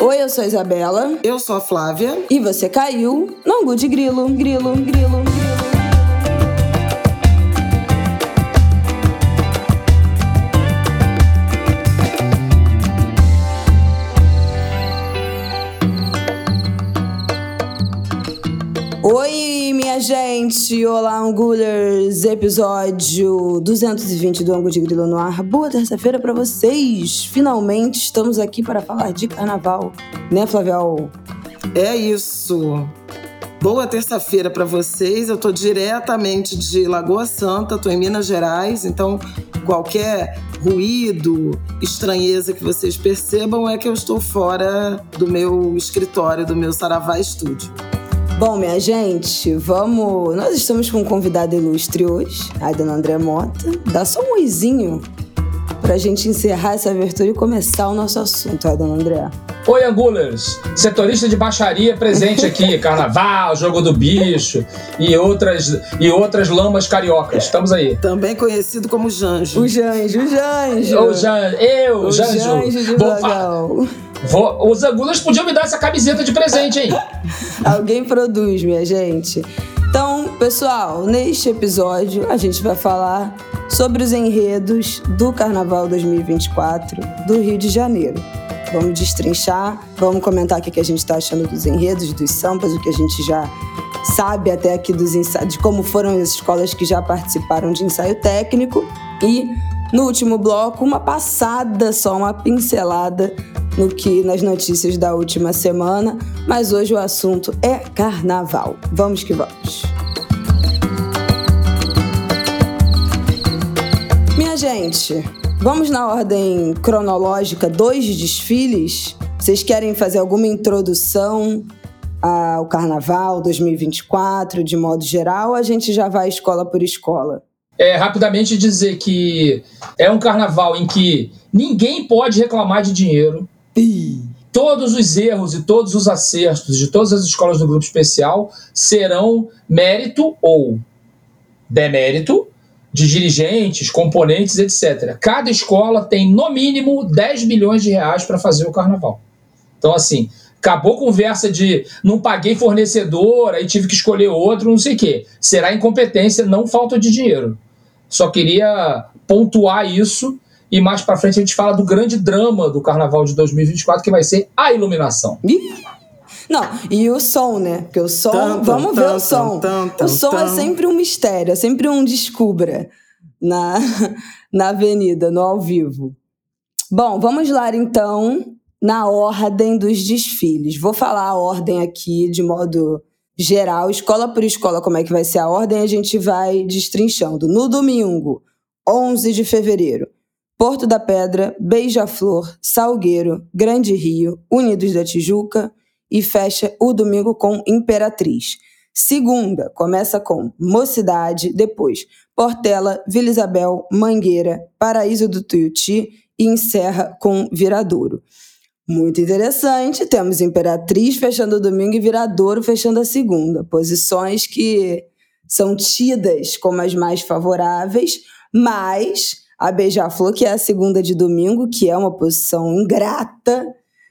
Oi, eu sou a Isabela. Eu sou a Flávia. E você caiu no Angu de Grilo. Grilo. Oi, minha gente! Olá, Angulers! Episódio 220 do Angu de Grilo no ar. Boa terça-feira pra vocês! Finalmente estamos aqui para falar de carnaval. Né, Flavial? É isso! Boa terça-feira pra vocês. Eu tô diretamente de Lagoa Santa, tô em Minas Gerais, então qualquer ruído, estranheza que vocês percebam é que eu estou fora do meu escritório, do meu Saravá Estúdio. Bom, minha gente, nós estamos com um convidado ilustre hoje, a dona Andréa Mota. Dá só um oizinho pra gente encerrar essa abertura e começar o nosso assunto, dona Andréa. Oi, Angulers! Setorista de baixaria presente aqui, carnaval, jogo do bicho e outras lamas cariocas. Estamos aí. Também conhecido como Janjo. O Janjo. O Janjo de Vagal. Os Angulers podiam me dar essa camiseta de presente, hein? Alguém produz, minha gente. Então, pessoal, neste episódio a gente vai falar sobre os enredos do Carnaval 2024 do Rio de Janeiro. Vamos destrinchar, vamos comentar o que a gente está achando dos enredos, dos sambas, o que a gente já sabe até aqui dos ensaios, de como foram as escolas que já participaram de ensaio técnico. E, no último bloco, uma pincelada nas notícias da última semana. Mas hoje o assunto é carnaval. Vamos que vamos. Minha gente, vamos na ordem cronológica dos desfiles? Vocês querem fazer alguma introdução ao Carnaval 2024, de modo geral, ou a gente já vai escola por escola? Rapidamente dizer que é um carnaval em que ninguém pode reclamar de dinheiro. Todos os erros e todos os acertos de todas as escolas do Grupo Especial serão mérito ou demérito de dirigentes, componentes, etc. Cada escola tem, no mínimo, 10 milhões de reais para fazer o carnaval. Então, assim, acabou a conversa de não paguei fornecedor, aí tive que escolher outro, não sei o quê. Será incompetência, não falta de dinheiro. Só queria pontuar isso e mais para frente a gente fala do grande drama do Carnaval de 2024, que vai ser a iluminação. Não, e o som, né? Porque o som, vamos ver o som. O som é sempre um mistério, é sempre um descubra na avenida, no ao vivo. Bom, vamos lá então na ordem dos desfiles. Vou falar a ordem aqui de modo geral, escola por escola, como é que vai ser a ordem, a gente vai destrinchando. No domingo, 11 de fevereiro, Porto da Pedra, Beija-Flor, Salgueiro, Grande Rio, Unidos da Tijuca e fecha o domingo com Imperatriz. Segunda, começa com Mocidade, depois Portela, Vila Isabel, Mangueira, Paraíso do Tuiuti e encerra com Viradouro. Muito interessante, temos Imperatriz fechando o domingo e Viradouro fechando a segunda. Posições que são tidas como as mais favoráveis, mas a Beija-Flor, que é a segunda de domingo, que é uma posição ingrata,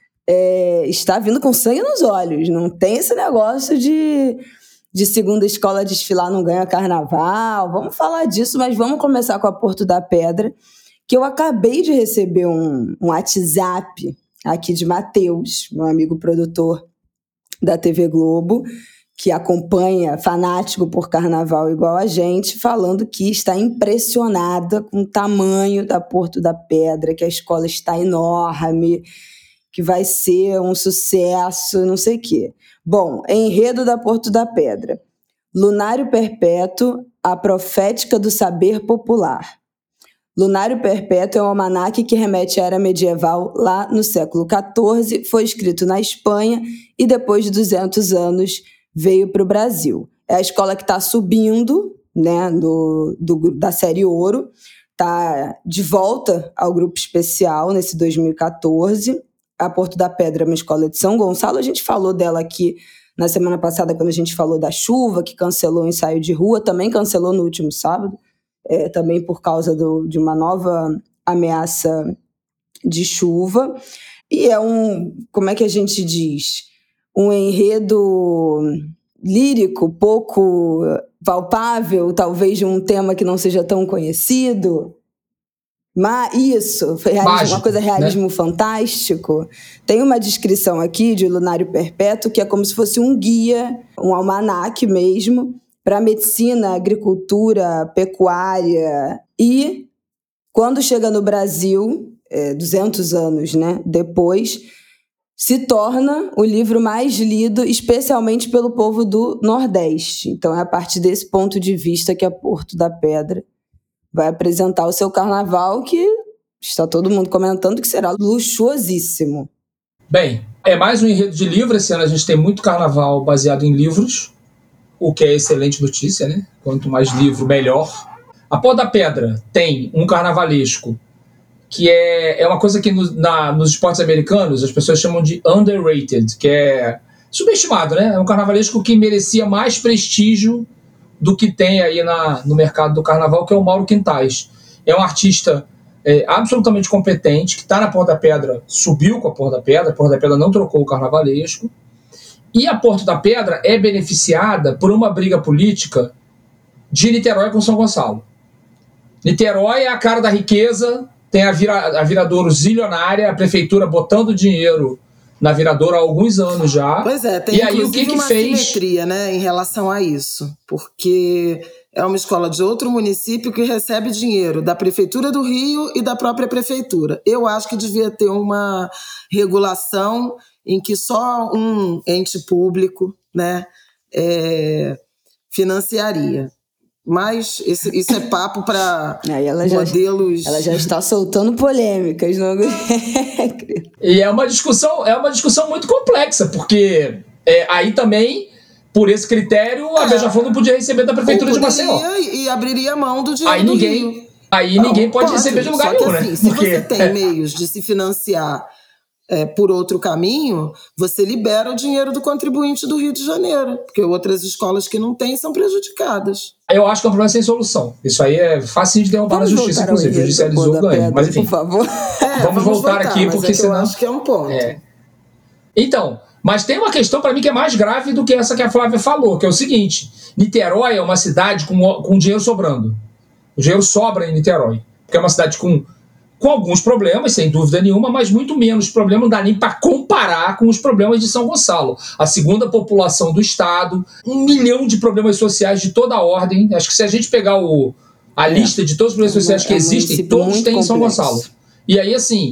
está vindo com sangue nos olhos. Não tem esse negócio de segunda escola desfilar não ganha carnaval. Vamos falar disso, mas vamos começar com a Porto da Pedra, que eu acabei de receber um WhatsApp aqui de Matheus, meu amigo produtor da TV Globo, que acompanha, fanático por carnaval igual a gente, falando que está impressionada com o tamanho da Porto da Pedra, que a escola está enorme, que vai ser um sucesso, não sei o quê. Bom, enredo da Porto da Pedra. Lunário Perpétuo, a profética do saber popular. Lunário Perpétuo é um almanaque que remete à era medieval lá no século XIV, foi escrito na Espanha e depois de 200 anos veio para o Brasil. É a escola que está subindo, né, da série Ouro, está de volta ao Grupo Especial nesse 2014. A Porto da Pedra é uma escola de São Gonçalo, a gente falou dela aqui na semana passada quando a gente falou da chuva, que cancelou o ensaio de rua, também cancelou no último sábado, também por causa de uma nova ameaça de chuva. E é como é que a gente diz? Um enredo lírico, pouco palpável, talvez de um tema que não seja tão conhecido. Mas isso, foi Mágico, uma coisa realismo, né? Fantástico. Tem uma descrição aqui de Lunário Perpétuo que é como se fosse um guia, um almanaque mesmo, para medicina, agricultura, pecuária. E quando chega no Brasil, 200 anos, né, depois, se torna o livro mais lido, especialmente pelo povo do Nordeste. Então é a partir desse ponto de vista que a Porto da Pedra vai apresentar o seu carnaval, que está todo mundo comentando que será luxuosíssimo. Bem, é mais um enredo de livro. Esse ano a gente tem muito carnaval baseado em livros, o que é excelente notícia, né? Quanto mais livro, melhor. A Porto da Pedra tem um carnavalesco que é uma coisa que nos esportes americanos as pessoas chamam de underrated, que é subestimado, né? É um carnavalesco que merecia mais prestígio do que tem aí no mercado do carnaval, que é o Mauro Quintais. É um artista absolutamente competente, que está na Porto da Pedra, subiu com a Porto da Pedra não trocou o carnavalesco, e a Porto da Pedra é beneficiada por uma briga política de Niterói com São Gonçalo. Niterói é a cara da riqueza, tem a Viradouro zilionária, a prefeitura botando dinheiro na Viradouro há alguns anos já. Pois é, tem inclusive uma simetria, né, em relação a isso, porque é uma escola de outro município que recebe dinheiro da Prefeitura do Rio e da própria Prefeitura. Eu acho que devia ter uma regulação em que só um ente público, né, financiaria. Mas isso é papo para modelos... Ela já está soltando polêmicas, não? E é uma discussão muito complexa, porque aí também, por esse critério, a Beija-Flor não podia receber da Prefeitura de Maceió. E abriria mão do dinheiro do Rio. Aí ninguém pode receber de lugar nenhum, né? Se você tem meios de se financiar por outro caminho, você libera o dinheiro do contribuinte do Rio de Janeiro, porque outras escolas que não têm são prejudicadas. Eu acho que é um problema sem solução. Isso aí é fácil de derrubar na justiça, inclusive. Judicializou o ganho. Mas enfim, por favor. Vamos voltar aqui, porque senão... Eu acho que é um ponto. Então, mas tem uma questão para mim que é mais grave do que essa que a Flávia falou, que é o seguinte: Niterói é uma cidade com dinheiro sobrando. O dinheiro sobra em Niterói, porque é uma cidade com alguns problemas, sem dúvida nenhuma, mas muito menos problema, não dá nem para comparar com os problemas de São Gonçalo. A segunda população do estado, 1 milhão de problemas sociais de toda a ordem. Acho que se a gente pegar a lista de todos os problemas sociais que existem, todos têm em São Gonçalo. E aí, assim,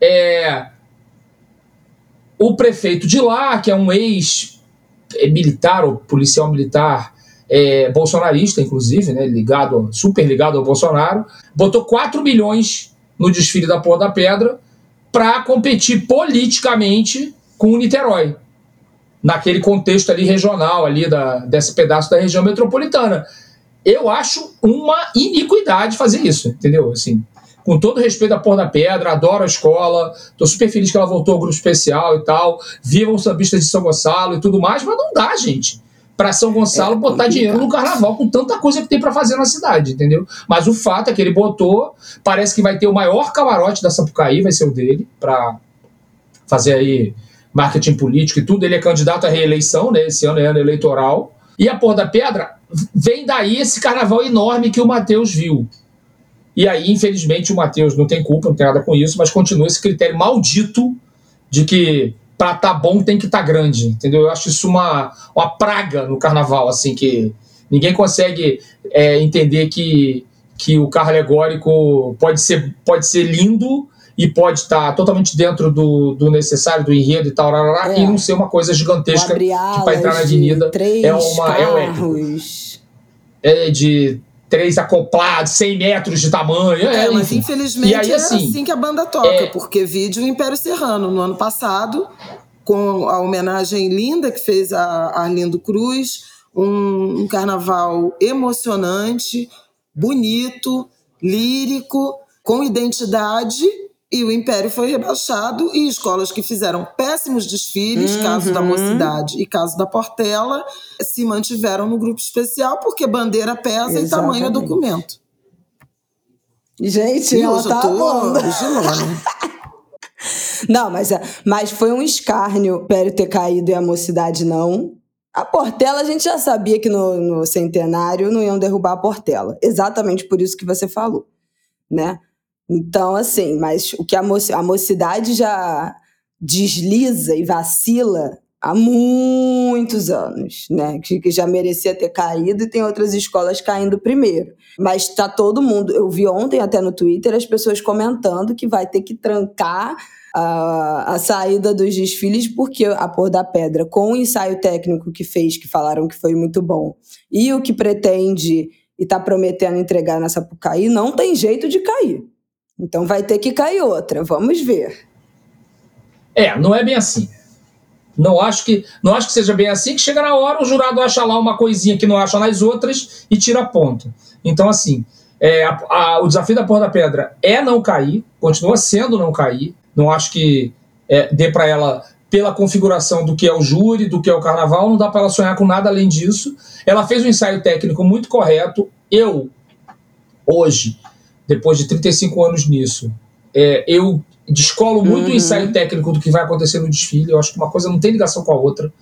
o prefeito de lá, que é um ex-militar ou policial militar, bolsonarista, inclusive, né, super ligado ao Bolsonaro, botou 4 milhões no desfile da Porto da Pedra para competir politicamente com o Niterói, naquele contexto ali regional, ali desse pedaço da região metropolitana. Eu acho uma iniquidade fazer isso, entendeu? Assim, com todo respeito à Porto da Pedra, adoro a escola, estou super feliz que ela voltou ao grupo especial e tal, vivam os sambistas de São Gonçalo e tudo mais, mas não dá, gente, para São Gonçalo botar dinheiro no carnaval com tanta coisa que tem para fazer na cidade, entendeu? Mas o fato é que ele botou, parece que vai ter o maior camarote da Sapucaí, vai ser o dele, para fazer aí marketing político e tudo. Ele é candidato à reeleição, né? Esse ano é ano eleitoral. E a Porto da Pedra vem daí esse carnaval enorme que o Matheus viu. E aí, infelizmente, o Matheus não tem culpa, não tem nada com isso, mas continua esse critério maldito de que para tá bom tem que estar grande, entendeu? Eu acho isso uma praga no carnaval, assim, que ninguém consegue entender que o carro alegórico pode ser lindo e pode estar totalmente dentro do necessário, do enredo e tal, e não ser uma coisa gigantesca que para entrar na avenida é um épico. De 3 acoplados, 100 metros de tamanho. Mas infelizmente aí, assim que a banda toca, porque vídeo o Império Serrano, no ano passado, com a homenagem linda que fez a Arlindo Cruz, um carnaval emocionante, bonito, lírico, com identidade, e o Império foi rebaixado, e escolas que fizeram péssimos desfiles, caso da Mocidade e caso da Portela, se mantiveram no grupo especial, porque bandeira pesa. Exatamente. E tamanho é documento. Gente, ela tá amando. Não, mas foi um escárnio o Império ter caído e a Mocidade não. A Portela, a gente já sabia que no centenário não iam derrubar a Portela. Exatamente por isso que você falou, né? Então, assim, mas o que a Mocidade já desliza e vacila há muitos anos, né? Que já merecia ter caído e tem outras escolas caindo primeiro. Mas tá todo mundo... Eu vi ontem até no Twitter as pessoas comentando que vai ter que trancar a saída dos desfiles, porque a Pôr da Pedra, com o ensaio técnico que fez, que falaram que foi muito bom, e o que pretende e está prometendo entregar na Sapucaí, não tem jeito de cair. Então vai ter que cair outra, vamos ver. Não é bem assim. Não acho que seja bem assim, que chega na hora, o jurado acha lá uma coisinha que não acha nas outras e tira ponto. Então, assim, o desafio da Pôr da Pedra é não cair, continua sendo não cair. Não acho que dê para ela, pela configuração do que é o júri, do que é o carnaval, não dá para ela sonhar com nada além disso. Ela fez um ensaio técnico muito correto. Eu, hoje, depois de 35 anos nisso, eu descolo muito o ensaio técnico do que vai acontecer no desfile. Eu acho que uma coisa não tem ligação com a outra.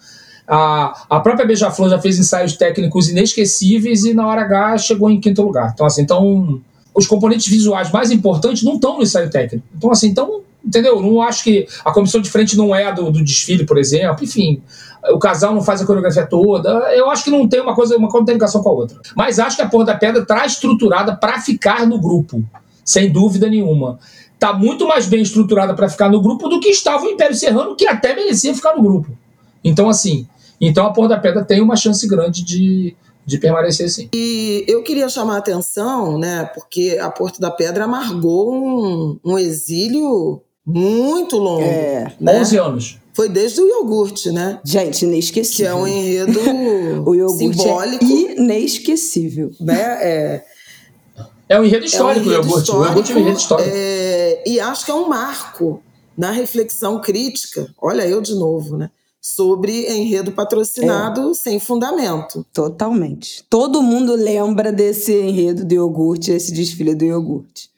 A própria Beija-Flor já fez ensaios técnicos inesquecíveis e na hora H chegou em 5º lugar. Então, assim, os componentes visuais mais importantes não estão no ensaio técnico. Então, assim, entendeu? Não acho que a comissão de frente não é do desfile, por exemplo. Enfim, o casal não faz a coreografia toda. Eu acho que não tem uma coisa não tem ligação com a outra. Mas acho que a Pôr da Pedra está estruturada para ficar no grupo, sem dúvida nenhuma. Está muito mais bem estruturada para ficar no grupo do que estava o Império Serrano, que até merecia ficar no grupo. Então, assim, a Pôr da Pedra tem uma chance grande de permanecer, sim. E eu queria chamar a atenção, né, porque a Pôr da Pedra amargou um exílio muito longo. Né? 11 anos. Foi desde o iogurte, né? Gente, inesquecível. Que é um enredo o iogurte simbólico. É inesquecível. Né? É um enredo histórico, o iogurte. O iogurte é um enredo histórico. E acho que é um marco na reflexão crítica, olha eu de novo, né? Sobre enredo patrocinado sem fundamento. Totalmente. Todo mundo lembra desse enredo do iogurte, esse desfile do iogurte.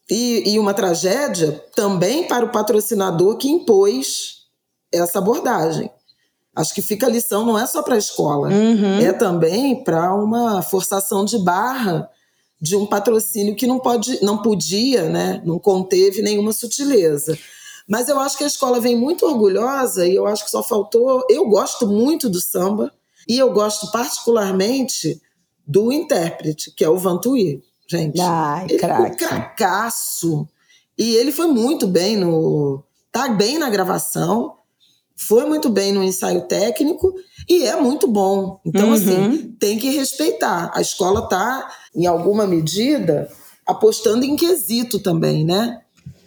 E uma tragédia também para o patrocinador que impôs essa abordagem. Acho que fica a lição, não é só para a escola, é também para uma forçação de barra de um patrocínio que não podia, né? Não conteve nenhuma sutileza. Mas eu acho que a escola vem muito orgulhosa e eu acho que só faltou... Eu gosto muito do samba e eu gosto particularmente do intérprete, que é o Vantuí, gente. Ele é um cracaço. E ele foi muito bem tá bem na gravação, foi muito bem no ensaio técnico e é muito bom. Então, assim, tem que respeitar. A escola está, em alguma medida, apostando em quesito também, né?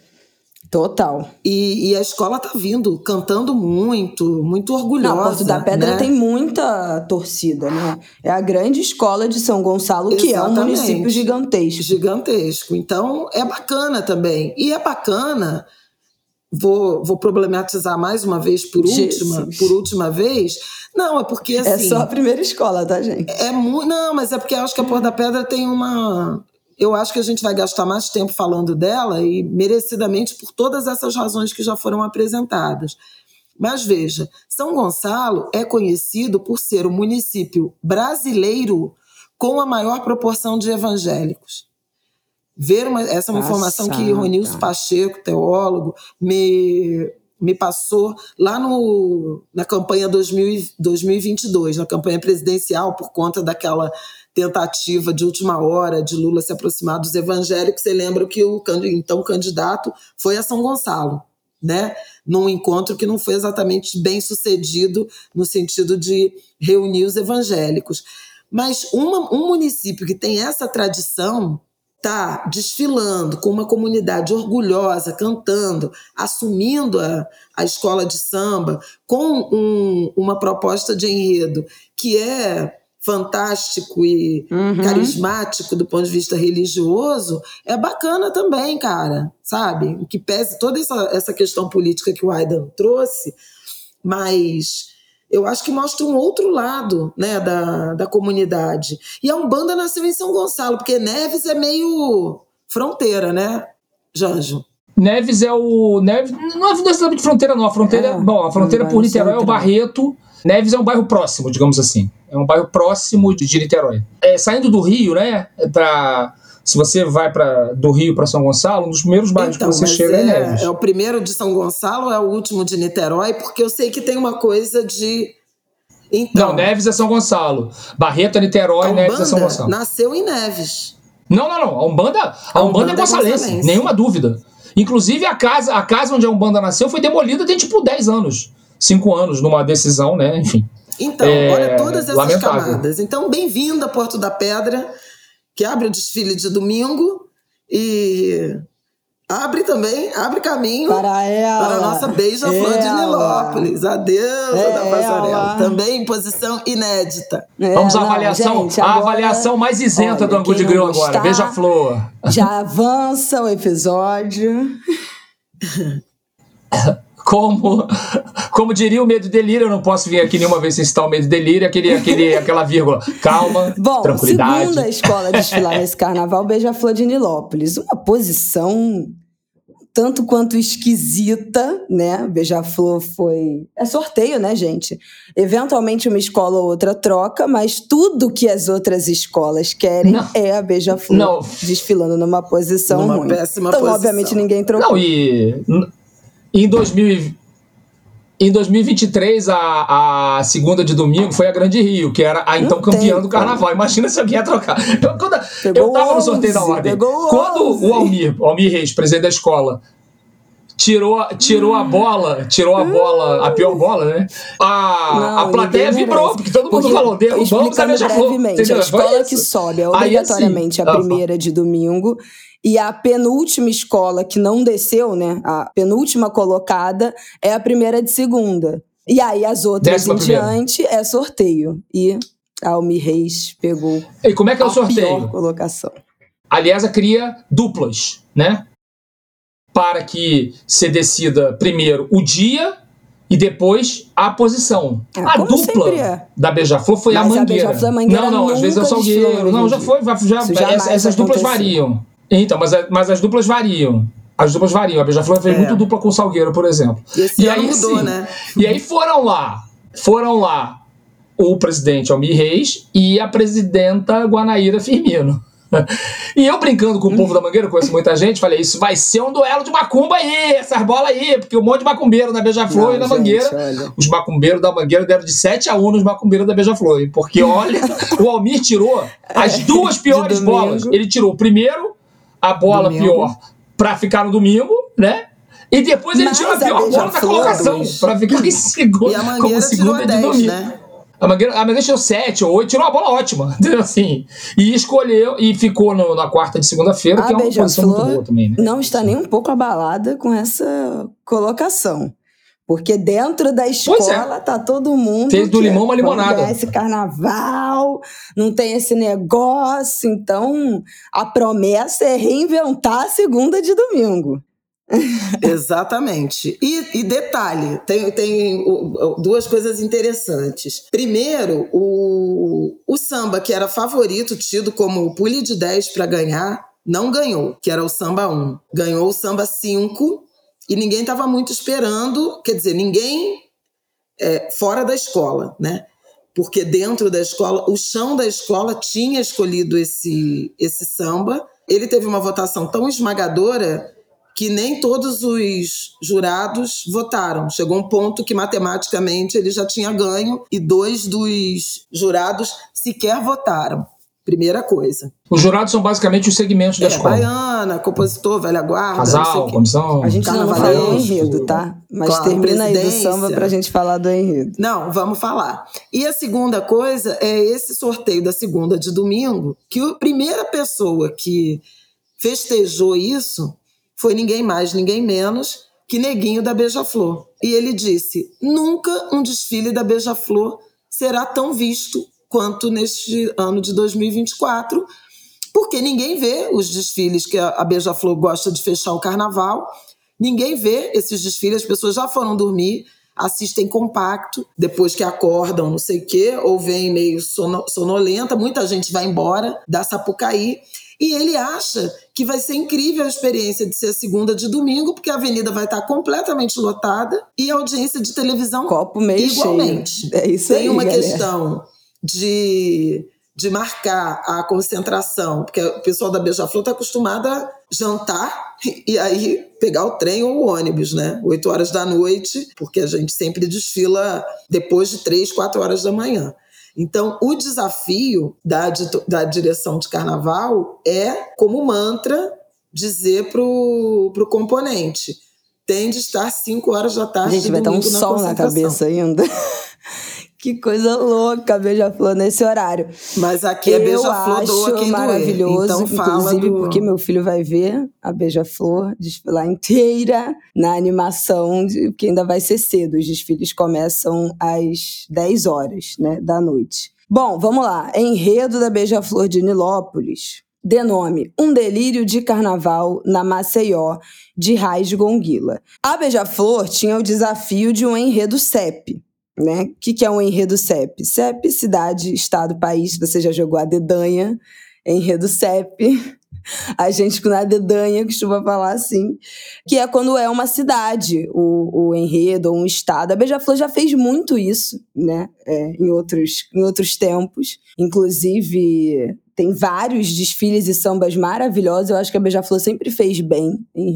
Total. E a escola tá vindo, cantando muito, muito orgulhosa. Não, Porto da Pedra, né? Tem muita torcida, né? É a grande escola de São Gonçalo, que é um município gigantesco. Gigantesco. Então, é bacana também. E é bacana, vou problematizar mais uma vez, por última vez. Não, é porque assim... É só a primeira escola, tá, gente? Não, mas é porque eu acho que a Porto da Pedra tem uma... Eu acho que a gente vai gastar mais tempo falando dela e merecidamente por todas essas razões que já foram apresentadas. Mas veja, São Gonçalo é conhecido por ser o município brasileiro com a maior proporção de evangélicos. Essa é uma informação que Ronilson Pacheco, teólogo, me passou lá na campanha 2022, na campanha presidencial, por conta daquela tentativa de última hora de Lula se aproximar dos evangélicos. Você lembra que o então candidato foi a São Gonçalo, né? Num encontro que não foi exatamente bem sucedido no sentido de reunir os evangélicos. Mas um município que tem essa tradição está desfilando com uma comunidade orgulhosa, cantando, assumindo a escola de samba, com uma proposta de enredo que é fantástico e carismático do ponto de vista religioso, é bacana também, cara, sabe? O que pese toda essa questão política que o Aidan trouxe, mas eu acho que mostra um outro lado, né, da comunidade. E a Umbanda nasceu em São Gonçalo, porque Neves é meio fronteira, né, Janjo? Neves é o... Neves não é cidade de fronteira, não. A fronteira, a fronteira por Niterói é o Barreto. Neves é um bairro próximo, digamos assim. É um bairro próximo de Niterói. Saindo do Rio, né? Se você vai do Rio para São Gonçalo, um dos primeiros bairros que você chega é Neves. É o primeiro de São Gonçalo ou é o último de Niterói? Porque eu sei que tem uma coisa de... Então, não, Neves é São Gonçalo. Barreto é Niterói, Neves é São Gonçalo. Nasceu em Neves. Não. A Umbanda é gonçalense, nenhuma dúvida. Inclusive, a casa onde a Umbanda nasceu foi demolida tem 10 anos. 5 anos, numa decisão, né? Enfim. Então, olha todas essas lamentável. camadas. Então, bem-vindo a Porto da Pedra, que abre o desfile de domingo e abre caminho para a nossa beija-flor de Nilópolis, a deusa da passarela. Também em posição inédita. Vamos à avaliação, gente, agora, a avaliação mais isenta do Angu de Grilo agora, beija-flor. Já avança o episódio. Como diria o Medo e Delírio, eu não posso vir aqui nenhuma vez sem citar o Medo e Delírio, aquela vírgula. Calma, tranquilidade. Segunda escola a desfilar nesse carnaval, Beija-Flor de Nilópolis. Uma posição tanto quanto esquisita, né? Beija-Flor foi... É sorteio, né, gente? Eventualmente uma escola ou outra troca, mas tudo que as outras escolas querem é a Beija-Flor desfilando numa posição ruim. Péssima então, posição. Obviamente, ninguém trocou. Em 2023, a segunda de domingo foi a Grande Rio, que era a então campeã do carnaval. Imagina se alguém ia trocar. Eu tava no sorteio da ordem. Quando o Almir Reis, presidente da escola, tirou a bola, a pior bola, né? A plateia vibrou, porque todo mundo falou, vamos a Beija-Flor. A escola que sobe é obrigatoriamente a primeira de domingo. E a penúltima escola que não desceu, né? A penúltima colocada é a primeira de segunda. E aí as outras em diante é sorteio. E a Almir Reis pegou e como é que é o sorteio? Pior colocação. Aliás, cria duplas, né? Para que se decida primeiro o dia e depois a posição. A dupla da Beija-Flor foi a Mangueira. A Mangueira não, às vezes é o Salgueiro. Não, já foi. Essas duplas variam. Então, mas as duplas variam. A Beija-Flor fez muito dupla com o Salgueiro, por exemplo. E aí mudou, né? E aí foram lá o presidente Almir Reis e a presidenta Guanaíra Firmino. E eu brincando com o povo da Mangueira, conheço muita gente, falei, isso vai ser um duelo de macumba aí, essas bolas aí, porque um monte de macumbeiro na Beija-Flor e na Mangueira. Olha. Os macumbeiros da Mangueira deram de 7-1 nos macumbeiros da Beija-Flor. Porque, olha, o Almir tirou as duas piores bolas. Ele tirou primeiro a bola pior pra ficar no domingo, né? E depois ele tirou a pior bola da colocação pra ficar em segundo, como segunda de domingo. Né? A Mangueira tirou 7 ou 8, tirou uma bola ótima, assim. E escolheu, e ficou na quarta de segunda-feira, que é uma posição muito boa também, né? Não está nem um pouco abalada com essa colocação. Porque dentro da escola tá todo mundo... Fez do limão uma limonada. Esse carnaval, não tem esse negócio. Então, a promessa é reinventar a segunda de domingo. Exatamente. E detalhe, tem duas coisas interessantes. Primeiro, o samba que era favorito, tido como o pule de 10 para ganhar, não ganhou, que era o samba 1. Ganhou o samba 5 e ninguém estava muito esperando, quer dizer, ninguém fora da escola, né? Porque dentro da escola, o chão da escola tinha escolhido esse samba. Ele teve uma votação tão esmagadora que nem todos os jurados votaram. Chegou um ponto que, matematicamente, ele já tinha ganho e 2 dos jurados sequer votaram. Primeira coisa. Os jurados são basicamente os segmentos da escola. Baiana, compositor, velha guarda, casal, comissão. A gente não falou o enredo, tá? Mas termina aí do samba pra gente falar do enredo. Não, vamos falar. E a segunda coisa é esse sorteio da segunda de domingo, que a primeira pessoa que festejou isso foi ninguém mais, ninguém menos que Neguinho da Beija-Flor. E ele disse, nunca um desfile da Beija-Flor será tão visto quanto neste ano de 2024, porque ninguém vê os desfiles que a Beija-Flor gosta de fechar o carnaval, ninguém vê esses desfiles, as pessoas já foram dormir, assistem compacto, depois que acordam, não sei o quê, ou vem meio sonolenta, muita gente vai embora da Sapucaí, E ele acha que vai ser incrível a experiência de ser segunda de domingo, porque a avenida vai estar completamente lotada e a audiência de televisão copo meio igualmente. Cheio. É isso Tem aí, uma galera. questão de marcar a concentração, porque o pessoal da Beija-Flor está acostumado a jantar e aí pegar o trem ou o ônibus, né? 8 horas da noite, porque a gente sempre desfila depois de 3, 4 horas da manhã. Então, o desafio da direção de carnaval é, como mantra, dizer pro componente: tem de estar 5 horas da tarde. Gente, vai estar um sol na cabeça ainda. Que coisa louca, Beija-Flor nesse horário. Mas aqui é Beija-Flor, doa quem maravilhoso, doer. Então, inclusive porque meu filho vai ver a Beija-Flor desfilar inteira na animação, que ainda vai ser cedo. Os desfiles começam às 10 horas, né, da noite. Bom, vamos lá. Enredo da Beija-Flor de Nilópolis. De nome Um Delírio de Carnaval na Maceió, de Raiz Gonguila. A Beija-Flor tinha o desafio de um enredo CEP. Né? O que é um enredo CEP? CEP, cidade, estado, país. Você já jogou a dedanha, enredo CEP. A gente na dedanha costuma falar assim, que é quando é uma cidade, o enredo, ou um estado. A Beija-Flor já fez muito isso, né? Em outros tempos. Inclusive, tem vários desfiles e sambas maravilhosos. Eu acho que a Beija-Flor sempre fez bem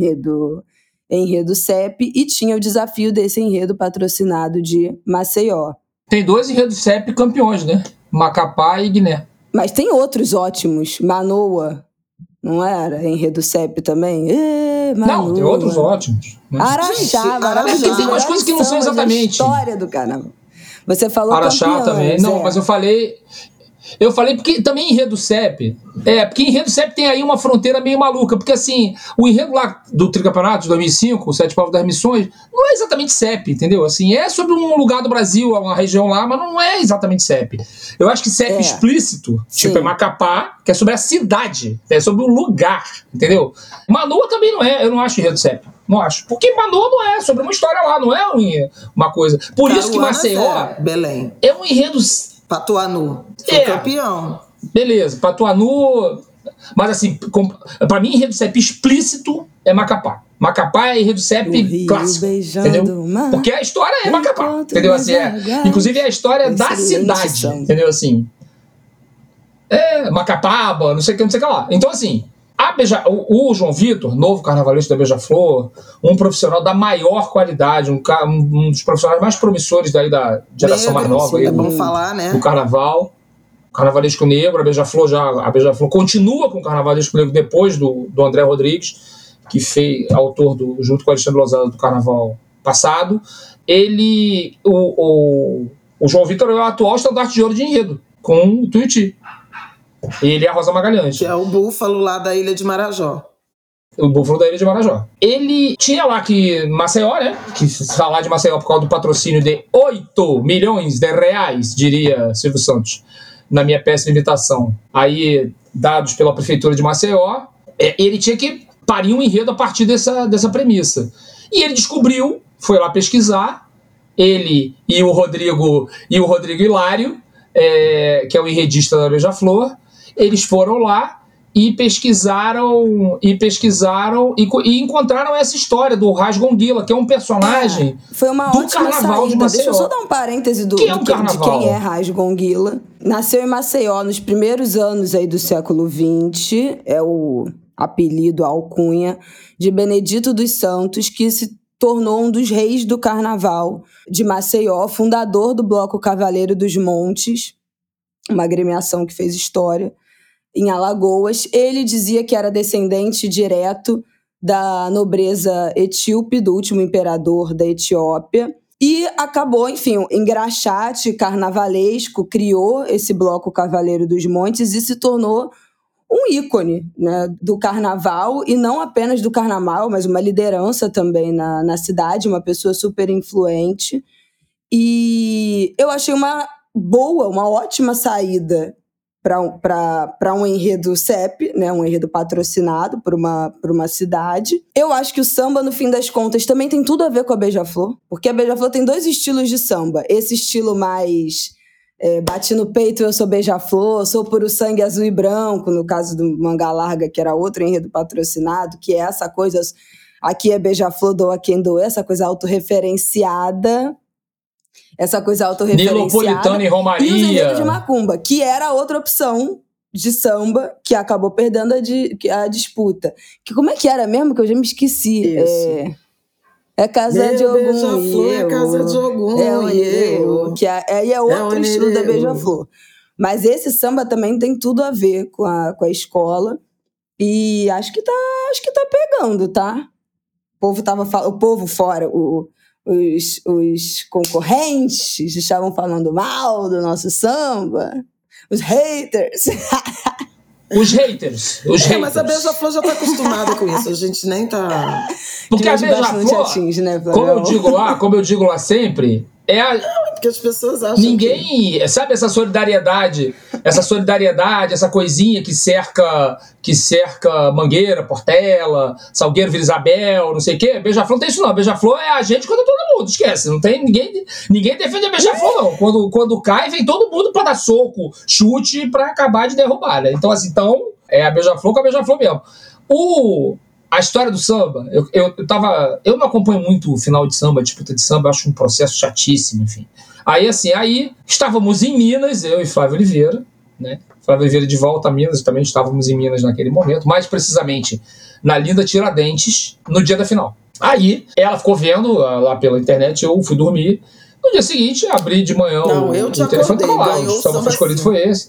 enredo CEP, e tinha o desafio desse enredo patrocinado de Maceió. Tem 2 enredos CEP campeões, né? Macapá e Guiné. Mas tem outros ótimos. Manoa, não era? Enredo CEP também? Não, tem outros ótimos. Araxá, maravilhoso. Tem umas coisas que não são exatamente. História do carnaval. Você falou Araxá campeões, também. Não, mas eu falei porque também enredo CEP, porque enredo CEP tem aí uma fronteira meio maluca, porque assim, o enredo lá do Tricampeonato de 2005, o Sete Povos das Missões, não é exatamente CEP, entendeu? Assim, é sobre um lugar do Brasil, uma região lá, mas não é exatamente CEP. Eu acho que CEP explícito, tipo, é Macapá, que é sobre a cidade, é sobre o lugar, entendeu? Manoa também não é, eu não acho enredo CEP. Não acho. Porque Manoa não é sobre uma história lá, não é uma coisa. Por isso que Maceió Belém. É um enredo... Patuanu. Foi campeão. Beleza, Patuanu. Mas assim, pra mim, enredo CEP explícito é Macapá. Macapá é enredo CEP clássico. Entendeu? Porque a história é Macapá. Entendeu? Assim, inclusive é a história da cidade. Entendeu? Assim. Macapaba, não sei o que lá. Então, assim, o João Vitor, novo carnavalesco da Beija-Flor, um profissional da maior qualidade, um dos profissionais mais promissores daí da geração mais nova aí, bom falar, né? Do carnaval, carnavalesco negro. A Beija-Flor continua com o carnavalesco negro depois do André Rodrigues, que fez autor junto com o Alexandre Lozada do carnaval passado. O João Vitor é o atual estandarte de ouro de enredo com o Tuiuti. Ele é a Rosa Magalhães. Que é o búfalo lá da Ilha de Marajó. O búfalo da Ilha de Marajó. Ele tinha lá que Maceió, né? Que falar de Maceió por causa do patrocínio de 8 milhões de reais, diria Silvio Santos, na minha péssima imitação. Aí, dados pela prefeitura de Maceió, ele tinha que parir um enredo a partir dessa premissa. E ele descobriu, foi lá pesquisar, ele e o Rodrigo Hilário, que é o enredista da Beija-Flor. Eles foram lá e pesquisaram e encontraram essa história do Raiz Gonguila, que é um personagem foi uma do ótima carnaval saída. de Maceió. Deixa eu só dar um parêntese de quem é Raiz Gonguila. Nasceu em Maceió nos primeiros anos aí do século XX, é o apelido, a alcunha, de Benedito dos Santos, que se tornou um dos reis do carnaval de Maceió, fundador do Bloco Cavaleiro dos Montes, uma agremiação que fez história em Alagoas. Ele dizia que era descendente direto da nobreza etíope, do último imperador da Etiópia, e acabou, enfim, engraxate carnavalesco, criou esse Bloco Cavaleiro dos Montes e se tornou um ícone, né, do carnaval, e não apenas do carnaval, mas uma liderança também na cidade, uma pessoa super influente. E eu achei uma ótima saída para um enredo CEP, né, um enredo patrocinado por uma cidade. Eu acho que o samba, no fim das contas, também tem tudo a ver com a Beija-Flor, porque a Beija-Flor tem 2 estilos de samba. Esse estilo mais bati no peito, eu sou beija-flor, sou puro sangue azul e branco, no caso do Manga Larga, que era outro enredo patrocinado, que é essa coisa, aqui é beija-flor, doa quem doa, essa coisa autorreferenciada. Nilopolitana e Romaria. E os enredos de macumba, que era outra opção de samba, que acabou perdendo a disputa. Como é que era mesmo? Que eu já me esqueci. É Casa de Ogum. Beija-flor é Casa de Ogum. Que aí é outro estilo da Beija-Flor. Mas esse samba também tem tudo a ver com a escola. E acho que tá pegando, tá? O povo fora, os concorrentes estavam falando mal do nosso samba. Os haters. Os haters. Mas a Beija-Flor já tá acostumada com isso. A gente nem tá... Porque a Beija-Flor, né, como eu digo lá sempre, porque as pessoas acham ninguém... Sabe essa solidariedade, essa coisinha que cerca Mangueira, Portela, Salgueiro, Vila Isabel, não sei o quê? Beija-Flor não tem isso não. Beija-Flor é a gente contra todo mundo, esquece. Não tem ninguém defende a Beija-Flor, não. Quando cai, vem todo mundo pra dar soco, chute, pra acabar de derrubar, né? Então, é a Beija-Flor com a Beija-Flor mesmo. A história do samba, eu não acompanho muito o final de samba, a disputa de samba, eu acho um processo chatíssimo, enfim. Aí estávamos em Minas, eu e Flávio Oliveira, né? Flávio Oliveira de volta a Minas, também estávamos em Minas naquele momento, mais precisamente na linda Tiradentes, no dia da final. Aí, ela ficou vendo lá pela internet, eu fui dormir. No dia seguinte, abri de manhã o telefone tava lá, o samba foi escolhido, foi esse.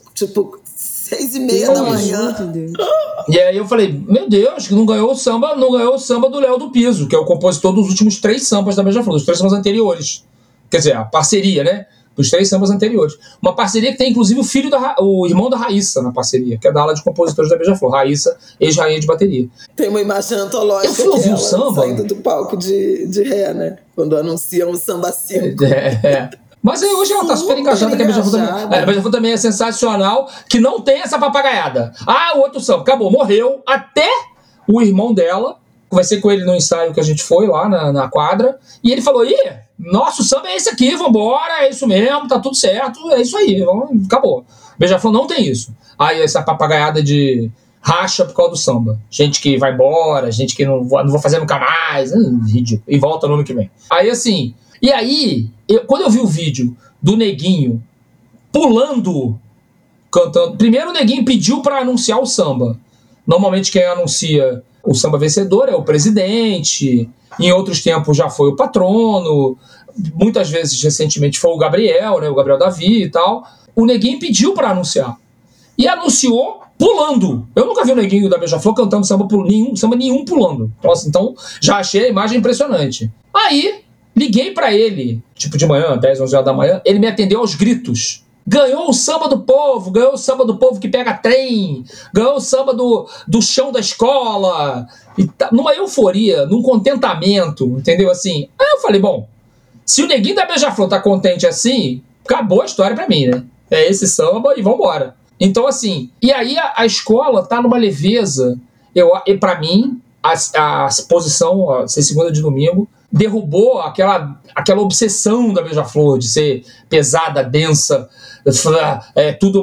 6h30 da manhã. E aí eu falei, meu Deus, que não ganhou o samba do Léo do Piso, que é o compositor dos últimos 3 sambas da Beija-Flor, dos 3 sambas anteriores. Quer dizer, a parceria, né? Dos 3 sambas anteriores. Uma parceria que tem, inclusive, o irmão da Raíssa na parceria, que é da ala de compositores da Beija-Flor. Raíssa, ex-rainha de bateria. Tem uma imagem antológica. Eu fui ouvir o samba saindo do palco de ré, né? Quando anunciam o samba 5. Mas aí hoje ela tá super engajada, que a Beija-Flor também é sensacional, que não tem essa papagaiada. O outro samba, acabou, morreu, até o irmão dela, conversei com ele no ensaio que a gente foi lá na quadra, e ele falou, nosso samba é esse aqui, vambora, é isso mesmo, tá tudo certo, é isso aí, acabou. Beija-Flor não tem isso. Aí essa papagaiada de racha por causa do samba. Gente que vai embora, gente que não vou fazer nunca mais, ridículo, e volta no ano que vem. Aí assim, e aí... quando eu vi o vídeo do Neguinho pulando, cantando... Primeiro o Neguinho pediu para anunciar o samba. Normalmente quem anuncia o samba vencedor é o presidente. Em outros tempos já foi o patrono. Muitas vezes, recentemente, foi o Gabriel, né? O Gabriel Davi e tal. O Neguinho pediu para anunciar. E anunciou pulando. Eu nunca vi o Neguinho da Beija-Flor cantando samba nenhum pulando. Então já achei a imagem impressionante. Aí... liguei pra ele, tipo de manhã, 10, 11 horas da manhã, ele me atendeu aos gritos. Ganhou o samba do povo que pega trem, ganhou o samba do chão da escola, e numa euforia, num contentamento, entendeu? Assim, aí eu falei, bom, se o Neguinho da Beija-Flor tá contente assim, acabou a história pra mim, né? É esse samba e vambora. Então assim, e aí a escola tá numa leveza, e pra mim, a posição, a ser segunda de domingo, derrubou aquela obsessão da Beija-Flor de ser pesada, densa, tudo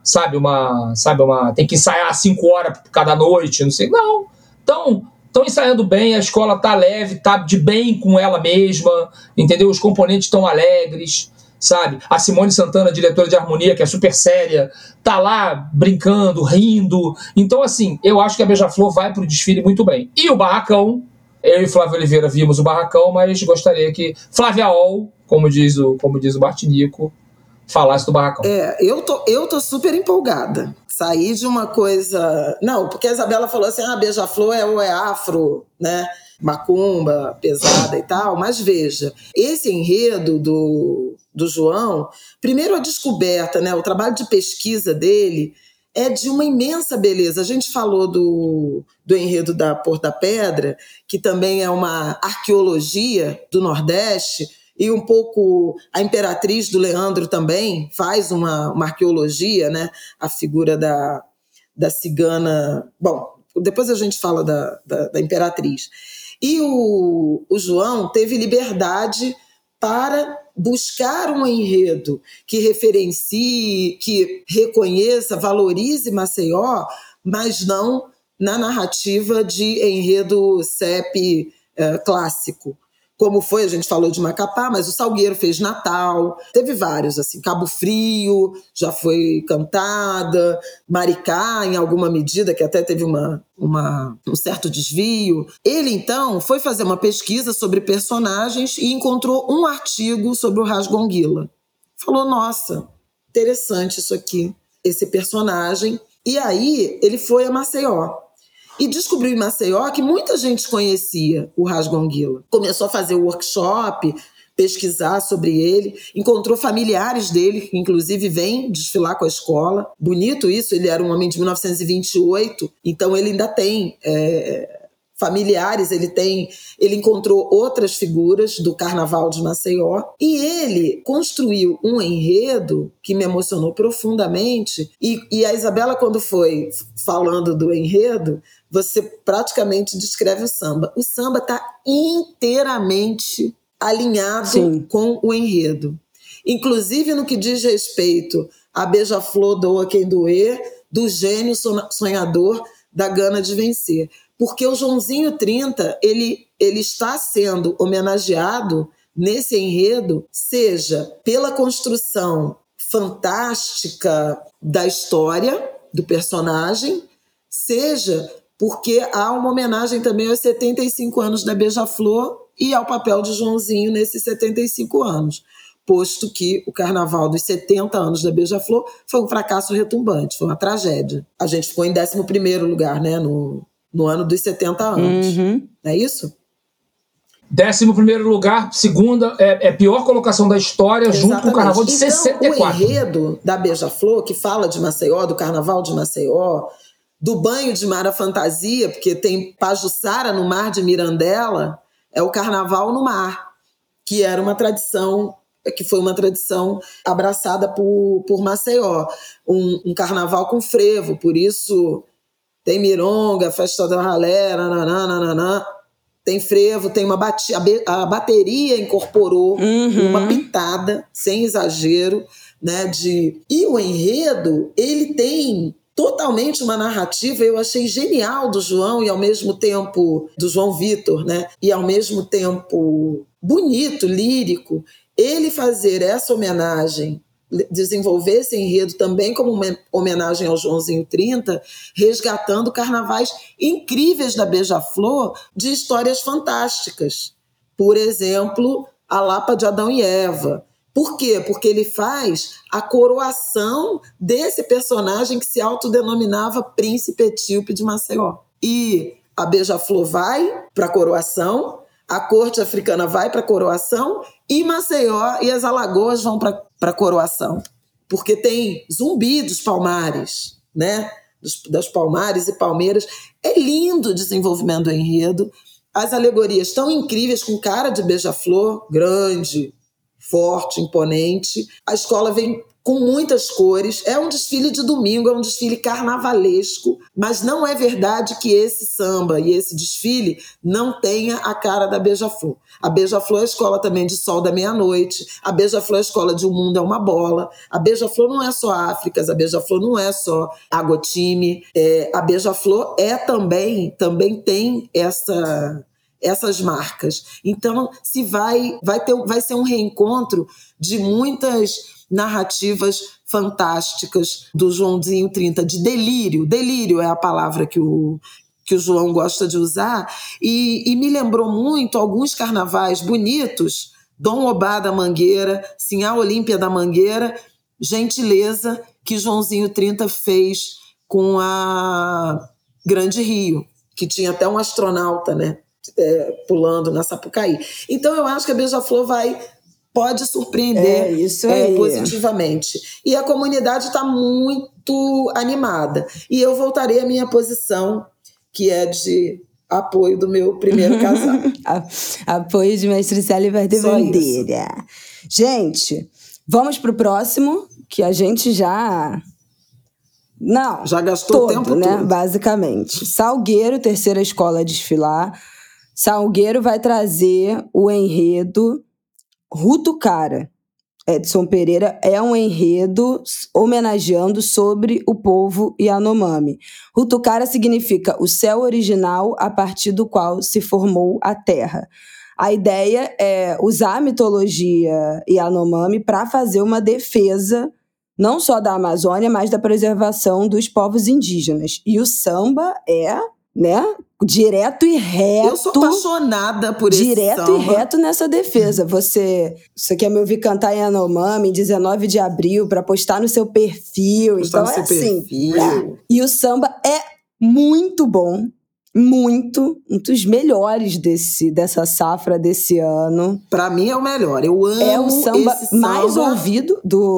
tem que ensaiar 5 horas cada noite, não sei. Não, estão ensaiando bem, a escola tá leve, tá de bem com ela mesma, entendeu? Os componentes estão alegres, sabe? A Simone Santana, diretora de harmonia, que é super séria, tá lá brincando, rindo. Então, assim, eu acho que a Beija-Flor vai pro desfile muito bem. E o barracão, eu e Flávio Oliveira vimos o barracão, mas gostaria que Flávia Ol, como diz o Bartinico, falasse do barracão. Eu tô super empolgada. Saí de uma coisa... Não, porque a Isabela falou assim, Beija-Flor é afro, né? Macumba, pesada e tal. Mas veja, esse enredo do João, primeiro a descoberta, né? O trabalho de pesquisa dele é de uma imensa beleza. A gente falou do enredo da Porta Pedra, que também é uma arqueologia do Nordeste, e um pouco a Imperatriz do Leandro também faz uma arqueologia, né? A figura da cigana... Bom, depois a gente fala da Imperatriz. E o João teve liberdade para buscar um enredo que referencie, que reconheça, valorize Maceió, mas não na narrativa de enredo CEP clássico. Como foi, a gente falou de Macapá, mas o Salgueiro fez Natal, teve vários, assim, Cabo Frio já foi cantada, Maricá, em alguma medida, que até teve um certo desvio. Ele, então, foi fazer uma pesquisa sobre personagens e encontrou um artigo sobre o Rasgonguila. Falou, nossa, interessante isso aqui, esse personagem. E aí, ele foi a Maceió. E descobriu em Maceió que muita gente conhecia o Rasgonguila. Começou a fazer workshop, pesquisar sobre ele, encontrou familiares dele, que inclusive vêm desfilar com a escola. Bonito isso, ele era um homem de 1928, então ele ainda tem familiares, ele encontrou outras figuras do Carnaval de Maceió e ele construiu um enredo que me emocionou profundamente e a Isabela, quando foi falando do enredo, você praticamente descreve o samba. O samba está inteiramente alinhado Sim. com o enredo. Inclusive no que diz respeito a Beija-Flor doa quem doer, do gênio sonhador da gana de vencer. Porque o Joãozinho 30, ele está sendo homenageado nesse enredo, seja pela construção fantástica da história do personagem, seja porque há uma homenagem também aos 75 anos da Beija-Flor e ao papel de Joãozinho nesses 75 anos, posto que o carnaval dos 70 anos da Beija-Flor foi um fracasso retumbante, foi uma tragédia. A gente ficou em 11º lugar, né, no ano dos 70 anos. Uhum. Não é isso? 11º lugar, segunda, pior colocação da história. Exatamente. Junto com o Carnaval de 64. Então, o enredo da Beija-Flor, que fala de Maceió, do Carnaval de Maceió, do banho de mar à fantasia, porque tem Pajuçara no mar de Mirandela, é o Carnaval no mar, que era uma tradição, que foi uma tradição abraçada por Maceió. Um carnaval com frevo, por isso tem mironga, festa da ralé, nananana, tem frevo, tem uma a bateria incorporou uma pitada, sem exagero, né, e o enredo, ele tem totalmente uma narrativa, eu achei genial do João e ao mesmo tempo do João Vitor, né, e ao mesmo tempo bonito, lírico, ele fazer essa homenagem, desenvolver esse enredo também como uma homenagem ao Joãozinho 30, resgatando carnavais incríveis da Beija-Flor de histórias fantásticas. Por exemplo, a Lapa de Adão e Eva. Por quê? Porque ele faz a coroação desse personagem que se autodenominava Príncipe Etíope de Maceió. E a Beija-Flor vai para a coroação, a corte africana vai para a coroação e Maceió e as Alagoas vão para a coroação. Porque tem Zumbi dos Palmares, né? Das Palmares e Palmeiras. É lindo o desenvolvimento do enredo. As alegorias estão incríveis, com cara de Beija-Flor, grande, forte, imponente. A escola vem com muitas cores. É um desfile de domingo, é um desfile carnavalesco, mas não é verdade que esse samba e esse desfile não tenha a cara da Beija-Flor. A Beija-Flor é a escola também de Sol da Meia-Noite, a Beija-Flor é a escola de O Mundo é uma Bola, a Beija-Flor não é só Áfricas, a Beija-Flor não é só Agotime, a Beija-Flor também tem essas marcas. Então, vai ser um reencontro de muitas narrativas fantásticas do Joãozinho 30, de delírio. Delírio é a palavra que o João gosta de usar, e me lembrou muito alguns carnavais bonitos, Dom Obá da Mangueira, Sinhá Olímpia da Mangueira, gentileza que Joãozinho 30 fez com a Grande Rio, que tinha até um astronauta, né, pulando na Sapucaí. Então eu acho que a Beija-Flor pode surpreender positivamente. E a comunidade está muito animada. E eu voltarei à minha posição, que é de apoio do meu primeiro casal. Apoio de Mestre Célia e Verde Bandeira. Gente, vamos pro próximo, que a gente já gastou o tempo né? todo. Basicamente. Salgueiro, terceira escola a desfilar. Salgueiro vai trazer o enredo Rutucara. Edson Pereira, é um enredo homenageando sobre o povo Yanomami. Rutucara significa o céu original a partir do qual se formou a terra. A ideia é usar a mitologia Yanomami para fazer uma defesa não só da Amazônia, mas da preservação dos povos indígenas. E o samba é, né, direto e reto. Eu sou apaixonada por esse direto samba. E reto nessa defesa. Você quer me ouvir cantar em Yanomami, 19 de abril, para postar no seu perfil. Postar então no seu perfil. E o samba é muito bom. Muito, um dos melhores dessa safra desse ano. Pra mim é o melhor, eu amo é o samba esse samba mais ouvido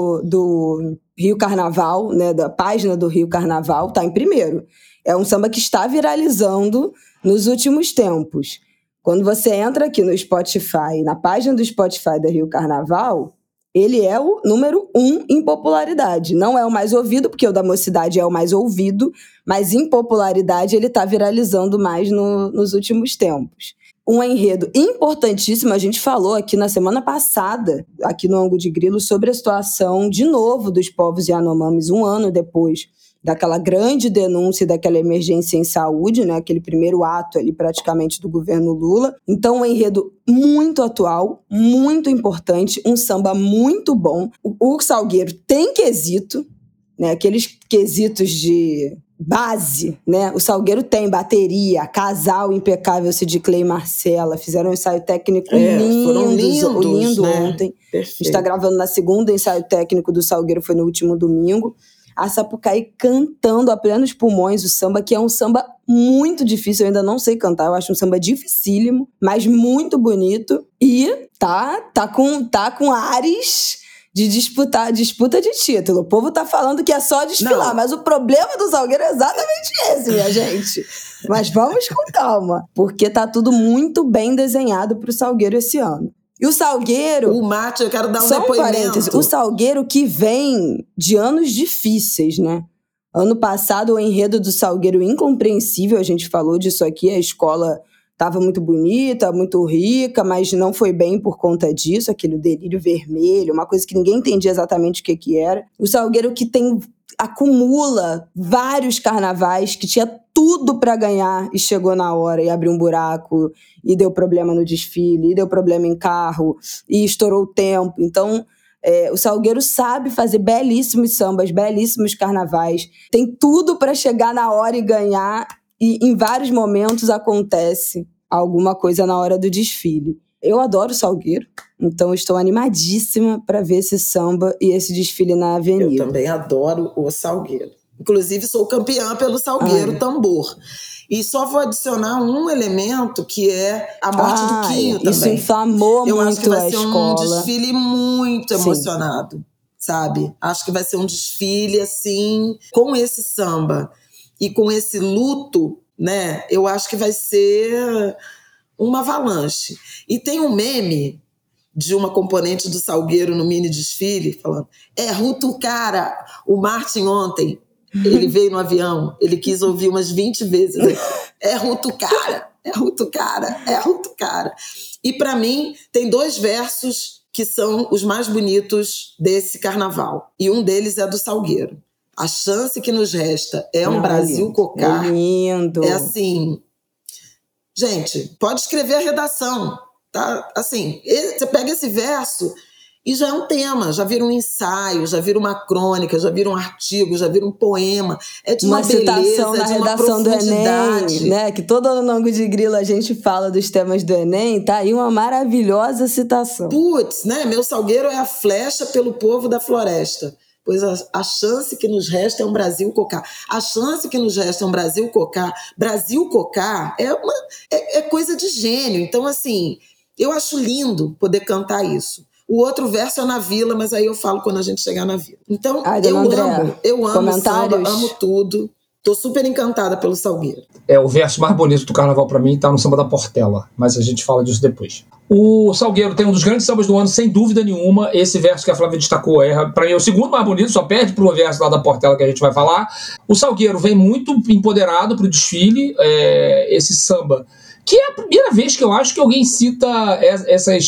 do Rio Carnaval, né, da página do Rio Carnaval, tá em primeiro. É um samba que está viralizando nos últimos tempos. Quando você entra aqui no Spotify, na página do Spotify da Rio Carnaval, ele é o número 1 em popularidade. Não é o mais ouvido, porque o da Mocidade é o mais ouvido, mas em popularidade ele está viralizando mais nos últimos tempos. Um enredo importantíssimo, a gente falou aqui na semana passada, aqui no Ângulo de Grilo, sobre a situação, de novo, dos povos Yanomamis, um ano depois daquela grande denúncia, daquela emergência em saúde, né, aquele primeiro ato ali praticamente do governo Lula. Então, um enredo muito atual, muito importante, um samba muito bom. O Salgueiro tem quesito, né, aqueles quesitos de base, né? O Salgueiro tem bateria, casal impecável, Sidclay e Marcela, fizeram um ensaio técnico lindo né? ontem. Perfeito. A gente está gravando na segunda, o ensaio técnico do Salgueiro foi no último domingo. A Sapucaí cantando a plenos pulmões o samba, que é um samba muito difícil, eu ainda não sei cantar, eu acho um samba dificílimo, mas muito bonito, e tá com ares de disputa de título. O povo tá falando que é só desfilar, mas o problema do Salgueiro é exatamente esse, minha gente. Mas vamos com calma, porque tá tudo muito bem desenhado pro Salgueiro esse ano. E o Salgueiro... O Mate, eu quero dar um só depoimento. Parênteses, o Salgueiro que vem de anos difíceis, né? Ano passado, o enredo do Salgueiro incompreensível, a gente falou disso aqui, a escola estava muito bonita, muito rica, mas não foi bem por conta disso, aquele delírio vermelho, uma coisa que ninguém entendia exatamente o que era. O Salgueiro que acumula vários carnavais, que tinha tudo para ganhar e chegou na hora e abriu um buraco e deu problema no desfile, e deu problema em carro e estourou o tempo. Então, o Salgueiro sabe fazer belíssimos sambas, belíssimos carnavais, tem tudo para chegar na hora e ganhar, e em vários momentos acontece alguma coisa na hora do desfile. Eu adoro o Salgueiro, então estou animadíssima para ver esse samba e esse desfile na avenida. Eu também adoro o Salgueiro. Inclusive, sou campeã pelo Salgueiro tambor. E só vou adicionar um elemento, que é a morte do Quinho também. Isso inflamou muito a escola. Eu acho que vai ser um desfile muito emocionado, sabe? Acho que vai ser um desfile, assim, com esse samba e com esse luto, né? Eu acho que vai ser uma avalanche. E tem um meme de uma componente do Salgueiro no mini desfile, falando: Rutucara, o Martin ontem, ele veio no avião, ele quis ouvir umas 20 vezes. Rutucara, Rutucara, Rutucara. E para mim, tem 2 versos que são os mais bonitos desse carnaval. E um deles é do Salgueiro. A chance que nos resta é um Brasil cocar. É lindo. É assim... Gente, pode escrever a redação, tá? Assim, você pega esse verso e já é um tema, já vira um ensaio, já vira uma crônica, já vira um artigo, já vira um poema. É de uma beleza, citação na de redação uma do Enem, né? Que todo ano no Ângulo de Grilo a gente fala dos temas do Enem, tá aí uma maravilhosa citação. Putz, né? Meu Salgueiro é a flecha pelo povo da floresta. Pois a chance que nos resta é um Brasil cocar. A chance que nos resta é um Brasil cocar. Brasil cocar é coisa de gênio. Então, assim, eu acho lindo poder cantar isso. O outro verso é na Vila, mas aí eu falo quando a gente chegar na Vila. Então, eu amo samba, amo tudo. Tô super encantada pelo Salgueiro. O verso mais bonito do carnaval pra mim tá no Samba da Portela, mas a gente fala disso depois. O Salgueiro tem um dos grandes sambas do ano, sem dúvida nenhuma. Esse verso que a Flávia destacou pra mim é o segundo mais bonito, só perde pro verso lá da Portela que a gente vai falar. O Salgueiro vem muito empoderado pro desfile, esse samba, que é a primeira vez que eu acho que alguém cita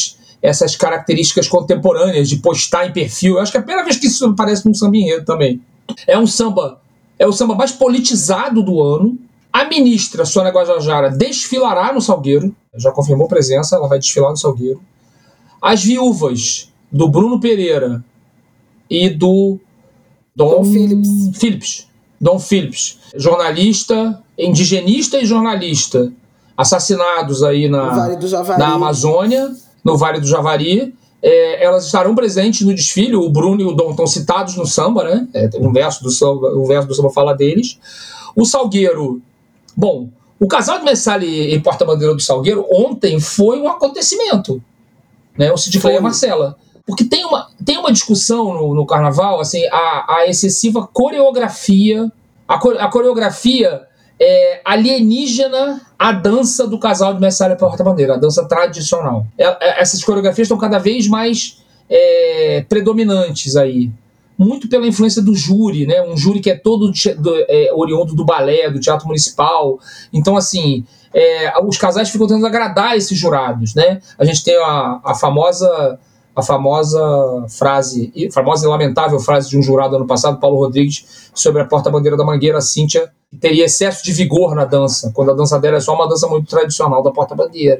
essas características contemporâneas de postar em perfil. Eu acho que é a primeira vez que isso aparece num samba enredo também. É o samba mais politizado do ano. A ministra Sônia Guajajara desfilará no Salgueiro, já confirmou presença, ela vai desfilar no Salgueiro. As viúvas do Bruno Pereira e do Dom Phillips, jornalista, indigenista e jornalista, assassinados aí na Amazônia, no Vale do Javari. Elas estarão presentes no desfile. O Bruno e o Dom estão citados no samba, né? O verso do samba fala deles. O Salgueiro, bom, o casal de Messalli e porta-bandeira do Salgueiro ontem foi um acontecimento, né? O Sid Clay e a Marcela. Porque tem uma discussão no carnaval, assim, a excessiva coreografia, a coreografia alienígena à dança do casal de Messalli e porta-bandeira, a dança tradicional. Essas coreografias estão cada vez mais predominantes aí. Muito pela influência do júri, né? Um júri que é todo oriundo do balé, do teatro municipal. Então, assim, os casais ficam tentando agradar esses jurados, né? A gente tem a famosa frase, famosa e lamentável frase de um jurado ano passado, Paulo Rodrigues, sobre a porta-bandeira da Mangueira, Cíntia, que teria excesso de vigor na dança, quando a dança dela é só uma dança muito tradicional da porta-bandeira.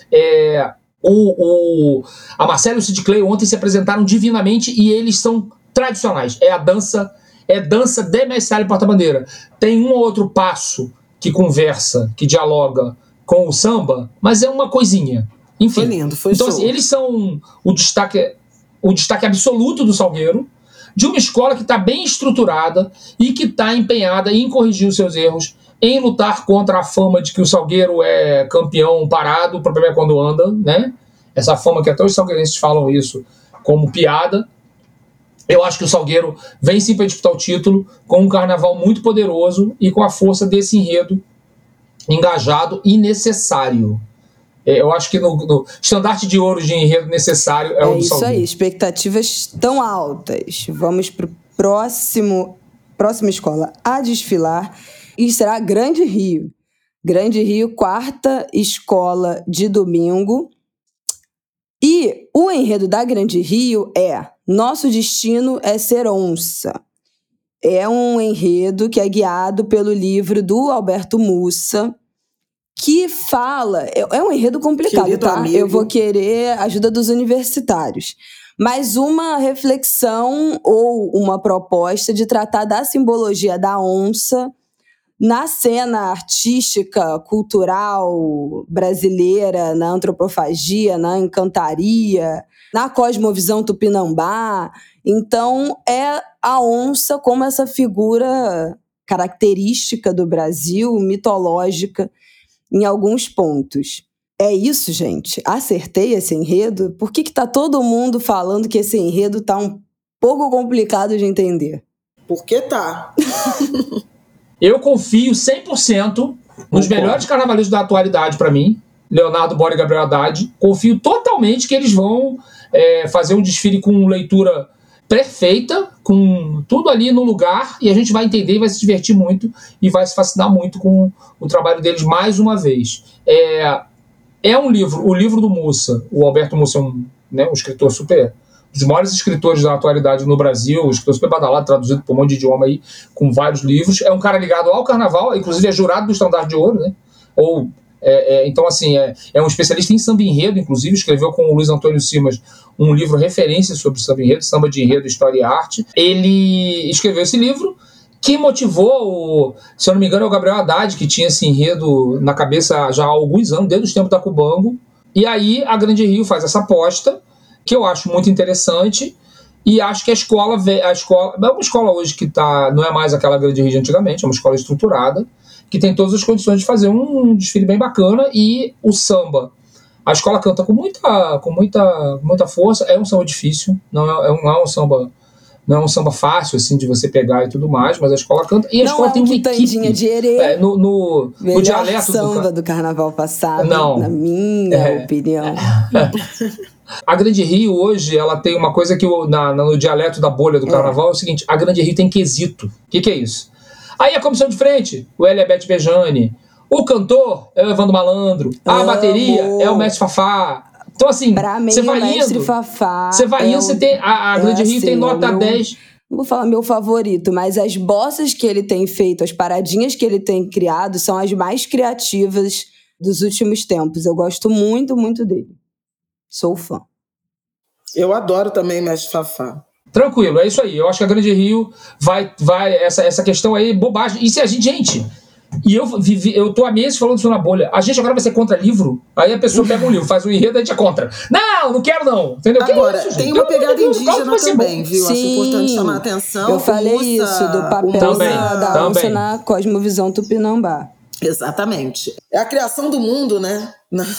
A Marcela e o Sid Clay ontem se apresentaram divinamente e eles são tradicionais. É dança de Messalli e porta-bandeira. Tem um ou outro passo que conversa, que dialoga com o samba, mas é uma coisinha. Enfim, foi lindo, foi então, assim, eles são o destaque absoluto do Salgueiro, de uma escola que está bem estruturada e que está empenhada em corrigir os seus erros, em lutar contra a fama de que o Salgueiro é campeão parado, o problema é quando anda, né? Essa fama que até os salgueirenses falam isso como piada. Eu acho que o Salgueiro vem sim para disputar o título, com um carnaval muito poderoso e com a força desse enredo engajado e necessário. Eu acho que no estandarte de ouro de enredo necessário é o do Salgueiro. É isso aí, expectativas tão altas. Vamos para o próxima escola a desfilar, e será Grande Rio. Grande Rio, quarta escola de domingo. E o enredo da Grande Rio é Nosso Destino é Ser Onça. É um enredo que é guiado pelo livro do Alberto Mussa, que fala... É um enredo complicado, querido, tá? Amigo. Eu vou querer a ajuda dos universitários. Mas uma reflexão ou uma proposta de tratar da simbologia da onça na cena artística, cultural brasileira, na antropofagia, na encantaria, na cosmovisão tupinambá. Então, é a onça como essa figura característica do Brasil, mitológica, em alguns pontos. É isso, gente? Acertei esse enredo? Por que tá todo mundo falando que esse enredo tá um pouco complicado de entender? Porque tá. Eu confio 100% nos melhores carnavalistas da atualidade para mim, Leonardo Bora e Gabriel Haddad. Confio totalmente que eles vão fazer um desfile com leitura perfeita, com tudo ali no lugar, e a gente vai entender e vai se divertir muito e vai se fascinar muito com o trabalho deles mais uma vez. É um livro, o livro do Mussa. O Alberto Mussa é um escritor super... dos maiores escritores da atualidade no Brasil, um escritor super badalado, traduzido por um monte de idioma aí, com vários livros. É um cara ligado ao carnaval, inclusive é jurado do Estandarte de Ouro, né? Então, assim, é um especialista em samba enredo, inclusive, escreveu com o Luiz Antônio Simas um livro referência sobre samba enredo, samba de enredo, história e arte. Ele escreveu esse livro que motivou, se eu não me engano, é o Gabriel Haddad, que tinha esse enredo na cabeça já há alguns anos, desde os tempos da Cubango. E aí a Grande Rio faz essa aposta, que eu acho muito interessante, e acho que a escola é uma escola hoje que não é mais aquela Grande Rio de antigamente, é uma escola estruturada, que tem todas as condições de fazer um desfile bem bacana. E o samba, a escola canta com muita força. É um samba difícil, não é um samba fácil assim de você pegar e tudo mais, mas a escola canta, e a escola tem uma equipe de herê, no dialeto samba do carnaval passado, na minha opinião. A Grande Rio hoje, ela tem uma coisa que no dialeto da bolha do carnaval é o seguinte: a Grande Rio tem quesito. O que é isso? Aí a comissão de frente, o Eliabete Bejane. O cantor é o Evandro Malandro. A bateria é o Mestre Fafá. Então, assim, pra mim, você vai Mestre indo. Fafá. Você vai indo, você tem. A Grande Rio tem nota 10. Não vou falar meu favorito, mas as bossas que ele tem feito, as paradinhas que ele tem criado, são as mais criativas dos últimos tempos. Eu gosto muito, muito dele. Sou fã. Eu adoro também Mestre Fafá. Tranquilo, é isso aí. Eu acho que a Grande Rio vai essa questão aí, bobagem. E se a gente... E eu tô há meses falando isso na bolha. A gente agora vai ser contra livro? Aí a pessoa pega um livro, faz um enredo e a gente é contra. Não quero não. Entendeu? Agora, que isso, tem uma pegada indígena também, viu? Sim, acho importante chamar a atenção. Eu falei isso, do papel da onça na cosmovisão tupinambá. Exatamente. É a criação do mundo, né?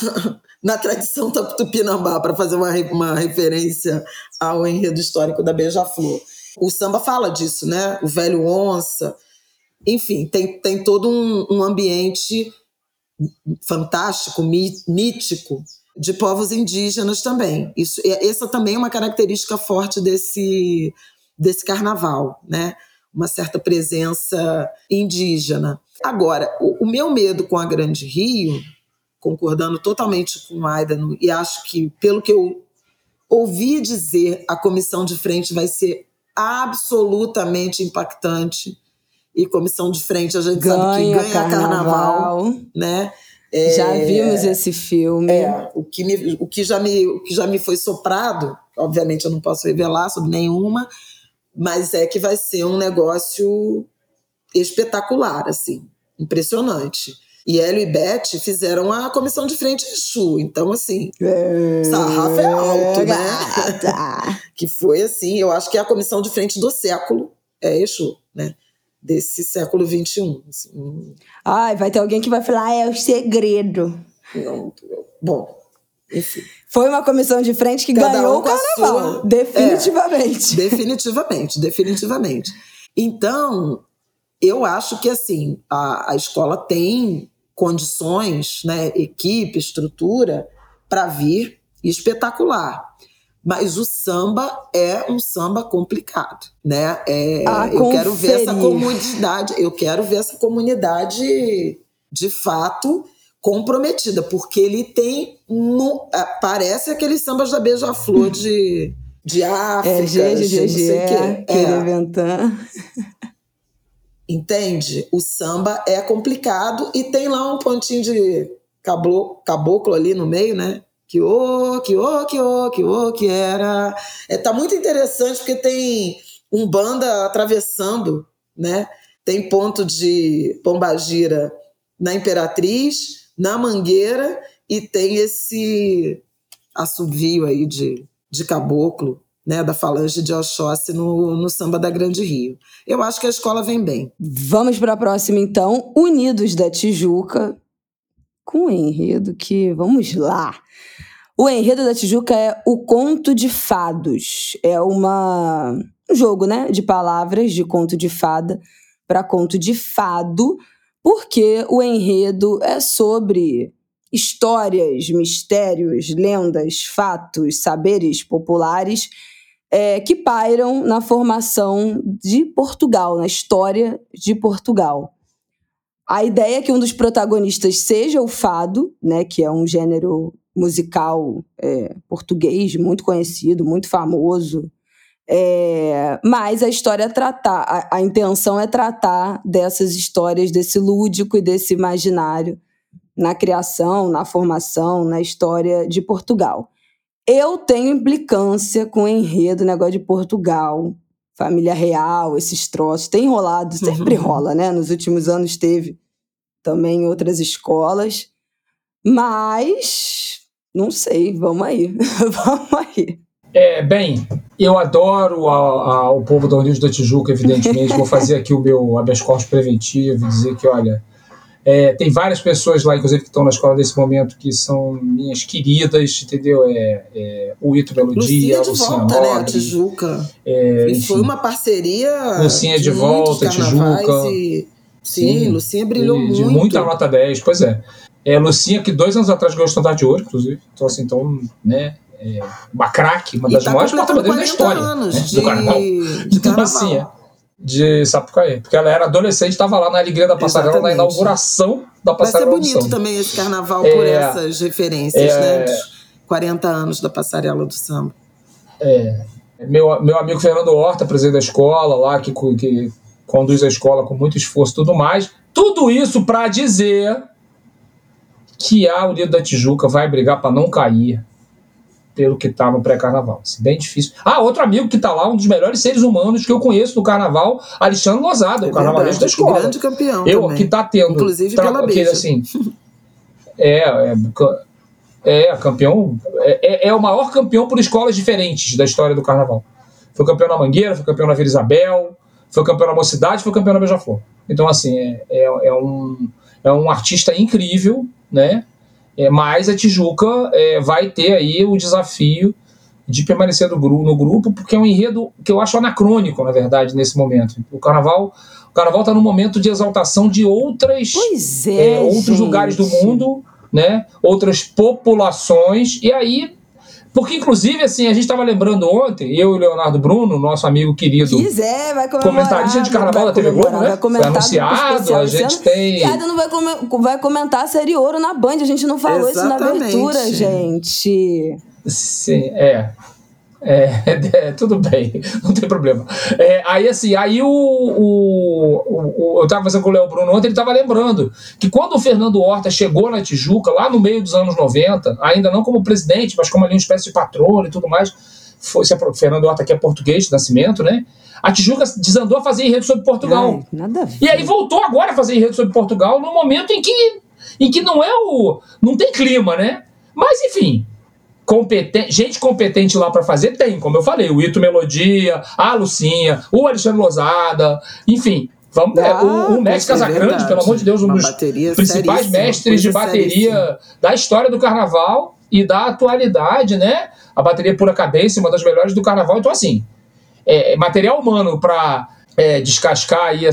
Na tradição tupinambá, para fazer uma referência ao enredo histórico da Beija-Flor. O samba fala disso, né? O velho onça. Enfim, tem todo um ambiente fantástico, mítico, de povos indígenas também. Essa também é uma característica forte desse carnaval, né? Uma certa presença indígena. Agora, o meu medo com a Grande Rio, concordando totalmente com o Aida, e acho que, pelo que eu ouvi dizer, a comissão de frente vai ser absolutamente impactante. E comissão de frente, a gente sabe que ganha carnaval, né? Já vimos esse filme. O que já me foi soprado, obviamente eu não posso revelar sobre nenhuma, mas é que vai ser um negócio espetacular, assim, impressionante. E Hélio e Beth fizeram a comissão de frente Exu, então assim, sarrafo é alto, né? Que foi assim, eu acho que é a comissão de frente do século, é Exu, né? Desse século XXI. Assim. Ai, vai ter alguém que vai falar, é o segredo. Não, bom, enfim. Foi uma comissão de frente que ganhou o carnaval. Definitivamente. Definitivamente. Então, eu acho que assim, a escola tem condições, né, equipe, estrutura, para vir espetacular. Mas o samba é um samba complicado, né? Eu quero ver essa comunidade, de fato comprometida, porque ele tem parece aqueles sambas da Beija-Flor de África, não sei o quê. Entende? O samba é complicado e tem lá um pontinho de caboclo ali no meio, né? Que era. Tá muito interessante porque tem umbanda atravessando, né? Tem ponto de pombagira na Imperatriz, na Mangueira, e tem esse assovio aí de caboclo, né? Da falange de Oxóssi no samba da Grande Rio. Eu acho que a escola vem bem. Vamos para a próxima, então. Unidos da Tijuca, com o enredo que... Vamos lá! O enredo da Tijuca é o Conto de Fados. É um jogo, né, de palavras, de conto de fada para conto de fado, porque o enredo é sobre histórias, mistérios, lendas, fatos, saberes populares que pairam na formação de Portugal, na história de Portugal. A ideia é que um dos protagonistas seja o fado, né, que é um gênero musical português, muito conhecido, muito famoso, mas a história a intenção é tratar dessas histórias, desse lúdico e desse imaginário na criação, na formação, na história de Portugal. Eu tenho implicância com o enredo, negócio de Portugal, família real, esses troços, tem rolado, sempre rola, né? Nos últimos anos teve também em outras escolas, mas... Não sei, vamos aí. Bem, eu adoro o povo da Unidos da Tijuca, evidentemente. Vou fazer aqui o meu habeas corpus preventivo e dizer que, olha, tem várias pessoas lá, inclusive, que estão na escola nesse momento, que são minhas queridas, entendeu? O Ito Melodia, a Lucinha volta, Nobre, né, a Tijuca. E foi uma parceria Lucinha de volta, Tijuca. Sim, Lucinha brilhou muito. De muita nota 10, pois é. Lucinha, que 2 anos atrás ganhou o Estandarte de Ouro, inclusive. Então, né? Uma craque, uma das maiores porta-bandeiras da história do carnaval. Então, assim, de Sapucaí. Porque ela era adolescente, estava lá na Alegria da Passarela, na inauguração da Passarela. Vai ser bonito também esse carnaval por essas referências, né? 40 anos da Passarela do Samba. Meu amigo Fernando Horta, presidente da escola lá, que conduz a escola com muito esforço e tudo mais. Tudo isso para dizer que a Unido da Tijuca vai brigar para não cair pelo que está no pré-carnaval. Bem difícil. Outro amigo que está lá, um dos melhores seres humanos que eu conheço do carnaval, Alexandre Lozada, o carnavalesco da escola. Grande campeão também. Que está tendo... Inclusive pela Beija. Assim, campeão... É o maior campeão por escolas diferentes da história do carnaval. Foi campeão na Mangueira, foi campeão na Vila Isabel, foi campeão na Mocidade, foi campeão na Beija-Flor. Então, assim, é um artista incrível, né? Mas a Tijuca vai ter aí o desafio de permanecer no grupo, porque é um enredo que eu acho anacrônico, na verdade, nesse momento. O carnaval está num momento de exaltação de outros lugares do mundo, né? Outras populações, e aí... Porque, inclusive, assim, a gente estava lembrando ontem, eu e o Leonardo Bruno, nosso amigo querido, vai comentarista de carnaval da TV Globo, né? Foi anunciado, a gente tem... E ainda não vai comentar a série Ouro na Band, a gente não falou isso na abertura, gente. Sim, tudo bem, não tem problema. Aí eu estava fazendo com o Léo Bruno ontem, ele estava lembrando que quando o Fernando Horta chegou na Tijuca, lá no meio dos anos 90, ainda não como presidente, mas como ali uma espécie de patrono e tudo mais, o Fernando Horta que é português de nascimento, né? A Tijuca desandou a fazer enredo sobre Portugal. Nada a ver. E aí voltou agora a fazer enredo sobre Portugal no momento em que não tem clima, né? Mas, enfim... gente competente lá para fazer tem, como eu falei, o Ito Melodia, a Lucinha, o Alexandre Lozada, enfim, vamos ver, o Mestre Casagrande, pelo amor de Deus, um dos principais mestres de bateria da história do carnaval e da atualidade, né? A bateria pura cadência, uma das melhores do carnaval. Então, assim, material humano para descascar aí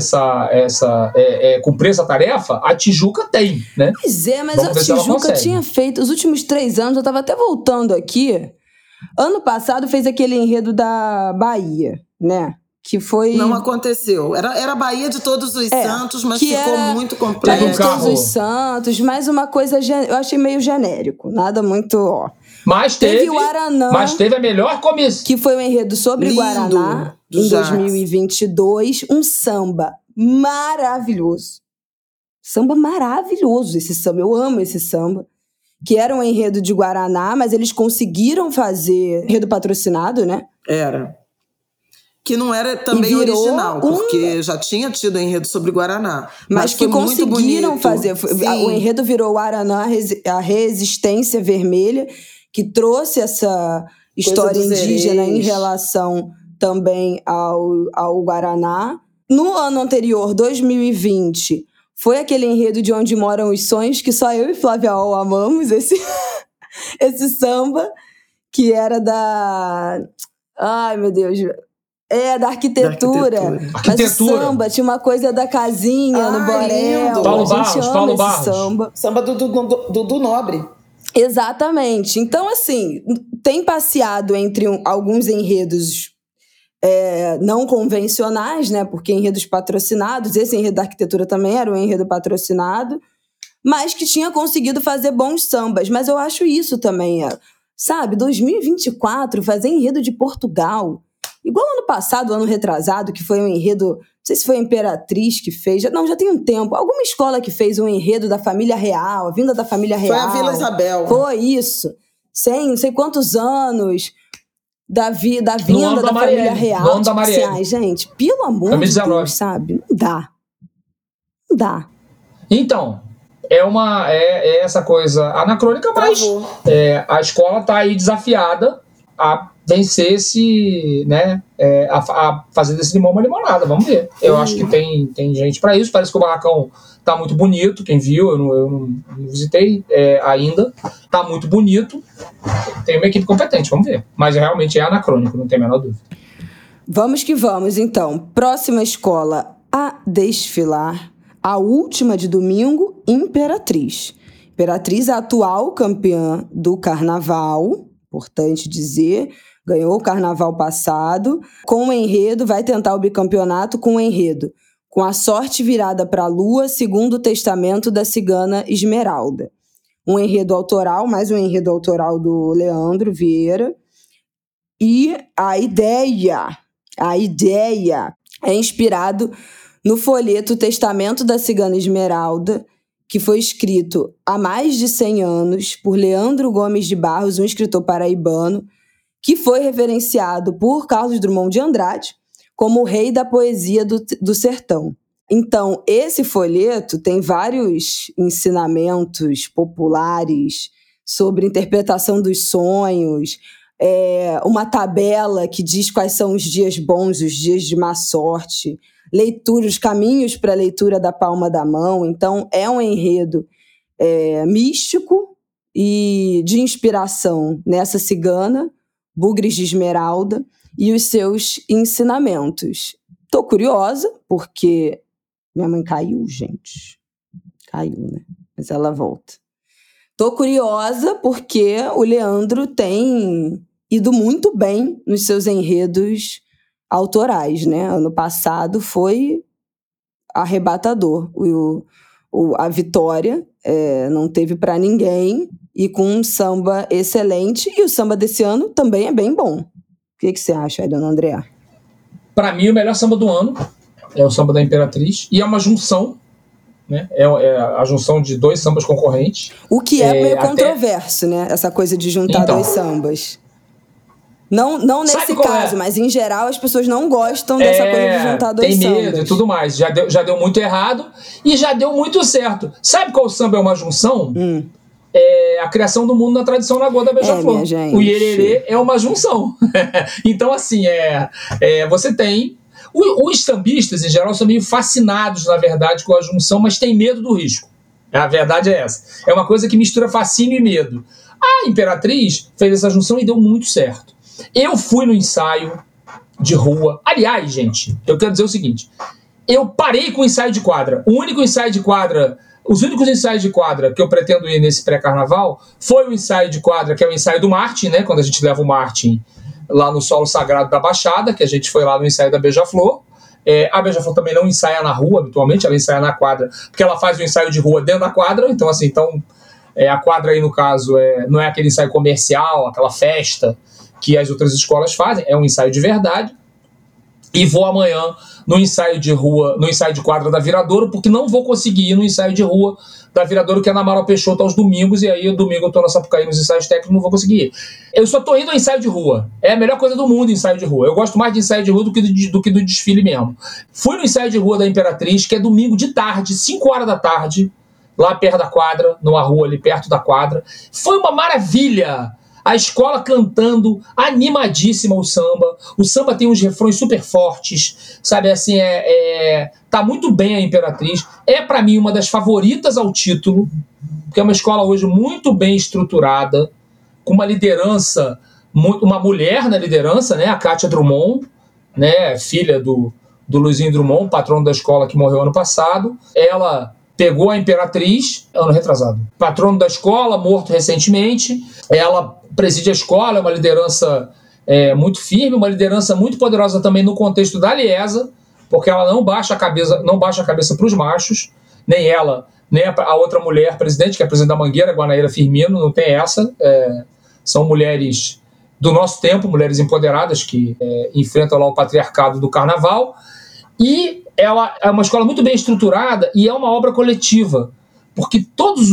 cumprir essa tarefa, a Tijuca tem, né? Pois mas a Tijuca tinha feito, os últimos 3 anos, eu estava até voltando aqui, ano passado fez aquele enredo da Bahia, né? Que foi... Não aconteceu. Era Bahia de Todos os Santos, mas ficou muito complexo. Bahia de Todos os Santos, mas uma coisa, eu achei meio genérico, nada muito, Mas teve o Aranã. Mas teve a melhor comissão. Que foi um enredo sobre Guaraná, em 2022. Um samba maravilhoso. Samba maravilhoso esse samba. Eu amo esse samba. Que era um enredo de Guaraná, mas eles conseguiram fazer enredo patrocinado, né? Era. Que não era também original, porque já tinha tido enredo sobre Guaraná. Mas que conseguiram fazer. O enredo virou Guaraná, a Resistência Vermelha, que trouxe essa história indígena em relação também ao Guaraná. No ano anterior, 2020, foi aquele enredo de Onde Moram os Sonhos, que só eu e Flávia Ol amamos, esse samba, que era da... Ai, meu Deus... da arquitetura. Mas o samba tinha uma coisa da casinha no Borel. Paulo Barros. Samba do Nobre. Exatamente. Então, assim, tem passeado entre alguns enredos não convencionais, né? Porque enredos patrocinados, esse enredo da arquitetura também era um enredo patrocinado, mas que tinha conseguido fazer bons sambas. Mas eu acho isso também, sabe? 2024, fazer enredo de Portugal. Igual ano passado, ano retrasado, que foi um enredo... Não sei se foi a Imperatriz que fez. Já tem um tempo. Alguma escola que fez um enredo da família real, a vinda da família real. Foi a Vila Isabel. Foi isso. Não sei quantos anos da vinda da família real. No ano da Marielle. Assim, gente, pelo amor de Deus, sabe? Não dá. Então, é essa coisa anacrônica, mas a escola está aí desafiada a vencer a fazer desse limão uma limonada, vamos ver. Eu acho que tem gente para isso, parece que o barracão tá muito bonito, quem viu, eu não visitei ainda, tá muito bonito, tem uma equipe competente, vamos ver. Mas realmente é anacrônico, não tem a menor dúvida. Vamos que vamos, então. Próxima escola a desfilar, a última de domingo, Imperatriz. Imperatriz, a atual campeã do carnaval, importante dizer, ganhou o carnaval passado, com o enredo, vai tentar o bicampeonato com o enredo, com a sorte virada para a lua, segundo o testamento da cigana Esmeralda. um enredo autoral, mais um enredo autoral do Leandro Vieira. E a ideia é inspirado no folheto Testamento da Cigana Esmeralda, que foi escrito há mais de 100 anos por Leandro Gomes de Barros, um escritor paraibano, que foi reverenciado por Carlos Drummond de Andrade como o rei da poesia do sertão. Então, esse folheto tem vários ensinamentos populares sobre interpretação dos sonhos, uma tabela que diz quais são os dias bons, os dias de má sorte, os caminhos para a leitura da palma da mão. Então, é um enredo místico e de inspiração nessa cigana, Bugres de Esmeralda, e os seus ensinamentos. Tô curiosa, porque minha mãe caiu, gente. Caiu, né? Mas ela volta. Tô curiosa porque o Leandro tem ido muito bem nos seus enredos autorais, né? Ano passado foi arrebatador. A vitória não teve para ninguém, e com um samba excelente. E o samba desse ano também é bem bom. O que você acha aí, dona Andréa? Para mim, o melhor samba do ano é o samba da Imperatriz, e é uma junção, né? É a junção de dois sambas concorrentes. O que é meio controverso, né? Essa coisa de juntar dois sambas. Não nesse caso, mas em geral as pessoas não gostam dessa coisa de juntar dois sambas. Tem medo e tudo mais. Já deu muito errado e já deu muito certo. Sabe qual samba é uma junção? A criação do mundo na tradição Lagoa da Beija-Flor. O Iererê é uma junção. Então, assim, você tem... Os sambistas, em geral, são meio fascinados, na verdade, com a junção, mas tem medo do risco. A verdade é essa. É uma coisa que mistura fascínio e medo. A Imperatriz fez essa junção e deu muito certo. Eu fui no ensaio de rua. Aliás, gente, eu quero dizer o seguinte. Eu parei com o ensaio de quadra. Os únicos ensaios de quadra que eu pretendo ir nesse pré-carnaval foi o ensaio de quadra, que é o ensaio do Martin, né? Quando a gente leva o Martin lá no solo sagrado da Baixada, que a gente foi lá no ensaio da Beija-Flor. A Beija-Flor também não ensaia na rua, habitualmente, ela ensaia na quadra, porque ela faz o ensaio de rua dentro da quadra. Então, assim, a quadra aí, no caso, não é aquele ensaio comercial, aquela festa que as outras escolas fazem, é um ensaio de verdade. E vou amanhã no ensaio de quadra da Viradouro, porque não vou conseguir ir no ensaio de rua da Viradouro, que é na Amaral Peixoto aos domingos, e aí domingo eu tô na Sapucaí nos ensaios técnicos, não vou conseguir ir. Eu só tô indo ao ensaio de rua. É a melhor coisa do mundo, ensaio de rua. Eu gosto mais de ensaio de rua do que do desfile mesmo. Fui no ensaio de rua da Imperatriz, que é domingo de tarde, 5 horas da tarde, lá perto da quadra, numa rua ali perto da quadra. Foi uma maravilha! A escola cantando, animadíssima o samba. O samba tem uns refrões super fortes, sabe, assim, tá muito bem a Imperatriz. É, para mim, uma das favoritas ao título, porque é uma escola hoje muito bem estruturada, com uma liderança, uma mulher na liderança, né, a Kátia Drummond, né, filha do Luizinho Drummond, patrono da escola que morreu ano passado. Ela pegou a Imperatriz, ano retrasado, patrono da escola, morto recentemente. Ela preside a escola, é uma liderança muito firme, uma liderança muito poderosa também no contexto da Liesa, porque ela não baixa a cabeça para os machos, nem ela, nem a outra mulher presidente, que é a presidente da Mangueira, Guanaíra Firmino, não tem essa. São mulheres do nosso tempo, mulheres empoderadas que enfrentam lá o patriarcado do carnaval. E ela é uma escola muito bem estruturada e é uma obra coletiva, porque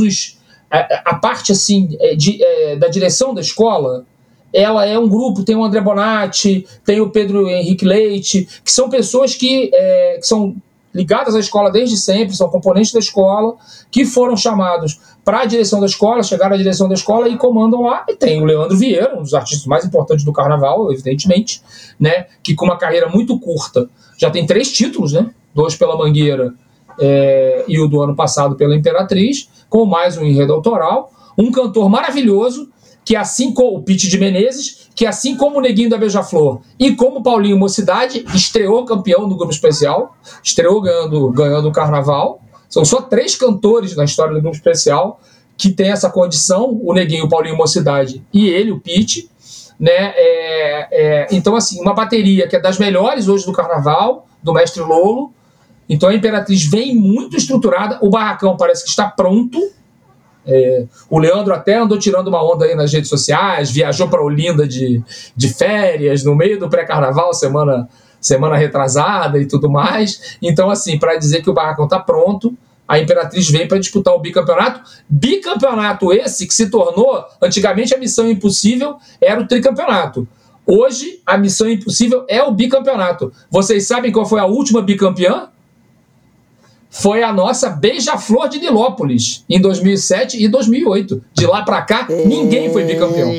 a parte assim, da direção da escola, ela é um grupo, tem o André Bonatti, tem o Pedro Henrique Leite, que são pessoas que são ligadas à escola desde sempre, são componentes da escola, que foram chamados para a direção da escola, chegaram à direção da escola e comandam lá. E tem o Leandro Vieira, um dos artistas mais importantes do carnaval, evidentemente, né, que com uma carreira muito curta já tem 3 títulos, né, 2 pela Mangueira e o do ano passado pela Imperatriz, com mais um enredo autoral, um cantor maravilhoso, que assim como o Pete de Menezes, que assim como o Neguinho da Beija-Flor e como o Paulinho Mocidade, estreou campeão do grupo especial, estreou ganhando o carnaval. São só 3 cantores na história do grupo especial que tem essa condição, o Neguinho, o Paulinho Mocidade e ele, o Pete, né? Então, assim, uma bateria que é das melhores hoje do carnaval, do Mestre Lolo. Então a Imperatriz vem muito estruturada, o barracão parece que está pronto, O Leandro até andou tirando uma onda aí nas redes sociais, viajou para Olinda de férias, no meio do pré-carnaval, semana retrasada e tudo mais. Então, assim, para dizer que o barracão está pronto, a Imperatriz vem para disputar o bicampeonato. Bicampeonato esse que se tornou, antigamente a missão impossível era o tricampeonato. Hoje, a missão impossível é o bicampeonato. Vocês sabem qual foi a última bicampeã? Foi a nossa Beija-Flor de Nilópolis, em 2007 e 2008. De lá para cá, ninguém foi bicampeão.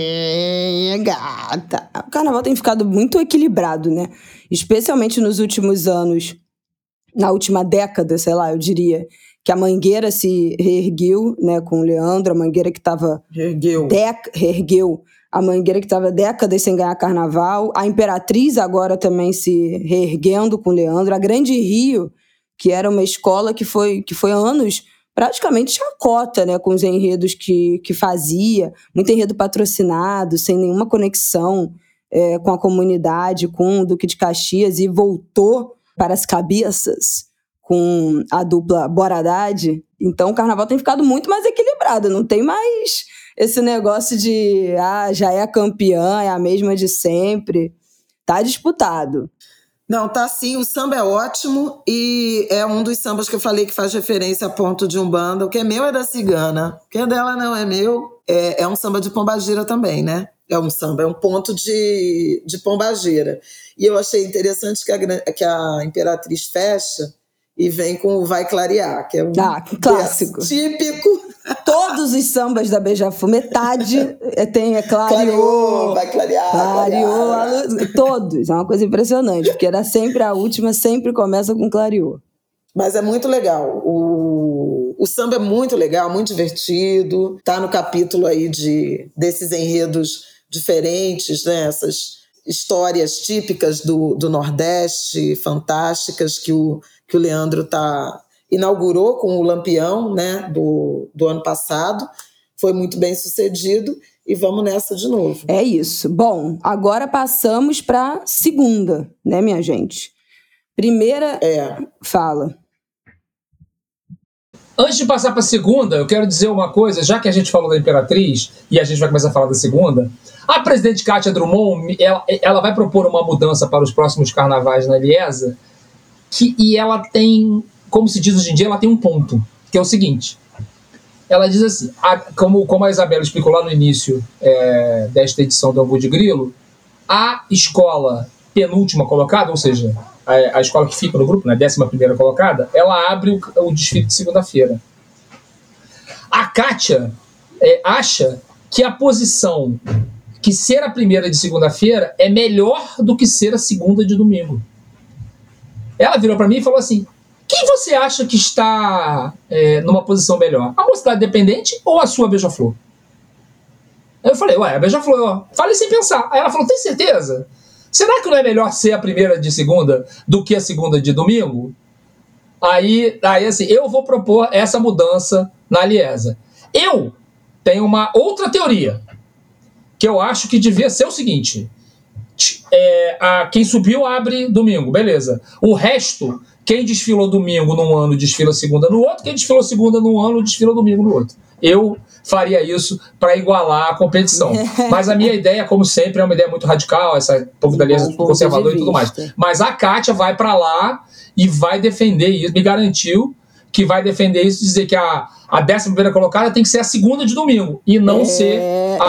Gata. O carnaval tem ficado muito equilibrado, né? Especialmente nos últimos anos, na última década, sei lá, eu diria, que a Mangueira se reergueu, né, com o Leandro, a Mangueira que estava... Reergueu. A Mangueira que estava décadas sem ganhar carnaval. A Imperatriz agora também se reerguendo com o Leandro. A Grande Rio, que era uma escola que foi anos praticamente chacota, né, com os enredos que fazia, muito enredo patrocinado, sem nenhuma conexão com a comunidade, com o Duque de Caxias, e voltou para as cabeças com a dupla Bora Haddad. Então o carnaval tem ficado muito mais equilibrado, não tem mais esse negócio de já é a campeã, é a mesma de sempre. Tá disputado. Não, tá sim, o samba é ótimo e é um dos sambas que eu falei que faz referência a Ponto de Umbanda. O que é meu é da Cigana, o que é dela não é meu. É um samba de Pombagira também, né? É um samba, é um ponto de Pombagira. E eu achei interessante que a Imperatriz fecha e vem com o Vai Clarear, que é um clássico. Típico. Todos os sambas da Beija-Flor, metade tem clareou, vai clarear. Clareou, todos. É uma coisa impressionante, porque era sempre a última, sempre começa com clareou. Mas é muito legal. O samba é muito legal, muito divertido. Tá no capítulo aí desses enredos diferentes, né? Essas histórias típicas do Nordeste, fantásticas, que o Leandro inaugurou com o Lampião, né, do ano passado. Foi muito bem sucedido e vamos nessa de novo. É isso. Bom, agora passamos para segunda, né, minha gente? Primeira... Fala. Antes de passar para a segunda, eu quero dizer uma coisa, já que a gente falou da Imperatriz e a gente vai começar a falar da segunda, a presidente Kátia Drummond, ela vai propor uma mudança para os próximos carnavais na Liesa, e ela tem, como se diz hoje em dia, ela tem um ponto, que é o seguinte. Ela diz assim, como a Isabela explicou lá no início desta edição do Angu de Grilo, a escola penúltima colocada, ou seja, a escola que fica no grupo, né, 11ª colocada, ela abre o desfile de segunda-feira. A Kátia acha que a posição que ser a primeira de segunda-feira é melhor do que ser a segunda de domingo. Ela virou para mim e falou assim, quem você acha que está numa posição melhor? A Mocidade Independente ou a sua Beija-Flor? Aí eu falei, a Beija-Flor, ó. Falei sem pensar. Aí ela falou, tem certeza? Será que não é melhor ser a primeira de segunda do que a segunda de domingo? Aí assim, eu vou propor essa mudança na Liesa. Eu tenho uma outra teoria, que eu acho que devia ser o seguinte, quem subiu abre domingo, beleza. O resto, quem desfilou domingo num ano, desfila segunda no outro, quem desfilou segunda num ano, desfila domingo no outro. Eu faria isso para igualar a competição. Mas a minha ideia, como sempre, é uma ideia muito radical, essa povo da Liesa conservador e tudo mais. Mas a Kátia vai para lá e vai defender isso, me garantiu que vai defender isso, dizer que a 11ª colocada tem que ser a segunda de domingo e não ser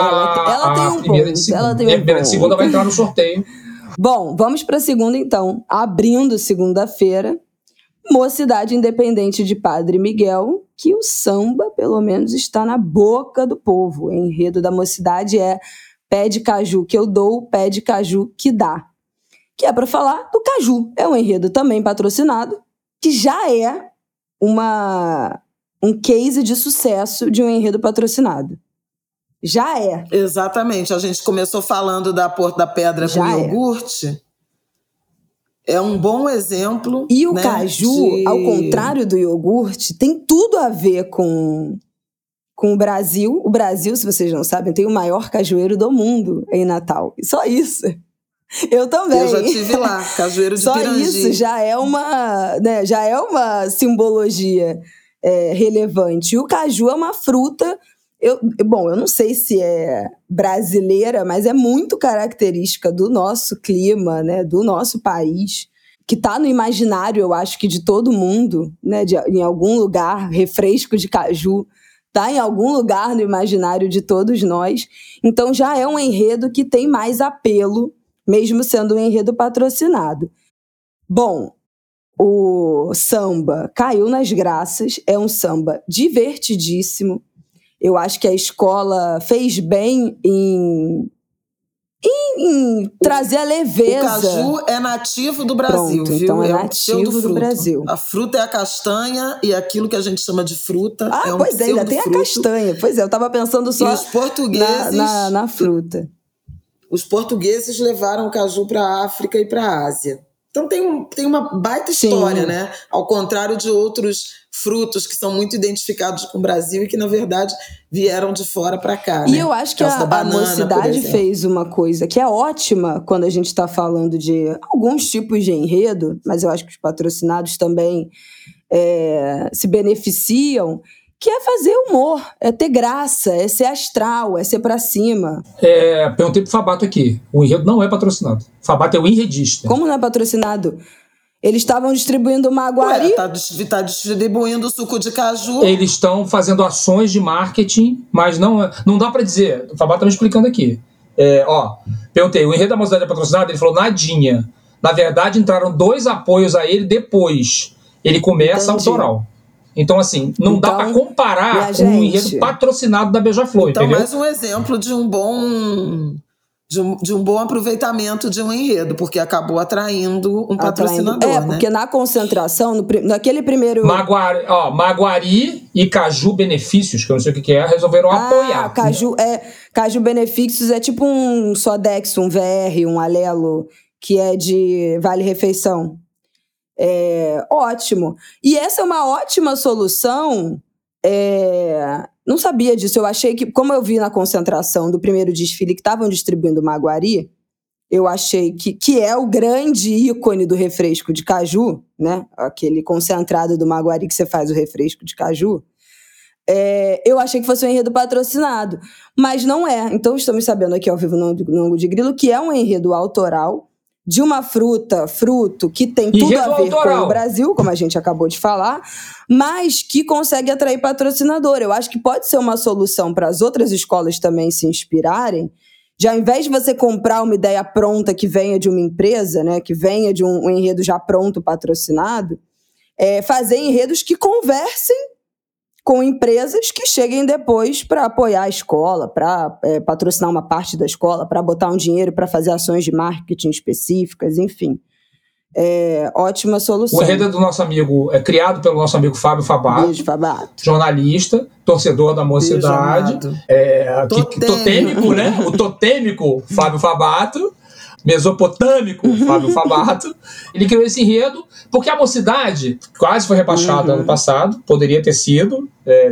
a primeira de segunda. A primeira de segunda vai entrar no sorteio. Bom, vamos para a segunda então. Abrindo segunda-feira, Mocidade Independente de Padre Miguel, que o samba, pelo menos, está na boca do povo. O enredo da Mocidade é pé de caju que eu dou, pé de caju que dá. Que é para falar do caju. É um enredo também patrocinado, que já é um case de sucesso de um enredo patrocinado. Já é. Exatamente. A gente começou falando da Porto da Pedra com iogurte. É um bom exemplo. E o caju, ao contrário do iogurte, tem tudo a ver com o Brasil. O Brasil, se vocês não sabem, tem o maior cajueiro do mundo em Natal. E só isso. Eu também. Eu já estive lá, cajueiro de Pirangi. Só isso já é uma simbologia relevante. E o caju é uma fruta, eu não sei se é brasileira, mas é muito característica do nosso clima, né, do nosso país, que está no imaginário, eu acho que de todo mundo, né, em algum lugar, refresco de caju, está em algum lugar no imaginário de todos nós. Então já é um enredo que tem mais apelo, mesmo sendo um enredo patrocinado. Bom, o samba Caiu nas Graças é um samba divertidíssimo. Eu acho que a escola fez bem em trazer a leveza. O caju é nativo do Brasil, Pronto, viu? Então é nativo do Brasil. A fruta é a castanha e aquilo que a gente chama de fruta é um pois é, ainda tem a castanha. Pois é, eu estava pensando só os portugueses, na fruta. Os portugueses levaram o caju para a África e para a Ásia. Então tem uma baita história, né? Ao contrário de outros frutos que são muito identificados com o Brasil e que, na verdade, vieram de fora para cá. E eu acho que a Mocidade fez uma coisa que é ótima quando a gente está falando de alguns tipos de enredo, mas eu acho que os patrocinados também se beneficiam, que é fazer humor, é ter graça, é ser astral, é ser pra cima. Perguntei pro Fabato aqui. O enredo não é patrocinado. O Fabato é o enredista. Como não é patrocinado? Eles estavam distribuindo Maguari. Tá distribuindo suco de caju. Eles estão fazendo ações de marketing, mas não dá pra dizer. O Fabato tá me explicando aqui. Perguntei, o enredo da Mocidade é patrocinado? Ele falou, nadinha. Na verdade, entraram 2 apoios a ele depois. Ele começa autoral. Então, assim, não dá pra comparar com um enredo patrocinado da Beija-Flor, então, entendeu? Mais um exemplo de um bom aproveitamento de um enredo, porque acabou atraindo um patrocinador, porque na concentração, naquele primeiro... Maguari e Caju Benefícios, que eu não sei o que é, resolveram apoiar. Caju Benefícios é tipo um Sodexo, um VR, um Alelo, que é de Vale Refeição. Ótimo. E essa é uma ótima solução. Não sabia disso. Eu achei que, como eu vi na concentração do primeiro desfile que estavam distribuindo Maguari, eu achei que é o grande ícone do refresco de caju, né? Aquele concentrado do Maguari que você faz o refresco de caju. Eu achei que fosse um enredo patrocinado, mas não é. Então estamos sabendo aqui ao vivo no Ângulo de Grilo que é um enredo autoral de uma fruto que tem tudo a ver com o Brasil, como a gente acabou de falar, mas que consegue atrair patrocinador. Eu acho que pode ser uma solução para as outras escolas também se inspirarem, de ao invés de você comprar uma ideia pronta que venha de uma empresa, né, que venha de um enredo já pronto, patrocinado, fazer enredos que conversem com empresas que cheguem depois para apoiar a escola, para patrocinar uma parte da escola, para botar um dinheiro para fazer ações de marketing específicas, enfim. Ótima solução. O enredo do nosso amigo é criado pelo nosso amigo Fábio Fabato. Beijo, Fabato. Jornalista, torcedor da Mocidade. Totêmico, né? O totêmico Fábio Fabato. Mesopotâmico Fábio Fabato. Ele criou esse enredo porque a Mocidade quase foi rebaixada ano passado, poderia ter sido,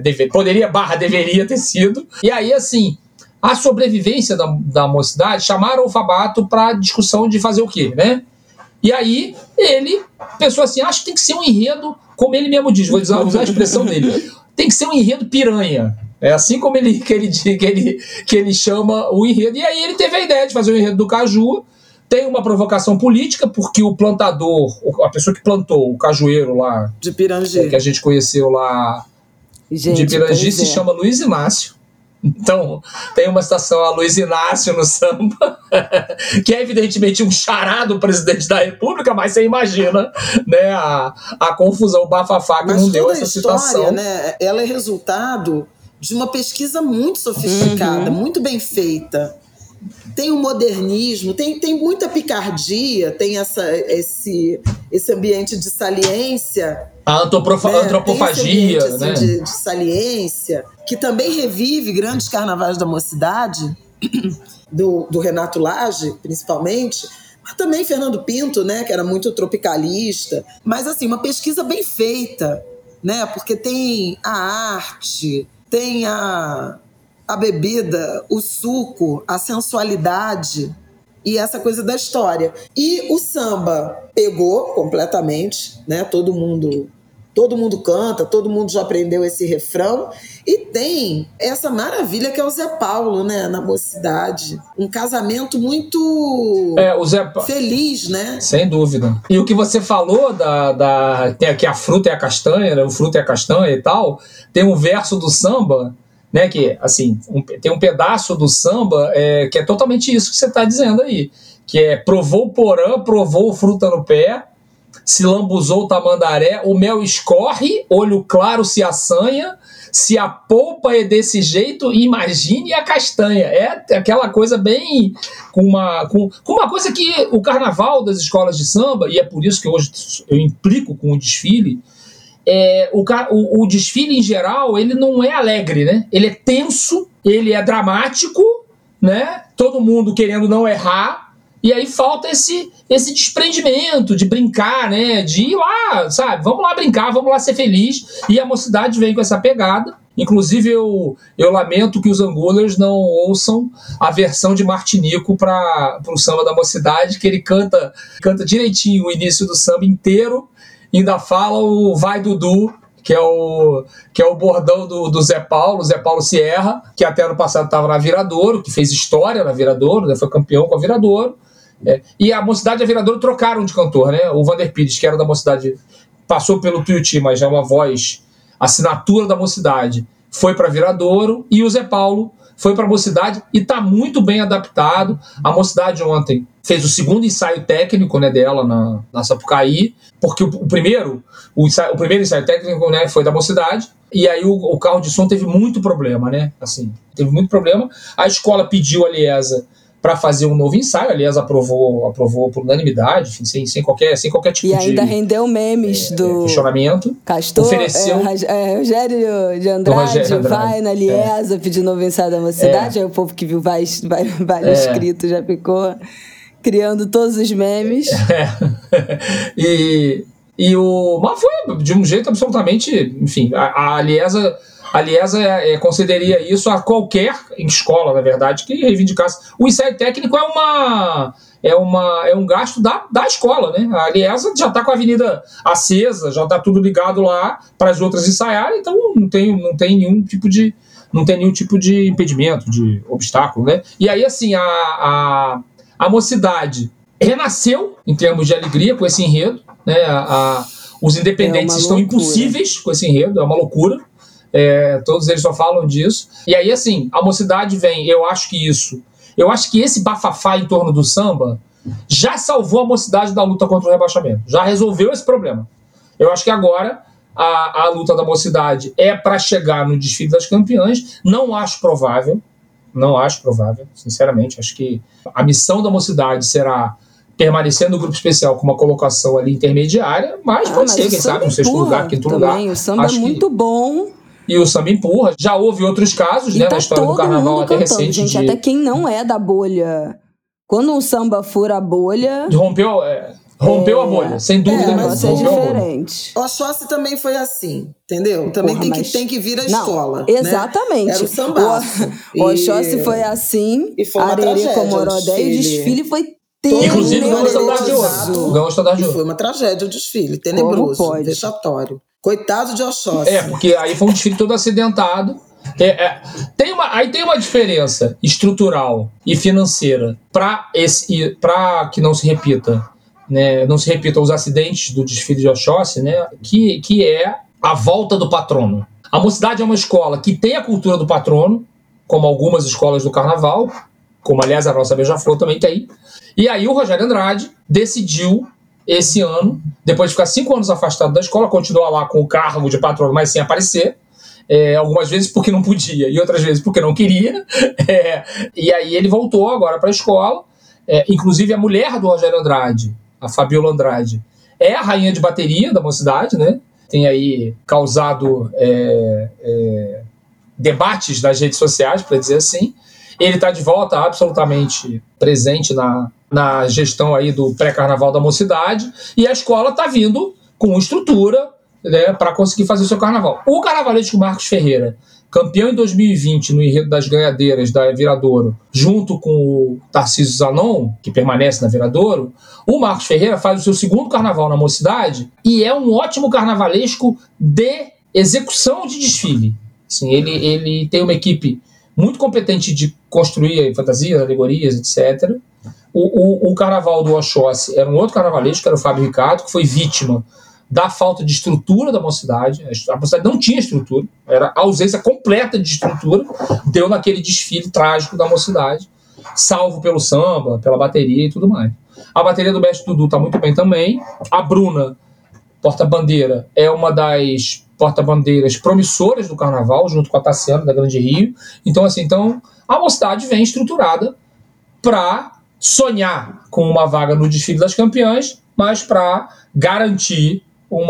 deveria ter sido. E aí, assim, a sobrevivência da Mocidade chamaram o Fabato para discussão de fazer o quê, né? E aí ele pensou assim, acho que tem que ser um enredo, como ele mesmo diz, vou usar a expressão dele, tem que ser um enredo piranha. É assim como que ele chama o enredo. E aí ele teve a ideia de fazer o enredo do caju. Tem uma provocação política, porque o plantador, a pessoa que plantou o cajueiro lá, de Pirangi, que a gente conheceu lá, de Pirangi, se chama Luiz Inácio. Então, tem uma citação a Luiz Inácio no samba, que é evidentemente um chará do presidente da República, mas você imagina, né, a confusão, o bafafá que não deu essa citação. Né, ela é resultado de uma pesquisa muito sofisticada, muito bem feita. Tem o modernismo, tem muita picardia, tem esse ambiente de saliência. A antropofagia, tem esse ambiente, assim, de saliência, que também revive grandes carnavais da Mocidade, do Renato Lage, principalmente, mas também Fernando Pinto, né, que era muito tropicalista. Mas, assim, uma pesquisa bem feita, né, porque tem a arte, tem a bebida, o suco, a sensualidade e essa coisa da história. E o samba pegou completamente, né? Todo mundo todo mundo canta, todo mundo já aprendeu esse refrão. E tem essa maravilha que é o Zé Paulo, né, na Mocidade. Um casamento muito feliz, né? Sem dúvida. E o que você falou que a fruta é a castanha, né? O fruto é a castanha e tal, tem um verso do samba, né, que, assim, tem um pedaço do samba que é totalmente isso que você está dizendo aí, que é provou o porã, provou fruta no pé, se lambuzou o tamandaré, o mel escorre, olho claro se assanha, se a polpa é desse jeito, imagine a castanha. É aquela coisa bem... com uma coisa que o carnaval das escolas de samba, e é por isso que hoje eu implico com o desfile, o desfile em geral, ele não é alegre, né? Ele é tenso, ele é dramático, né? Todo mundo querendo não errar, e aí falta esse desprendimento de brincar, né? De ir lá, sabe? Vamos lá brincar, vamos lá ser feliz. E a Mocidade vem com essa pegada. Inclusive, eu lamento que os angolers não ouçam a versão de Martinico para o samba da Mocidade, que ele canta direitinho o início do samba inteiro, ainda fala o Vai Dudu, que é o bordão do Zé Paulo Sierra, que até ano passado estava na Viradouro, que fez história na Viradouro, né, foi campeão com a Viradouro. E a Mocidade e a Viradouro trocaram de cantor, né? O Vander Pires, que era da Mocidade, passou pelo Tuiuti, mas já é uma voz, assinatura da Mocidade, foi para Viradouro, e o Zé Paulo foi para a Mocidade e está muito bem adaptado. A Mocidade ontem fez o segundo ensaio técnico, né, dela na Sapucaí, porque o primeiro ensaio técnico, né, foi da Mocidade, e aí o carro de som teve muito problema, né? Assim, teve muito problema. A escola pediu a Liesa para fazer um novo ensaio, aliás, aprovou por unanimidade, enfim, sem qualquer tipo de... E ainda rendeu memes do... questionamento. Castor, ofereceu... Rogério de Andrade vai na Liesa pedir novo ensaio da Mocidade, aí o povo que viu vários inscritos já ficou criando todos os memes. Mas foi de um jeito absolutamente... Enfim, a Liesa concederia isso a qualquer escola, na verdade, que reivindicasse. O ensaio técnico é um gasto da escola, né? A Liesa já está com a avenida acesa, já está tudo ligado lá para as outras ensaiarem, então não tem nenhum tipo de impedimento, de obstáculo, né? E aí, assim, a Mocidade renasceu em termos de alegria com esse enredo, né? Os independentes estão impossíveis com esse enredo, é uma loucura. Todos eles só falam disso. E aí, assim, a Mocidade vem, eu acho que esse bafafá em torno do samba já salvou a Mocidade da luta contra o rebaixamento, já resolveu esse problema. Eu acho que agora a luta da Mocidade é para chegar no desfile das campeãs. Não acho provável, sinceramente. Acho que a missão da Mocidade será permanecer no grupo especial com uma colocação ali intermediária, mas pode ser, quem sabe, no sexto lugar, quinto lugar. O samba é muito bom. E o samba empurra. Já houve outros casos, né, na história do carnaval até recente. Gente, até quem não é da bolha. Quando um samba fura a bolha... Rompeu a bolha, sem dúvida. Mas é diferente. O Oxóssi também foi assim, entendeu? Também tem que vir a escola. Exatamente. Né? Era o sambaço. O Oxóssi foi assim, e foi uma Arerê tragédia, com Morodé, e o desfile foi inclusive ganhou o Estandarte de Ouro. E foi uma tragédia o desfile, tenebroso, vexatório. Coitado de Oxóssi. Porque aí foi um desfile todo acidentado. Tem uma diferença estrutural e financeira para que não se repita, né, não se repitam os acidentes do desfile de Oxóssi, né, que é a volta do patrono. A Mocidade é uma escola que tem a cultura do patrono, como algumas escolas do carnaval, como aliás a nossa Beija-Flor também tem. E aí o Rogério Andrade decidiu esse ano, depois de ficar 5 anos afastado da escola, continuar lá com o cargo de patrono, mas sem aparecer, algumas vezes porque não podia e outras vezes porque não queria, e aí ele voltou agora para a escola. Inclusive a mulher do Rogério Andrade, a Fabiola Andrade, é a rainha de bateria da Mocidade, né? Tem aí causado debates nas redes sociais, para dizer assim. Ele está de volta, absolutamente presente na gestão aí do pré-carnaval da Mocidade, e a escola está vindo com estrutura, né, para conseguir fazer o seu carnaval. O carnavalesco Marcos Ferreira, campeão em 2020 no enredo das ganhadeiras da Viradouro, junto com o Tarcísio Zanon, que permanece na Viradouro, o Marcos Ferreira faz o seu segundo carnaval na Mocidade e é um ótimo carnavalesco de execução de desfile. Assim, ele tem uma equipe muito competente de construir fantasias, alegorias, etc. O carnaval do Oxóssi era um outro carnavalesco, que era o Fábio Ricardo, que foi vítima da falta de estrutura da Mocidade. A Mocidade não tinha estrutura, era a ausência completa de estrutura, deu naquele desfile trágico da Mocidade, salvo pelo samba, pela bateria e tudo mais. A bateria do Mestre Dudu está muito bem também. A Bruna, porta-bandeira, é uma das porta-bandeiras promissoras do carnaval, junto com a Tassiana, da Grande Rio. Então, a Mocidade vem estruturada para sonhar com uma vaga no desfile das campeãs, mas para garantir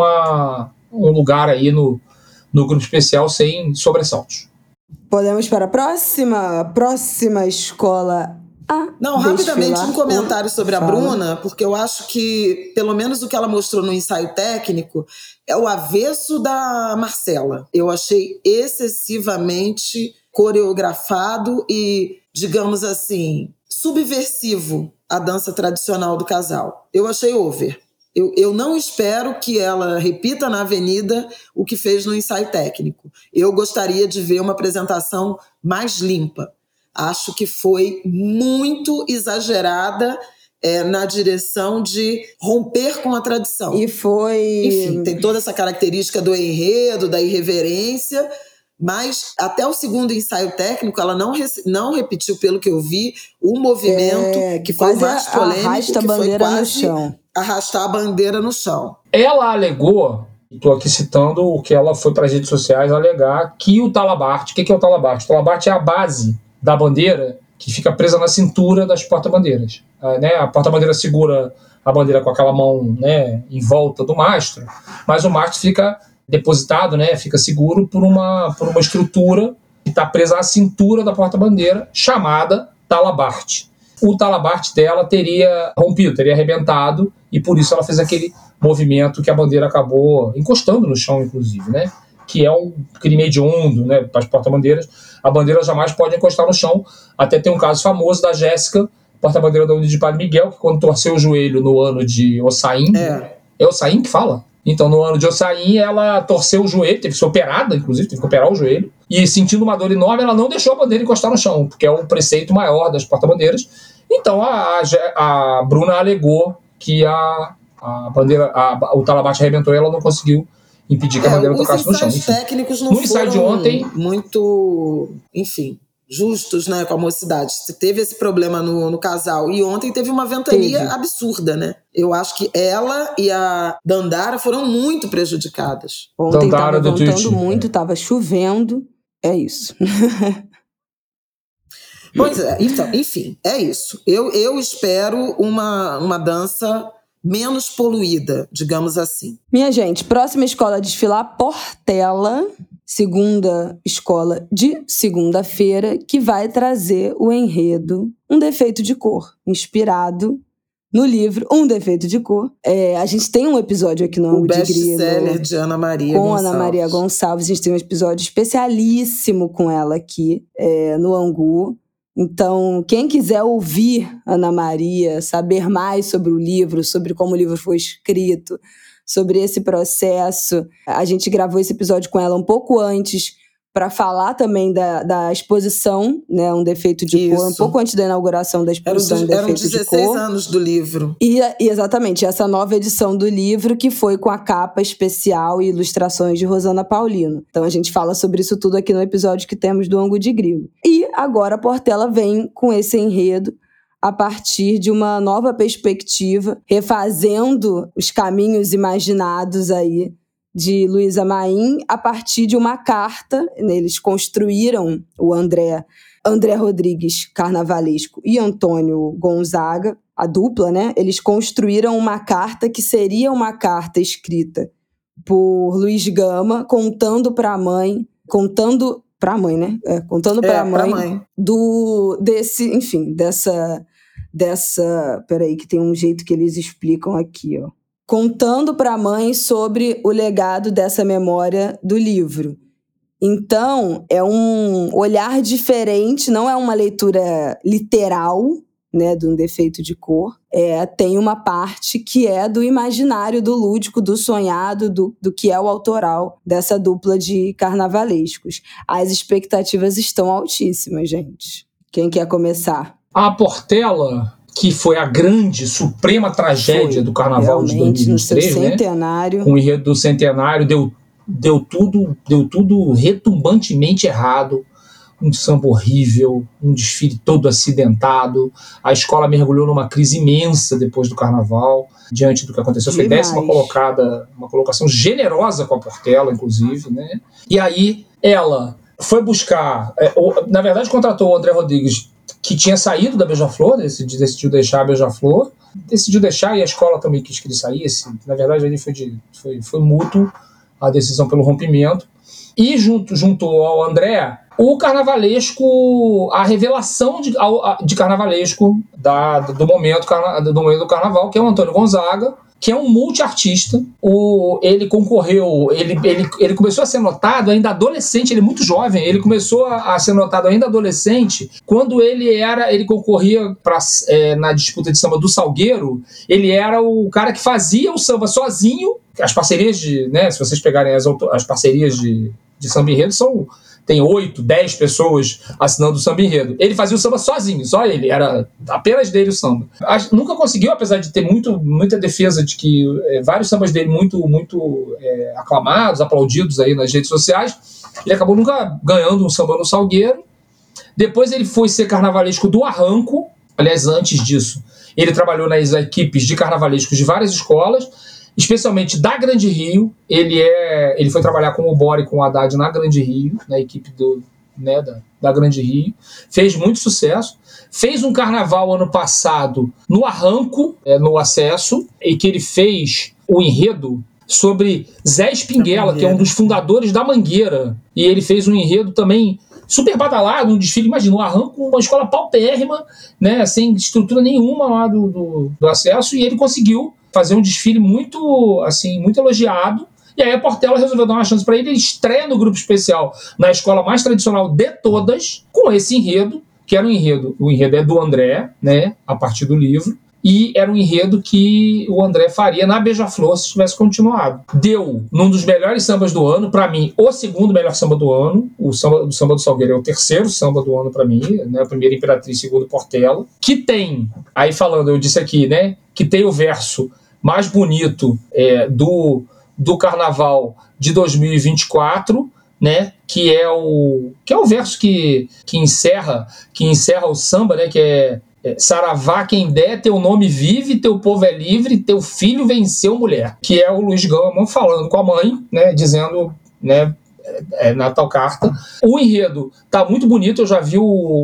um lugar aí no grupo especial sem sobressaltos. Podemos para a próxima escola a Não, rapidamente um comentário sobre a Bruna, porque eu acho que, pelo menos o que ela mostrou no ensaio técnico, é o avesso da Marcela. Eu achei excessivamente coreografado e, digamos assim, subversivo a dança tradicional do casal. Eu achei over. Eu não espero que ela repita na Avenida o que fez no ensaio técnico. Eu gostaria de ver uma apresentação mais limpa. Acho que foi muito exagerada na direção de romper com a tradição. E foi... Enfim, tem toda essa característica do enredo, da irreverência, mas até o segundo ensaio técnico ela não repetiu, pelo que eu vi, o movimento que foi o mais polêmico, que foi quase arrastar a bandeira no chão. Ela alegou, estou aqui citando o que ela foi para as redes sociais alegar, que o talabarte, o que é o talabarte? O talabarte é a base da bandeira que fica presa na cintura das porta-bandeiras. A porta-bandeira segura a bandeira com aquela mão, em volta do mastro, mas o mastro fica depositado, fica seguro por uma estrutura que está presa à cintura da porta-bandeira, chamada talabarte. O talabarte dela teria rompido, teria arrebentado, e por isso ela fez aquele movimento que a bandeira acabou encostando no chão, inclusive, que é um crime hediondo, para as porta-bandeiras. A bandeira jamais pode encostar no chão. Até tem um caso famoso da Jéssica, porta-bandeira da União de Padre Miguel, que quando torceu o joelho no ano de Ossain, é Ossain que fala? Então, no ano de Ossain, ela torceu o joelho, teve que ser operada, inclusive, teve que operar o joelho, e sentindo uma dor enorme, ela não deixou a bandeira encostar no chão, porque é o preceito maior das porta-bandeiras. Então, a Bruna alegou que a bandeira, o talabarte arrebentou e ela não conseguiu impedir que a bandeira tocasse no chão. Os ensaios técnicos não foram de ontem, muito, enfim, justos, com a Mocidade. Teve esse problema no casal. E ontem teve uma ventania absurda, Eu acho que ela e a Dandara foram muito prejudicadas. Ontem estava ventando muito, estava chovendo. É isso. Pois é, então, enfim, é isso. Eu espero uma dança menos poluída, digamos assim. Minha gente, próxima escola a desfilar, Portela, segunda escola de segunda-feira, que vai trazer o enredo Um Defeito de Cor, inspirado no livro Um Defeito de Cor. A gente tem um episódio aqui no Ângulo de Grilo. O best-seller de Ana Maria com Gonçalves. Ana Maria Gonçalves. A gente tem um episódio especialíssimo com ela aqui no Angu. Então, quem quiser ouvir Ana Maria, saber mais sobre o livro, sobre como o livro foi escrito, sobre esse processo, a gente gravou esse episódio com ela um pouco antes para falar também da exposição, Um Defeito de Cor, um pouco antes da inauguração da exposição Um Defeito de Cor. Eram 16 anos do livro. E exatamente, essa nova edição do livro que foi com a capa especial e ilustrações de Rosana Paulino. Então a gente fala sobre isso tudo aqui no episódio que temos do Ângulo de Grilo. E agora a Portela vem com esse enredo a partir de uma nova perspectiva, refazendo os caminhos imaginados aí de Luísa Maim a partir de uma carta. Eles construíram o André Rodrigues carnavalesco e Antônio Gonzaga, a dupla, Eles construíram uma carta que seria uma carta escrita por Luiz Gama, contando para a mãe, contando para a mãe dessa, peraí, que tem um jeito que eles explicam aqui, contando para a mãe sobre o legado dessa memória do livro. Então, é um olhar diferente, não é uma leitura literal, né, de um defeito de cor. Tem uma parte que é do imaginário, do lúdico, do sonhado, do que é o autoral dessa dupla de carnavalescos. As expectativas estão altíssimas, gente. Quem quer começar? A Portela, que foi a grande, suprema tragédia do Carnaval de 2023, no seu centenário. Né? Com o enredo do centenário, deu tudo retumbantemente errado. Um samba horrível, um desfile todo acidentado. A escola mergulhou numa crise imensa depois do Carnaval, diante do que aconteceu. Foi 10ª colocada, uma colocação generosa com a Portela, inclusive, né? E aí ela foi buscar, na verdade contratou o André Rodrigues, que tinha saído da Beija-Flor, decidiu deixar a Beija-Flor, decidiu deixar, e a escola também quis que ele saísse. Na verdade, ali foi mútuo a decisão pelo rompimento. E juntou ao André o carnavalesco, a revelação de carnavalesco do momento do Carnaval, que é o Antônio Gonzaga, que é um multiartista. Ele concorreu, ele começou a ser notado ainda adolescente, ele é muito jovem, ele começou a ser notado ainda adolescente, quando ele concorria na disputa de samba do Salgueiro. Ele era o cara que fazia o samba sozinho. As parcerias né, se vocês pegarem as parcerias de samba enredo, tem 8, 10 pessoas assinando o samba enredo. Ele fazia o samba sozinho, só ele, era apenas dele o samba. Nunca conseguiu, apesar de ter muita defesa de que vários sambas dele muito aclamados, aplaudidos aí nas redes sociais, ele acabou nunca ganhando um samba no Salgueiro. Depois ele foi ser carnavalesco do Arranco. Aliás, antes disso, ele trabalhou nas equipes de carnavalescos de várias escolas, especialmente da Grande Rio. Ele foi trabalhar com o Bora e com o Haddad na Grande Rio, na equipe da Grande Rio. Fez muito sucesso. Fez um carnaval ano passado no Arranco, no Acesso, e que ele fez o enredo sobre Zé Espinguela, que é um dos fundadores da Mangueira. E ele fez um enredo também super badalado, um desfile, imagina, o Arranco, uma escola paupérrima, né, sem estrutura nenhuma lá do Acesso, e ele conseguiu fazer um desfile muito elogiado. E aí a Portela resolveu dar uma chance para ele. Ele estreia no grupo especial na escola mais tradicional de todas, com esse enredo, que era o enredo é do André, né, a partir do livro, e era um enredo que o André faria na Beija-Flor se tivesse continuado. Deu num dos melhores sambas do ano, para mim, o segundo melhor samba do ano. O samba do Salgueiro é o terceiro samba do ano para mim, né, a primeira Imperatriz, segundo Portela, que tem, aí falando, eu disse aqui, né, que tem o verso mais bonito do Carnaval de 2024, né, que é o verso que encerra o samba, né, que é Saravá quem der, teu nome vive, teu povo é livre, teu filho venceu mulher, que é o Luiz Gama falando com a mãe, né, dizendo, né, na tal carta. O enredo tá muito bonito. Eu já vi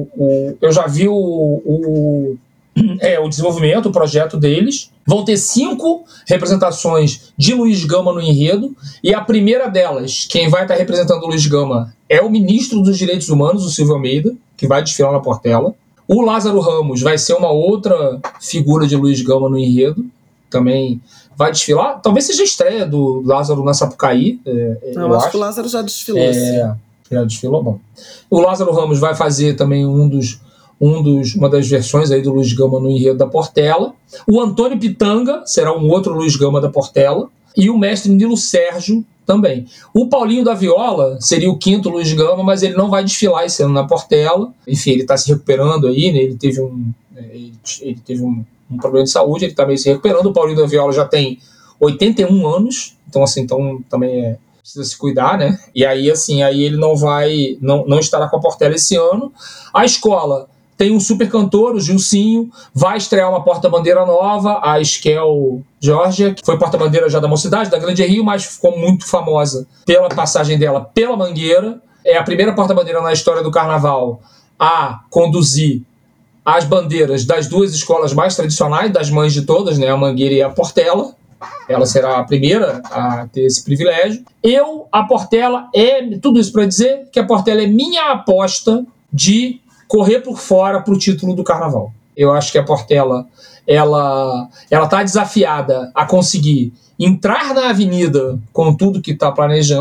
o desenvolvimento, o projeto deles. Vão ter 5 representações de Luiz Gama no enredo, e a primeira delas, quem vai estar representando o Luiz Gama é o ministro dos Direitos Humanos, o Silvio Almeida, que vai desfilar na Portela. O Lázaro Ramos vai ser uma outra figura de Luiz Gama no enredo, também vai desfilar. Talvez seja a estreia do Lázaro na Sapucaí. Eu acho que o Lázaro já desfilou. Já desfilou, bom. O Lázaro Ramos vai fazer também uma das versões aí do Luiz Gama no enredo da Portela. O Antônio Pitanga será um outro Luiz Gama da Portela. E o mestre Nilo Sérgio também. O Paulinho da Viola seria o 5º Luiz Gama, mas ele não vai desfilar esse ano na Portela. Enfim, ele está se recuperando aí, né? Ele teve um problema de saúde, ele está meio se recuperando. O Paulinho da Viola já tem 81 anos, então também precisa se cuidar, né? E aí, aí ele não estará com a Portela esse ano. A escola tem um super cantor, o Gilcinho, vai estrear uma porta-bandeira nova, a Esquel Georgia, que foi porta-bandeira já da Mocidade, da Grande Rio, mas ficou muito famosa pela passagem dela pela Mangueira. É a primeira porta-bandeira na história do Carnaval a conduzir as bandeiras das 2 escolas mais tradicionais, das mães de todas, né, a Mangueira e a Portela. Ela será a primeira a ter esse privilégio. Tudo isso para dizer que a Portela é minha aposta de correr por fora para o título do Carnaval. Eu acho que a Portela ela está desafiada a conseguir entrar na avenida com tudo que está planejando,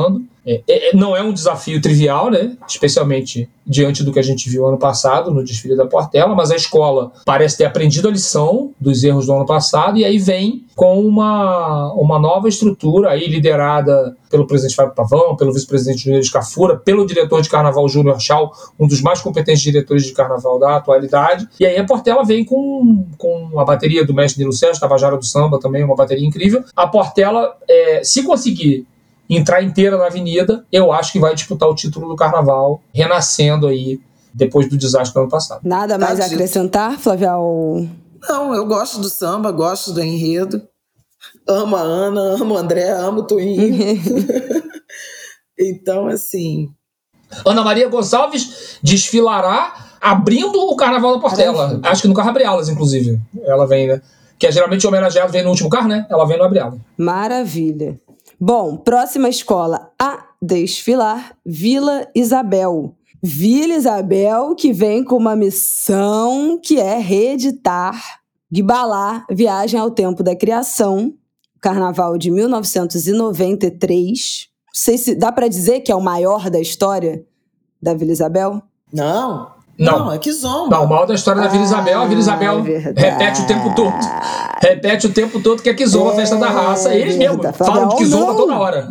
Não é um desafio trivial, né? Especialmente diante do que a gente viu ano passado no desfile da Portela, mas a escola parece ter aprendido a lição dos erros do ano passado e aí vem com uma nova estrutura aí liderada pelo presidente Fábio Pavão, pelo vice-presidente Júnior Scafura, pelo diretor de carnaval Júnior Schau, um dos mais competentes diretores de carnaval da atualidade. E aí a Portela vem com a bateria do mestre Nilo Sérgio, Tabajara do Samba também, uma bateria incrível. A Portela, se conseguir entrar inteira na avenida, eu acho que vai disputar o título do carnaval, renascendo aí depois do desastre do ano passado. Nada mais a acrescentar, Flávia? Não, eu gosto do samba, gosto do enredo. Amo a Ana, amo o André, amo o Toinho. Então, assim... Ana Maria Gonçalves desfilará abrindo o carnaval da Portela. Acho que no carro Abre Alas, inclusive. Ela vem, né? Que é geralmente homenageado, vem no último carro, né? Ela vem no Abre Alas. Maravilha. Bom, próxima escola a desfilar, Vila Isabel. Vila Isabel, que vem com uma missão que é reeditar Guibalá, Viagem ao Tempo da Criação, carnaval de 1993. Não sei se dá para dizer que é o maior da história da Vila Isabel. Não, é que zomba. Não, o maior da história da Vila Isabel, a Vila Isabel repete o tempo todo. Repete o tempo todo que é Kizomba, a festa da raça. Eles mesmo falam de Kizomba toda hora.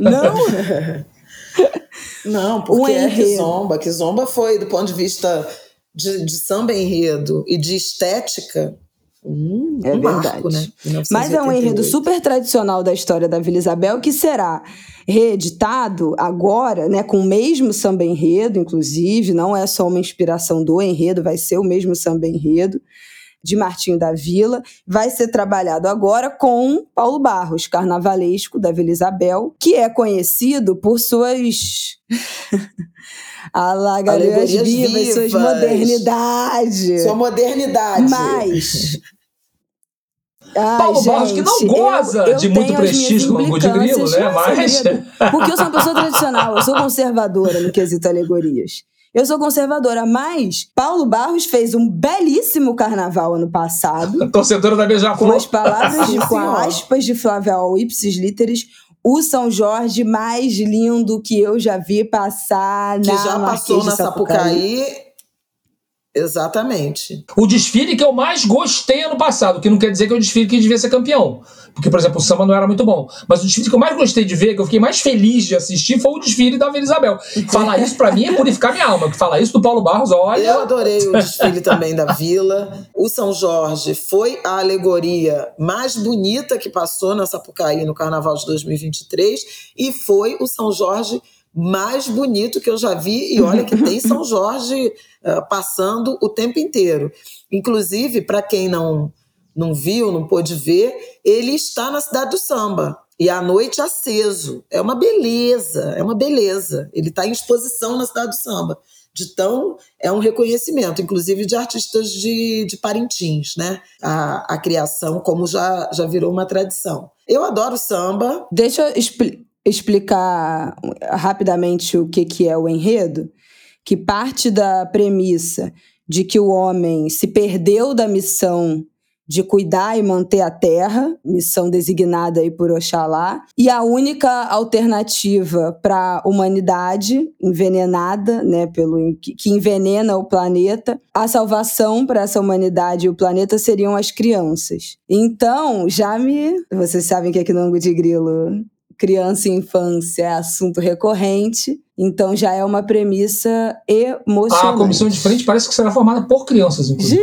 Não, porque é Kizomba. Kizomba foi, do ponto de vista de samba enredo e de estética, é marco, verdade. Né? Mas é um enredo super tradicional da história da Vila Isabel que será reeditado agora, né, com o mesmo samba enredo, inclusive, não é só uma inspiração do enredo, vai ser o mesmo samba enredo de Martinho da Vila, vai ser trabalhado agora com Paulo Barros, carnavalesco da Vila Isabel, que é conhecido por suas alegorias vivas, suas modernidades. Sua modernidade. Mas... Paulo Barros, que não goza de muito prestígio no Angu de Grilo, né? Mas... Porque eu sou uma pessoa tradicional, eu sou conservadora no quesito alegorias. Eu sou conservadora, mas Paulo Barros fez um belíssimo carnaval ano passado. Torcedora da Beija-Flor. Com as palavras, com aspas de Flávia Al Ipsis Literis, o São Jorge mais lindo que eu já vi passar que na já passou na Sapucaí. Exatamente. O desfile que eu mais gostei ano passado, que não quer dizer que é o desfile que devia ser campeão. Porque, por exemplo, o samba não era muito bom. Mas o desfile que eu mais gostei de ver, que eu fiquei mais feliz de assistir, foi o desfile da Vila Isabel. Falar isso pra mim é purificar minha alma. Falar isso do Paulo Barros, olha... Eu adorei o desfile também da Vila. O São Jorge foi a alegoria mais bonita que passou na Sapucaí no Carnaval de 2023 e foi o São Jorge mais bonito que eu já vi, e olha que tem São Jorge passando o tempo inteiro. Inclusive, para quem não viu, não pôde ver, ele está na Cidade do Samba, e à noite aceso. É uma beleza. Ele está em exposição na Cidade do Samba. É um reconhecimento, inclusive de artistas de Parintins, né? A criação, como já virou uma tradição. Eu adoro samba. Deixa eu explicar rapidamente o que é o enredo, que parte da premissa de que o homem se perdeu da missão de cuidar e manter a terra, missão designada aí por Oxalá, e a única alternativa para a humanidade envenenada, né, que envenena o planeta, a salvação para essa humanidade e o planeta seriam as crianças. Então, vocês sabem que aqui no Angu de Grilo criança e infância é assunto recorrente, então já é uma premissa emocionante. A comissão de frente parece que será formada por crianças, inclusive.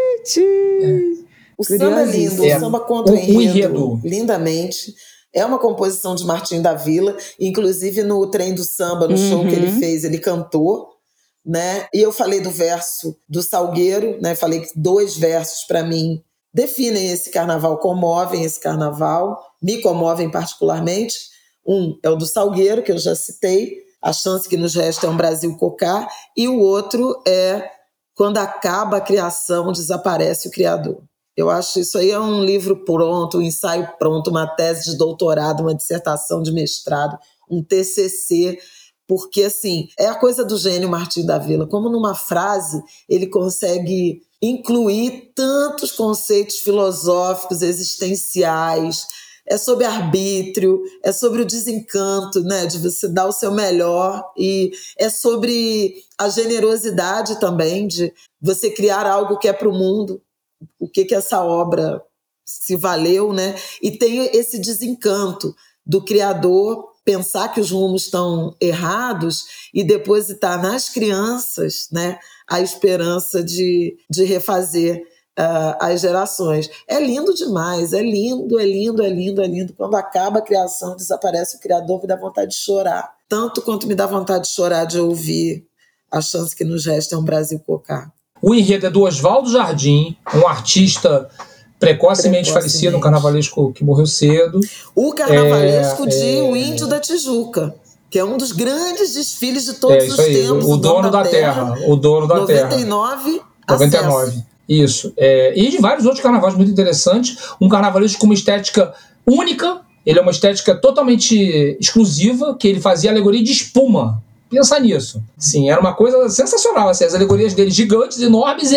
Gente! O samba é lindo, o samba conta o enredo lindamente. É uma composição de Martinho da Vila, inclusive no Trem do Samba, no show que ele fez, ele cantou, né? E eu falei do verso do Salgueiro, né? Falei que 2 versos, para mim, definem esse carnaval, comovem esse carnaval, me comovem particularmente. Um é o do Salgueiro, que eu já citei, A Chance que Nos Resta é um Brasil Cocar, e o outro é Quando Acaba a Criação, Desaparece o Criador. Eu acho isso aí é um livro pronto, um ensaio pronto, uma tese de doutorado, uma dissertação de mestrado, um TCC, porque assim, é a coisa do gênio Martinho da Vila, como numa frase ele consegue incluir tantos conceitos filosóficos, existenciais, é sobre arbítrio, é sobre o desencanto, né, de você dar o seu melhor, e é sobre a generosidade também, de você criar algo que é para o mundo, o que essa obra se valeu, né? E tem esse desencanto do criador pensar que os rumos estão errados e depositar nas crianças, né, a esperança de refazer as gerações. É lindo demais, é lindo. Quando acaba a criação, desaparece o criador, me dá vontade de chorar. Tanto quanto me dá vontade de chorar de ouvir A Chance que Nos Resta é um Brasil Cocá. O enredo é do Oswaldo Jardim, um artista precocemente falecido, um carnavalesco que morreu cedo. O carnavalesco de O Índio da Tijuca, que é um dos grandes desfiles de todos os tempos. O dono da terra. O dono da 99, terra. 99. Isso. E de vários outros carnavais muito interessantes. Um carnavalesco com uma estética única. Ele é uma estética totalmente exclusiva, que ele fazia alegoria de espuma. Pensa nisso. Sim, era uma coisa sensacional. Assim, as alegorias dele gigantes, enormes, e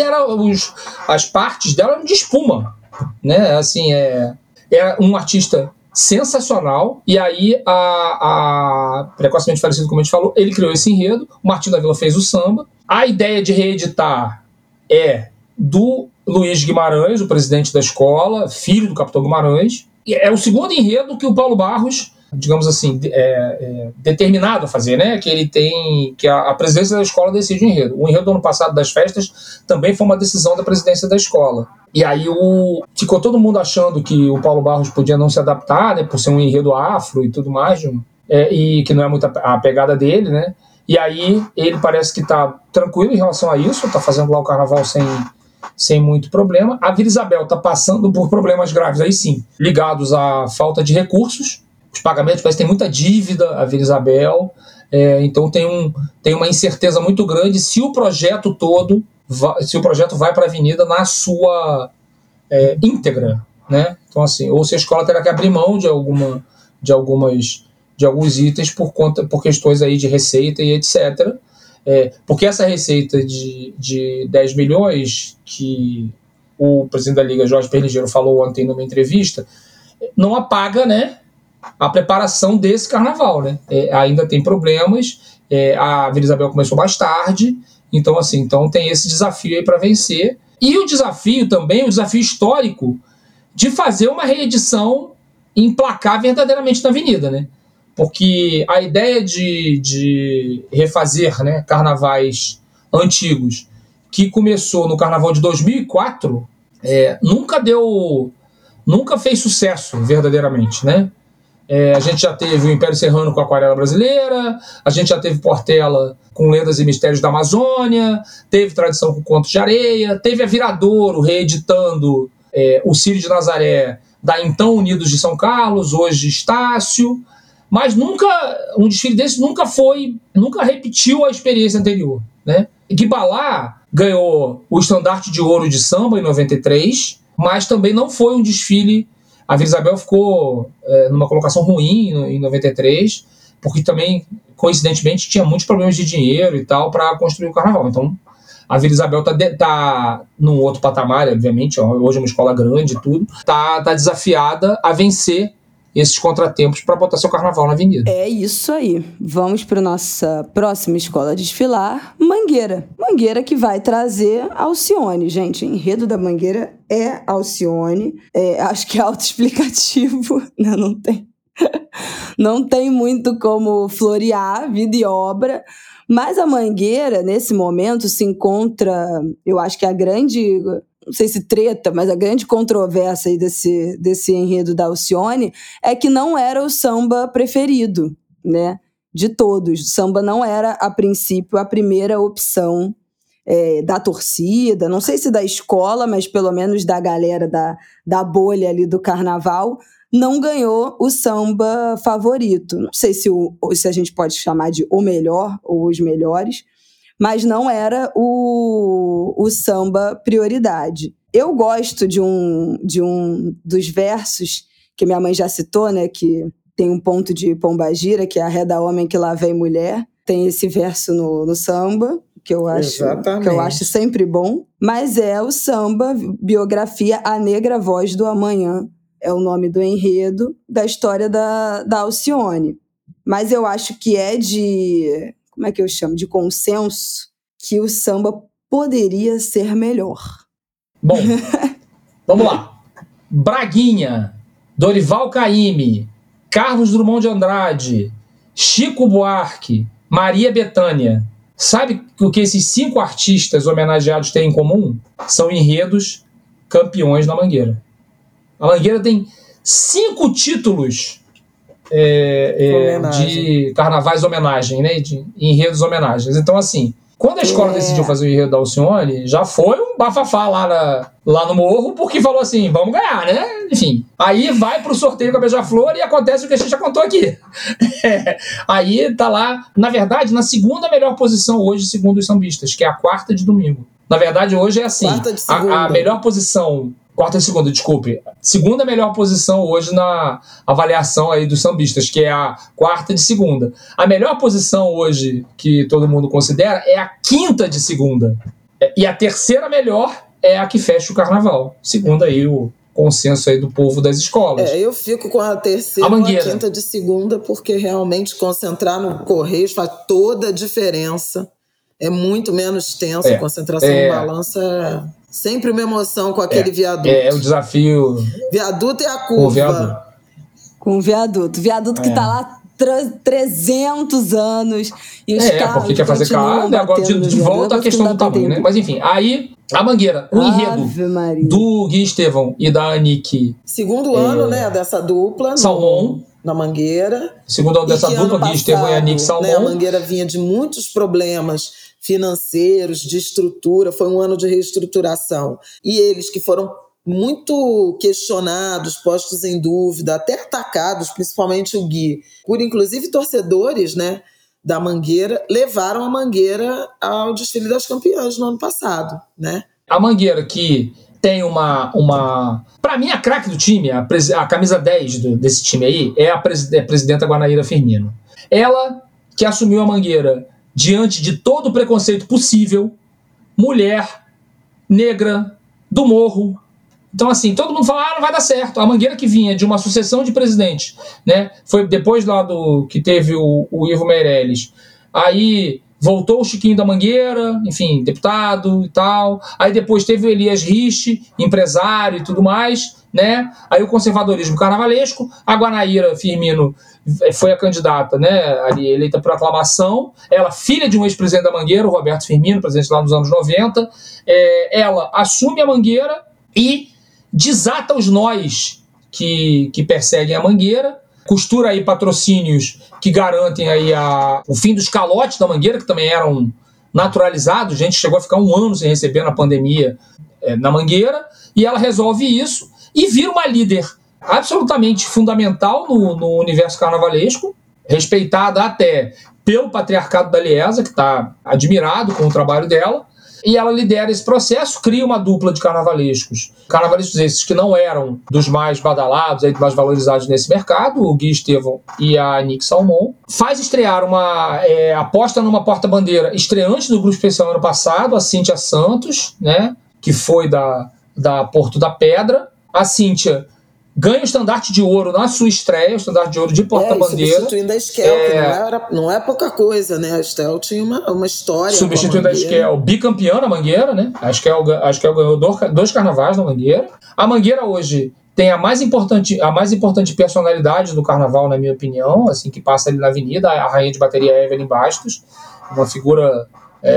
as partes dela eram de espuma. Né? Assim, era um artista sensacional. E aí, precocemente falecido, como a gente falou, ele criou esse enredo. O Martinho da Vila fez o samba. A ideia de reeditar é do Luiz Guimarães, o presidente da escola, filho do Capitão Guimarães. E é o segundo enredo que o Paulo Barros, digamos assim, determinado a fazer, né? Que ele tem, que a presidência da escola decide o enredo. O enredo do ano passado das festas também foi uma decisão da presidência da escola. E aí ficou todo mundo achando que o Paulo Barros podia não se adaptar, né? Por ser um enredo afro e tudo mais, e que não é muito a pegada dele, né? E aí ele parece que está tranquilo em relação a isso, está fazendo lá o carnaval sem muito problema. A Vila Isabel está passando por problemas graves, aí sim, ligados à falta de recursos. Os pagamentos, parece que tem muita dívida, a Vila Isabel, então tem uma incerteza muito grande se o projeto vai para a avenida na sua íntegra, né? Então, assim, ou se a escola terá que abrir mão de alguns itens por questões aí de receita e etc. Porque essa receita de 10 milhões que o presidente da Liga, Jorge Perligeiro, falou ontem numa entrevista, não apaga, né, a preparação desse carnaval, né? Ainda tem problemas, a Vila Isabel começou mais tarde, então tem esse desafio aí para vencer. E o desafio histórico de fazer uma reedição e emplacar verdadeiramente na avenida, né? Porque a ideia de refazer, né, carnavais antigos, que começou no carnaval de 2004, nunca fez sucesso verdadeiramente, né? A gente já teve o Império Serrano com a Aquarela Brasileira, a gente já teve Portela com Lendas e Mistérios da Amazônia, teve Tradição com Contos de Areia, teve a Viradouro reeditando o Círio de Nazaré da então Unidos de São Carlos, hoje Estácio, mas um desfile desse nunca repetiu a experiência anterior, né? Guibalá ganhou o Estandarte de Ouro de Samba em 93, mas também não foi um desfile. A Vila Isabel ficou numa colocação ruim em 93, porque também, coincidentemente, tinha muitos problemas de dinheiro e tal para construir o carnaval. Então, a Vila Isabel tá num outro patamar, obviamente, hoje é uma escola grande e tudo, tá desafiada a vencer esses contratempos para botar seu carnaval na avenida. É isso aí. Vamos para nossa próxima escola desfilar, Mangueira. Mangueira que vai trazer Alcione, gente. O enredo da Mangueira é Alcione. Acho que é autoexplicativo, né? Não tem muito como florear vida e obra. Mas a Mangueira, nesse momento, se encontra, eu acho que a grande, não sei se treta, mas a grande controvérsia aí desse enredo da Alcione é que não era o samba preferido, né, de todos. O samba não era, a princípio, a primeira opção da torcida, não sei se da escola, mas pelo menos da galera da bolha ali do carnaval, não ganhou o samba favorito. Não sei se a gente pode chamar de o melhor ou os melhores, mas não era o samba prioridade. Eu gosto de um dos versos que minha mãe já citou, né, que tem um ponto de Pombagira, que é arreda homem que lá vem mulher. Tem esse verso no samba, que eu acho sempre bom. Mas é o samba, biografia A Negra Voz do Amanhã, é o nome do enredo da história da Alcione. Mas eu acho que é como é que eu chamo? De consenso que o samba poderia ser melhor. Bom, vamos lá. Braguinha, Dorival Caymmi, Carlos Drummond de Andrade, Chico Buarque, Maria Bethânia. Sabe o que esses 5 artistas homenageados têm em comum? São enredos campeões na Mangueira. A Mangueira tem 5 títulos de carnavais homenagem, né? De enredos homenagens. Então, assim, quando a escola decidiu fazer o enredo da Alcione, já foi um bafafá lá no morro, porque falou assim, vamos ganhar, né? Enfim, aí vai pro sorteio com a Beija-Flor e acontece o que a gente já contou aqui. Aí tá lá, na verdade, na segunda melhor posição hoje, segundo os sambistas, que é a quarta de domingo. Na verdade, hoje é assim, a melhor posição... Quarta e segunda, desculpe. Segunda melhor posição hoje na avaliação aí dos sambistas, que é a quarta de segunda. A melhor posição hoje, que todo mundo considera, é a quinta de segunda. E a terceira melhor é a que fecha o carnaval. Segundo aí o consenso aí do povo das escolas. Eu fico com a terceira e a quinta de segunda, porque realmente concentrar no Correios faz toda a diferença. É muito menos tenso, a concentração no balança sempre uma emoção com aquele viaduto. É o desafio. Viaduto e a curva. Com o viaduto. Viaduto que tá lá 300 anos. E os carros porque quer fazer carro, e agora de volta a questão do tabu, né? Mas enfim, aí a Mangueira, o enredo do Gui Estevão e da Anique. Segundo ano, né, dessa dupla. Salmão. Na Mangueira. Segundo ano dessa dupla, Gui Estevão e Anique Salmão. Né, a Mangueira vinha de muitos problemas financeiros, de estrutura, foi um ano de reestruturação. E eles que foram muito questionados, postos em dúvida, até atacados, principalmente o Gui, por inclusive torcedores, né, da Mangueira, levaram a Mangueira ao desfile das campeãs no ano passado, né? A Mangueira que tem uma... Para mim, a craque do time, a camisa 10 desse time aí, é a presidenta Guanaíra Firmino. Ela que assumiu a Mangueira diante de todo o preconceito possível, mulher, negra, do morro. Então, assim, todo mundo fala, não vai dar certo. A Mangueira que vinha de uma sucessão de presidentes, né? Foi depois lá que teve o Ivo Meirelles. Aí voltou o Chiquinho da Mangueira, enfim, deputado e tal. Aí depois teve o Elias Rich, empresário e tudo mais, né? Aí o conservadorismo carnavalesco. A Guanaíra Firmino foi a candidata, né, ali eleita por aclamação. Ela, filha de um ex-presidente da Mangueira, o Roberto Firmino, presidente lá nos anos 90. Ela assume a Mangueira e desata os nós que perseguem a Mangueira, costura aí patrocínios que garantem aí o fim dos calotes da Mangueira, que também eram naturalizados. A gente chegou a ficar 1 ano sem receber na pandemia na Mangueira, e ela resolve isso e vira uma líder absolutamente fundamental no universo carnavalesco, respeitada até pelo patriarcado da Liesa, que está admirado com o trabalho dela, e ela lidera esse processo, cria uma dupla de carnavalescos esses que não eram dos mais badalados, dos mais valorizados nesse mercado, o Gui Estevão e a Anique Salmão. Faz estrear aposta numa porta-bandeira estreante do Grupo Especial ano passado, a Cíntia Santos, né, que foi da Porto da Pedra. A Cíntia ganha o estandarte de ouro na sua estreia, o estandarte de ouro de porta-bandeira. Substituindo a Esquel, que não é pouca coisa, né? A Esquel tinha uma história. Substituindo a Esquel, bicampeã na Mangueira, né? A Esquel ganhou 2 carnavais na Mangueira. A Mangueira hoje tem a mais importante personalidade do carnaval, na minha opinião, assim, que passa ali na avenida, a rainha de bateria Evelyn Bastos, uma figura,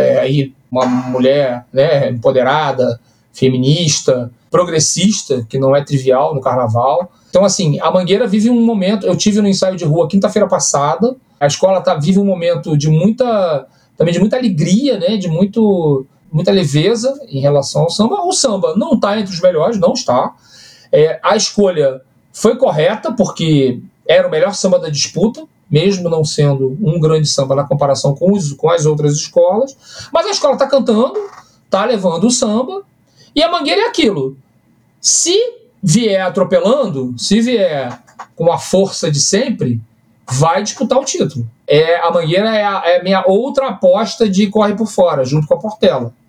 uma mulher, né, empoderada, feminista, progressista, que não é trivial no carnaval. Então, assim, a Mangueira vive um momento... Eu tive no ensaio de rua quinta-feira passada. A escola vive um momento de muita alegria, né? De muita leveza em relação ao samba. O samba não está entre os melhores, não está. A escolha foi correta, porque era o melhor samba da disputa, mesmo não sendo um grande samba na comparação com as outras escolas. Mas a escola está cantando, está levando o samba. E a Mangueira é aquilo. Se vier atropelando, se vier com a força de sempre, vai disputar o título. A Mangueira é a minha outra aposta de corre por fora, junto com a Portela.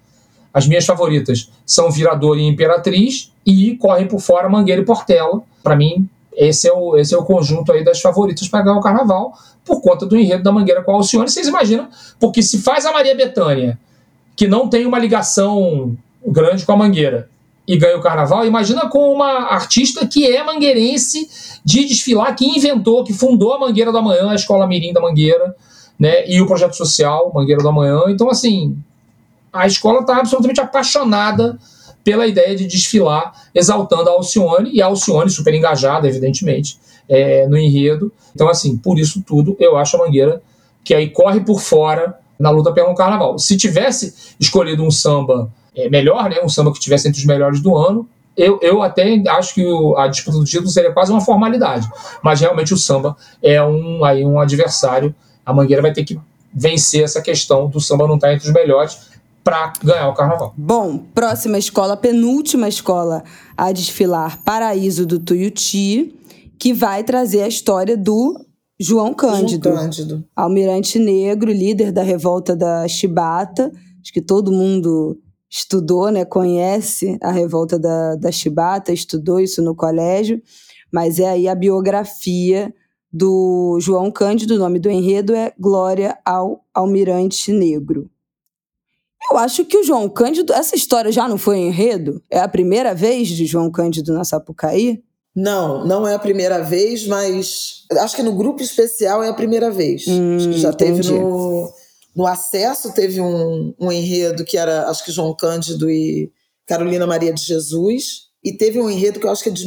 as minhas favoritas são Viradouro e Imperatriz, e correm por fora Mangueira e Portela. Para mim, esse é o conjunto aí das favoritas para ganhar o Carnaval, por conta do enredo da Mangueira com a Alcione. Vocês imaginam? Porque se faz a Maria Bethânia, que não tem uma ligação grande com a Mangueira, e ganha o Carnaval, imagina com uma artista que é mangueirense, de desfilar, que inventou, que fundou a Mangueira do Amanhã, a Escola Mirim da Mangueira, né, e o projeto social Mangueira do Amanhã. Então, assim, a escola está absolutamente apaixonada pela ideia de desfilar, exaltando a Alcione, e a Alcione super engajada, evidentemente, no enredo. Então, assim, por isso tudo, eu acho a Mangueira que aí corre por fora na luta pelo Carnaval. Se tivesse escolhido um samba melhor, né, um samba que estivesse entre os melhores do ano, eu até acho que a disputa do título seria quase uma formalidade, mas realmente o samba é um adversário. A Mangueira vai ter que vencer essa questão do samba não estar entre os melhores para ganhar o Carnaval. Bom, próxima escola, penúltima escola a desfilar, Paraíso do Tuiuti, que vai trazer a história do João Cândido. Almirante Negro, líder da revolta da Chibata. Acho que todo mundo estudou, né, conhece a revolta da Chibata, estudou isso no colégio, mas é aí a biografia do João Cândido. O nome do enredo é Glória ao Almirante Negro. Eu acho que o João Cândido, essa história já não foi enredo? É a primeira vez de João Cândido na Sapucaí? Não é a primeira vez, mas acho que no grupo especial é a primeira vez. Acho que já entendi. Teve no acesso, teve um enredo que era, acho que João Cândido e Carolina Maria de Jesus, e teve um enredo que eu acho que é de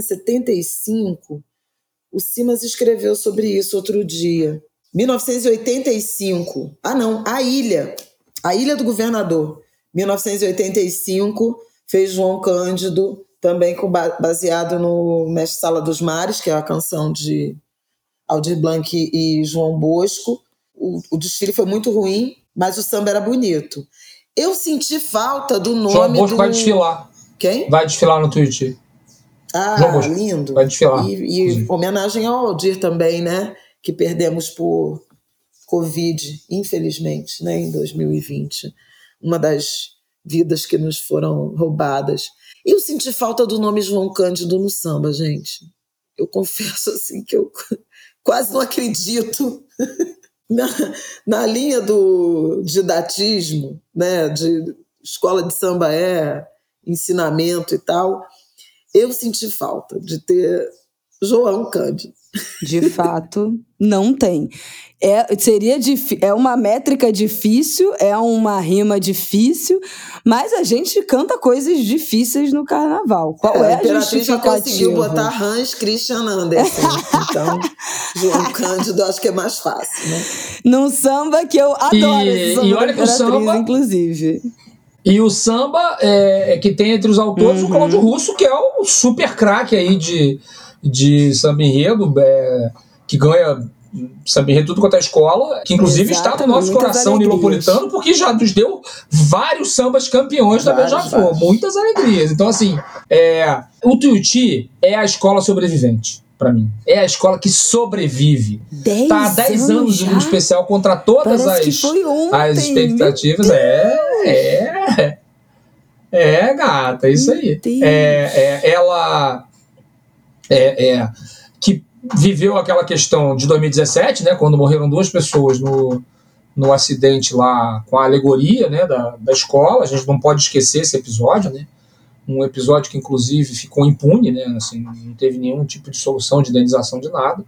1975. O Simas escreveu sobre isso outro dia. 1985. A Ilha do Governador. 1985 fez João Cândido, também baseado no Mestre Sala dos Mares, que é a canção de Aldir Blanc e João Bosco. O desfile foi muito ruim, mas o samba era bonito. Eu senti falta do nome João Bosco vai desfilar. Quem? Vai desfilar no Tuiuti. Lindo. Vai desfilar. E homenagem ao Aldir também, né? Que perdemos por Covid, infelizmente, né? Em 2020. Uma das vidas que nos foram roubadas. Eu senti falta do nome João Cândido no samba, gente. Eu confesso assim que eu quase não acredito na linha do didatismo, né? De escola de samba ensinamento e tal. Eu senti falta de ter João Cândido. De fato, não tem. É uma métrica difícil, é uma rima difícil, mas a gente canta coisas difíceis no Carnaval. Qual é a Imperatriz já justificativa? conseguiu botar Hans Christian Andersen. Então, João Cândido acho que é mais fácil, né? Num samba que eu adoro, esse samba e olha que o samba, inclusive. E o samba que tem entre os autores o Cláudio Russo, que é o super craque aí de samba enredo, que ganha samba enredo tudo quanto é escola, que inclusive está no nosso coração nilopolitano, porque já nos deu vários sambas campeões da Beija-Flor, muitas alegrias. Então, assim, o Tuiuti é a escola sobrevivente, para mim. É a escola que sobrevive. Tá há 10 anos de grupo especial contra todas as expectativas. Gata, é isso aí. Ela que viveu aquela questão de 2017, né, quando morreram 2 pessoas no acidente lá com a alegoria, né, da escola. A gente não pode esquecer esse episódio, né? Um episódio que inclusive ficou impune, né, assim, não teve nenhum tipo de solução de indenização de nada.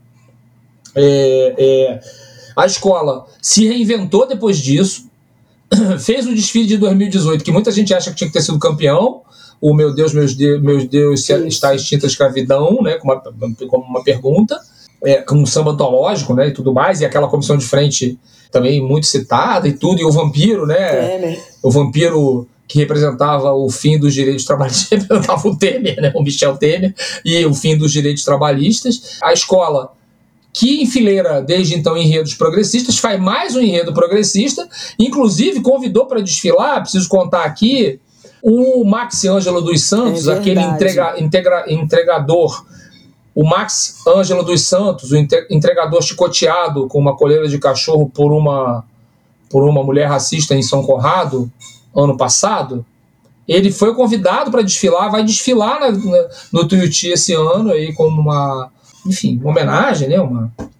A escola se reinventou depois disso, fez o desfile de 2018, que muita gente acha que tinha que ter sido campeão, o Meu Deus, meus Deus, está extinta a escravidão, né, como uma pergunta, com um samba antológico, né, e tudo mais, e aquela comissão de frente também muito citada e tudo, e o vampiro, né, o vampiro que representava o fim dos direitos trabalhistas, representava o Temer, né, o Michel Temer, e o fim dos direitos trabalhistas. A escola, que enfileira desde então enredos progressistas, faz mais um enredo progressista, inclusive convidou para desfilar, preciso contar aqui, o Max Ângelo dos Santos, aquele entregador, o Max Ângelo dos Santos, o entregador chicoteado com uma coleira de cachorro por uma mulher racista em São Conrado, ano passado, ele foi convidado para desfilar, vai desfilar no Tuiuti esse ano, aí, como uma homenagem, né?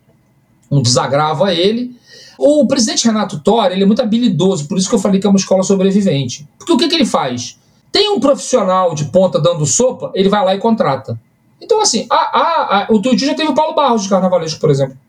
Um desagravo a ele. O presidente Renato Torre, ele é muito habilidoso, por isso que eu falei que é uma escola sobrevivente. Porque o que ele faz? Tem um profissional de ponta dando sopa, ele vai lá e contrata. Então, assim, o Tuiuti já teve o Paulo Barros de carnavalesco, por exemplo,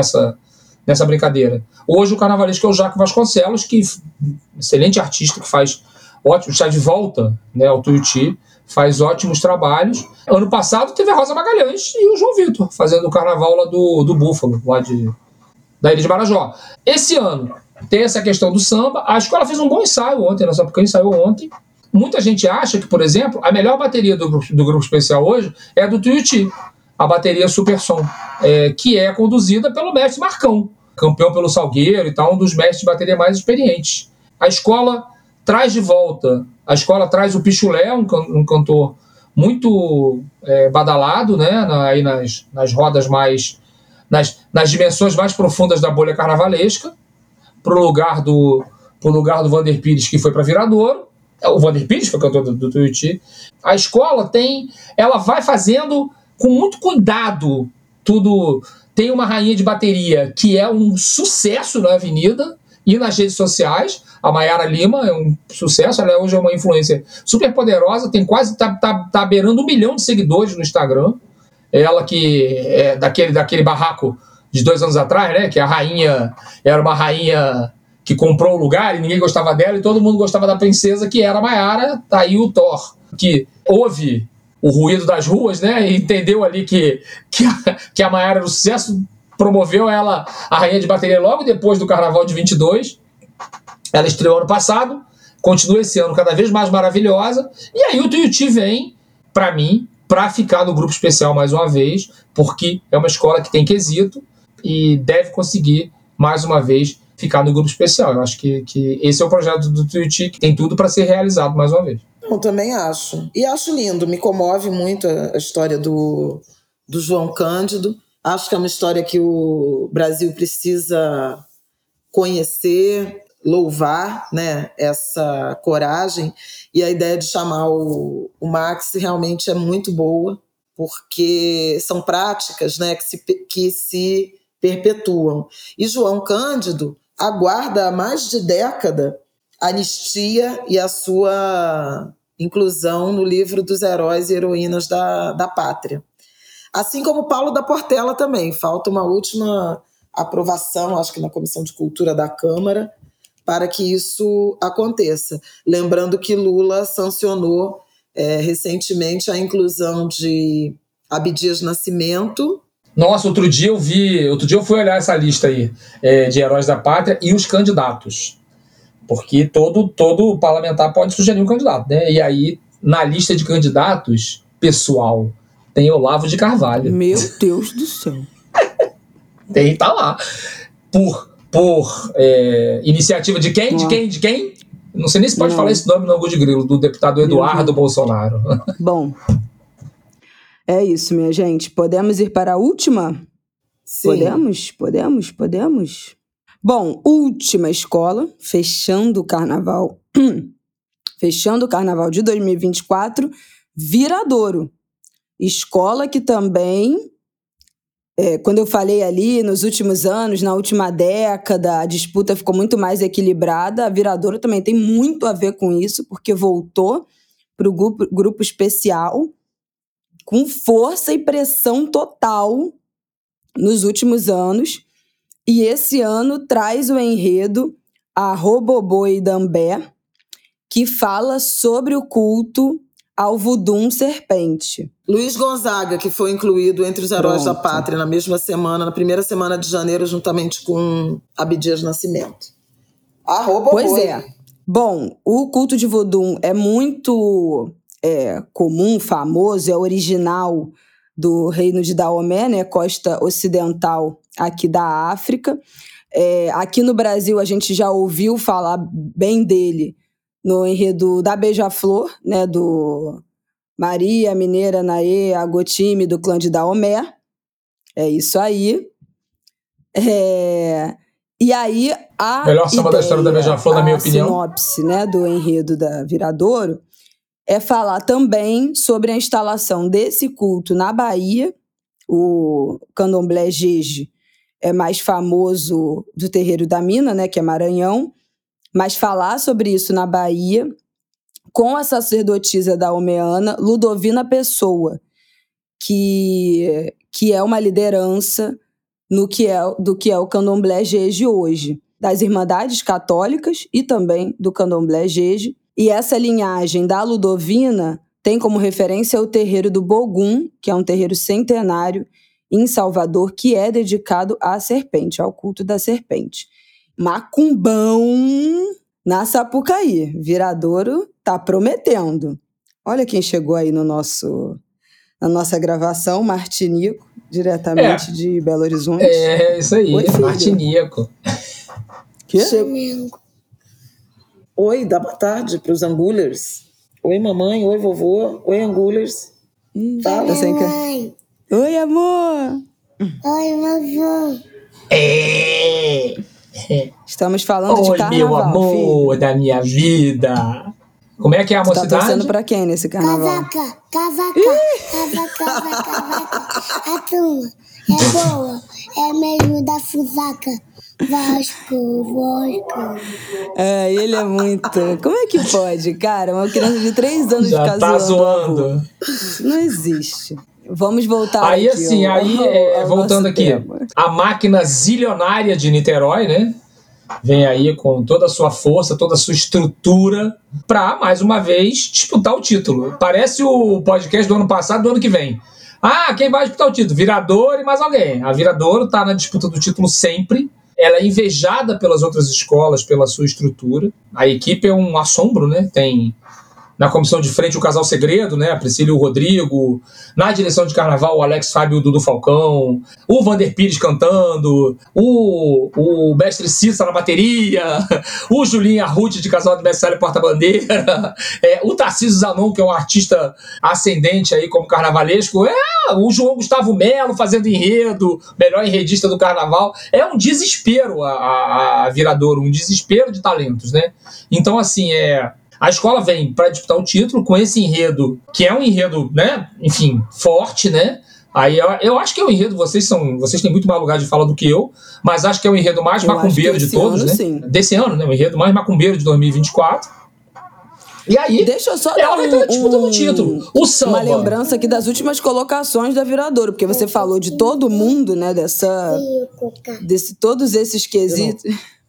nessa brincadeira. Hoje o carnavalesco é o Jaque Vasconcelos, que excelente artista, que faz ótimo, está de volta, né, ao Tuiuti, faz ótimos trabalhos. Ano passado teve a Rosa Magalhães e o João Vitor, fazendo o carnaval lá do Búfalo, lá da Ilha de Marajó. Esse ano tem essa questão do samba. A escola fez um bom ensaio ontem, na Sapucaí ensaiou ontem. Muita gente acha que, por exemplo, a melhor bateria do grupo especial hoje é a do Tuiuti, a bateria Super Som, que é conduzida pelo mestre Marcão, campeão pelo Salgueiro e tal, um dos mestres de bateria mais experientes. A escola traz de volta, traz o Pichulé, um cantor muito badalado, né, aí nas rodas mais, nas dimensões mais profundas da bolha carnavalesca, pro lugar do Vander Pires, que foi para Viradouro. O Vander Pires foi cantor do Tuiuti. A escola ela vai fazendo com muito cuidado tudo. Tem uma rainha de bateria que é um sucesso na avenida e nas redes sociais. A Mayara Lima é um sucesso, ela hoje é uma influencer super poderosa, tem quase, tá beirando 1 milhão de seguidores no Instagram. Ela que é daquele barraco de 2 anos atrás, né, que a rainha era uma rainha que comprou o lugar e ninguém gostava dela e todo mundo gostava da princesa, que era a Mayara. Tá aí o Thor, que ouve o ruído das ruas, né, e entendeu ali que a Mayara era um sucesso, promoveu ela a rainha de bateria logo depois do Carnaval de 22. Ela estreou ano passado, continua esse ano cada vez mais maravilhosa, e aí o Tuiuti vem, para mim, para ficar no grupo especial mais uma vez, porque é uma escola que tem quesito e deve conseguir, mais uma vez, ficar no grupo especial. Eu acho que esse é o projeto do Tuiuti, que tem tudo para ser realizado mais uma vez. Eu também acho. E acho lindo, me comove muito a história do João Cândido. Acho que é uma história que o Brasil precisa conhecer, louvar, né, essa coragem. E a ideia de chamar o Max realmente é muito boa, porque são práticas, né, que se perpetuam. E João Cândido aguarda há mais de década a anistia e a sua inclusão no livro dos heróis e heroínas da pátria. Assim como Paulo da Portela também. Falta uma última aprovação, acho que na Comissão de Cultura da Câmara, para que isso aconteça. Lembrando que Lula sancionou recentemente a inclusão de Abdias Nascimento. Nossa, outro dia eu fui olhar essa lista aí de heróis da pátria e os candidatos. Porque todo parlamentar pode sugerir um candidato, né? E aí, na lista de candidatos, pessoal, tem Olavo de Carvalho. Meu Deus do céu. Tá lá. Por iniciativa de quem? De quem? Não sei nem se pode falar esse nome no ângulo de grilo, do deputado Eduardo Bolsonaro. Bom, é isso, minha gente. Podemos ir para a última? Sim. Podemos? Bom, última escola, fechando o carnaval de 2024, Viradouro. Escola que também, quando eu falei ali, nos últimos anos, na última década, a disputa ficou muito mais equilibrada. A Viradouro também tem muito a ver com isso, porque voltou para o grupo especial com força e pressão total nos últimos anos. E esse ano traz o enredo A Roboboi Dambé, que fala sobre o culto ao Vudum Serpente. Luiz Gonzaga, que foi incluído entre os heróis da pátria na mesma semana, na primeira semana de janeiro, juntamente com Abdias Nascimento. A Roboboi. Pois é. Bom, o culto de Vudum é muito comum, famoso, é original do reino de Daomé, né, costa ocidental aqui da África. Aqui no Brasil a gente já ouviu falar bem dele no enredo da Beija-Flor, né, do Maria, Mineira, Naê, Agotime, do clã de Daomé. É isso aí. E aí, a melhor samba da história da Beija-Flor, na minha opinião. A sinopse, né, do enredo da Viradouro é falar também sobre a instalação desse culto na Bahia. O candomblé Jeje é mais famoso do terreiro da Mina, né, que é Maranhão, mas falar sobre isso na Bahia com a sacerdotisa daomeana Ludovina Pessoa, que é uma liderança do que é o candomblé Jeje hoje, das Irmandades Católicas e também do candomblé Jeje. E essa linhagem da Ludovina tem como referência o terreiro do Bogum, que é um terreiro centenário em Salvador, que é dedicado à serpente, ao culto da serpente. Macumbão na Sapucaí. Viradouro tá prometendo. Olha quem chegou aí na nossa gravação, Martinico, diretamente de Belo Horizonte. É, isso aí, Martinico. Quê? Oi, dá boa tarde para os angulers. Oi, mamãe. Oi, vovô. Oi, angulers. Fala. Oi, oi, amor. Oi, vovô. Estamos falando de carnaval, meu amor, filho da minha vida. Como é que é a mocidade? Tá torcendo pra quem nesse carnaval? Cavaca. A turma é boa, é mesmo da Fusaca. Vasco. Ele é muito... Como é que pode, cara? Uma criança de 3 anos já ficar tá zoando. Não existe. Vamos voltar aí, aqui. Assim, voltando aqui. Tema. A máquina zilionária de Niterói, né? Vem aí com toda a sua força, toda a sua estrutura para, mais uma vez, disputar o título. Parece o podcast do ano passado, do ano que vem. Quem vai disputar o título? Viradouro e mais alguém. A Viradouro está na disputa do título sempre. Ela é invejada pelas outras escolas, pela sua estrutura. A equipe é um assombro, né? Tem na comissão de frente o Casal Segredo, né? A Priscila e o Rodrigo. Na direção de carnaval, o Alex Fábio e o Dudu Falcão. O Vander Pires cantando. O Mestre Cissa na bateria. O Julinho Arruti de Casal de Mestre e Porta-Bandeira. O Tarcísio Zanon, que é um artista ascendente aí como carnavalesco. O João Gustavo Melo fazendo enredo. Melhor enredista do carnaval. É um desespero a Viradouro. Um desespero de talentos, né? Então, assim, a escola vem para disputar o título com esse enredo, que é um enredo, né, enfim, forte, né? Aí eu acho que é o enredo, vocês têm muito mais lugar de fala do que eu, mas acho que é o enredo mais macumbeiro de todos, né? Sim. Desse ano, né? O enredo mais macumbeiro de 2024. E aí, deixa eu só ela vai estar disputando o título. O samba. Uma lembrança aqui das últimas colocações da Viradouro, porque você falou de todo mundo, né, todos esses quesitos.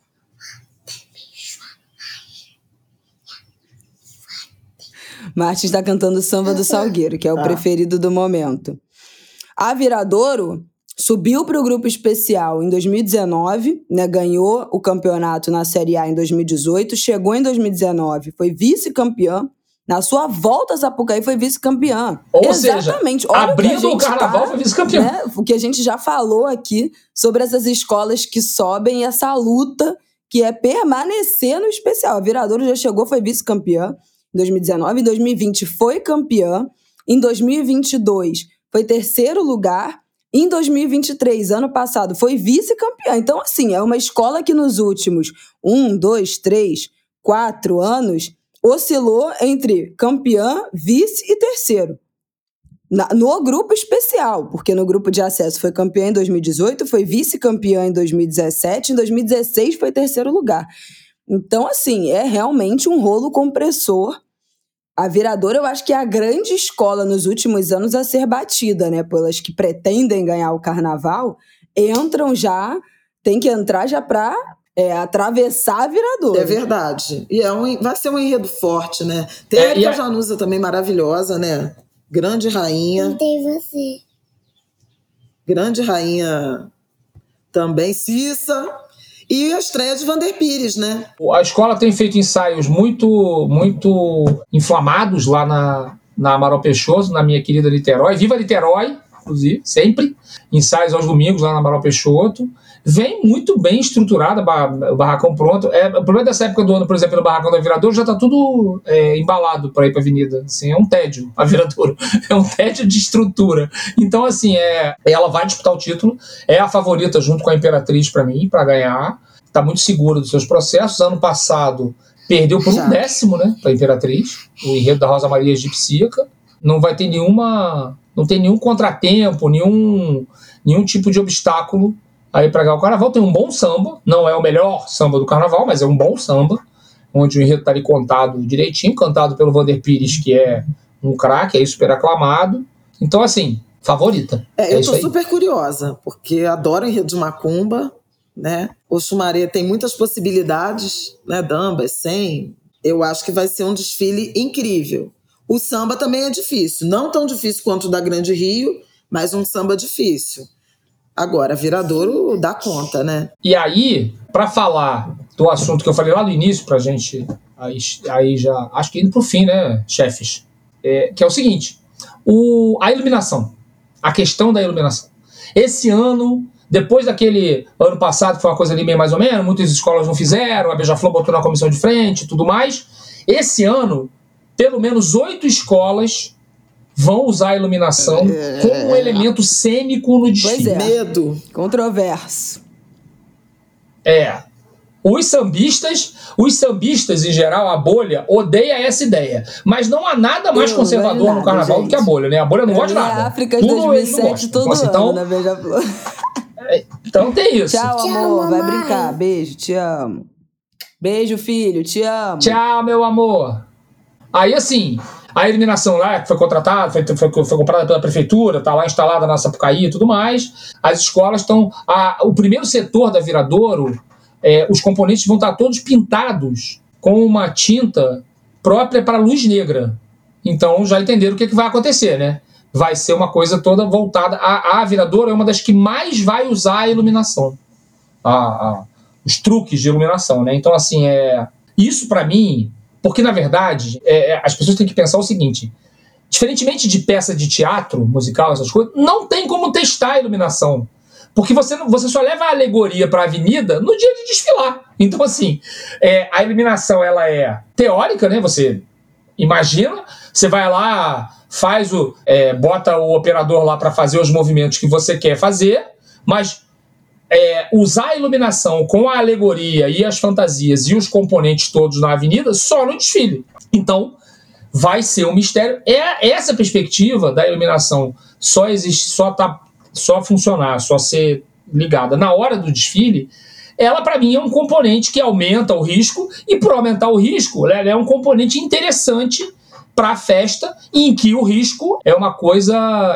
Martins está cantando o Samba do Salgueiro, que é o preferido do momento. A Viradouro subiu para o grupo especial em 2019, né, ganhou o campeonato na Série A em 2018, chegou em 2019, foi vice-campeã. Na sua volta a Sapucaí foi vice-campeã. Exatamente. Seja, abrindo o carnaval foi vice-campeã. Né, o que a gente já falou aqui sobre essas escolas que sobem e essa luta que é permanecer no especial. A Viradouro já chegou, foi vice-campeã em 2019, em 2020 foi campeã, em 2022 foi 3º lugar, em 2023, ano passado, foi vice-campeã. Então, assim, é uma escola que nos últimos 1, 2, 3, 4 anos oscilou entre campeã, vice e 3º. No grupo especial, porque no grupo de acesso foi campeã em 2018, foi vice-campeã em 2017, em 2016 foi 3º lugar. Então, assim, é realmente um rolo compressor. A Viradouro, eu acho que é a grande escola nos últimos anos a ser batida, né? Pelas que pretendem ganhar o carnaval, tem que entrar já para atravessar a Viradouro. É verdade. E vai ser um enredo forte, né? Tem a Erika Januza também maravilhosa, né? Grande rainha. E tem você. Grande rainha também, Cissa. E a estreia de Vander Pires, né? A escola tem feito ensaios muito, muito inflamados lá na Amaral Peixoto, na minha querida Niterói. Viva Niterói, inclusive, sempre. Ensaios aos domingos lá na Amaral Peixoto. Vem muito bem estruturada, o barracão pronto. O problema dessa época do ano, por exemplo, no barracão da Viradouro, já está tudo embalado para ir para a avenida. Assim, é um tédio, a Viradouro. É um tédio de estrutura. Então, assim, ela vai disputar o título. É a favorita junto com a Imperatriz para mim, para ganhar. está muito segura dos seus processos. Ano passado perdeu por 1/10, né, para a Imperatriz, o enredo da Rosa Maria Egipsíaca. Não vai ter não tem nenhum contratempo, nenhum tipo de obstáculo aí para ganhar o carnaval. Tem um bom samba, não é o melhor samba do carnaval, mas é um bom samba, onde o enredo está ali contado direitinho, cantado pelo Vander Pires, que é um craque, é super aclamado. Então, assim, favorita. Eu tô super curiosa, porque adoro enredo de macumba, né? O Xumaré tem muitas possibilidades, né? Dambas, 100. Eu acho que vai ser um desfile incrível. O samba também é difícil. Não tão difícil quanto o da Grande Rio, mas um samba difícil. Agora, Viradouro dá conta, né? E aí, para falar do assunto que eu falei lá no início, pra gente, aí já, acho que indo pro fim, né, chefes? Que é o seguinte, a iluminação, a questão da iluminação. Esse ano, depois daquele ano passado, que foi uma coisa ali meio mais ou menos, muitas escolas não fizeram, a Beija-Flor botou na comissão de frente e tudo mais. Esse ano, pelo menos 8 escolas vão usar a iluminação como um elemento cênico no desfile. Pois é. Medo. Controverso. Os sambistas, em geral, a bolha, odeia essa ideia. Mas não há nada mais conservador no carnaval do que a bolha, né? A bolha não gosta de nada. África de 2007 todo ano, na Beija-Flor. Então tem isso. Tchau, amor. Vai brincar. Beijo, te amo. Beijo, filho, te amo. Tchau, meu amor. Aí, assim, a iluminação lá, que foi contratada, foi comprada pela prefeitura, tá lá instalada na Sapucaí e tudo mais. As escolas estão... O primeiro setor da Viradouro... os componentes vão estar todos pintados com uma tinta própria para luz negra. Então já entenderam o que vai acontecer, né? Vai ser uma coisa toda voltada... A Viradouro é uma das que mais vai usar a iluminação. Os truques de iluminação, né? Então, assim, isso para mim... Porque, na verdade, as pessoas têm que pensar o seguinte... Diferentemente de peça de teatro, musical, essas coisas, não tem como testar a iluminação. Porque você só leva a alegoria para a avenida no dia de desfilar. Então, assim, a iluminação ela é teórica, né? Você imagina, você vai lá, bota o operador lá para fazer os movimentos que você quer fazer, mas usar a iluminação com a alegoria e as fantasias e os componentes todos na avenida só no desfile. Então, vai ser um mistério. Essa perspectiva da iluminação só existe, só funcionar, só ser ligada na hora do desfile, ela para mim é um componente que aumenta o risco, e por aumentar o risco, ela é um componente interessante para a festa, em que o risco é uma coisa,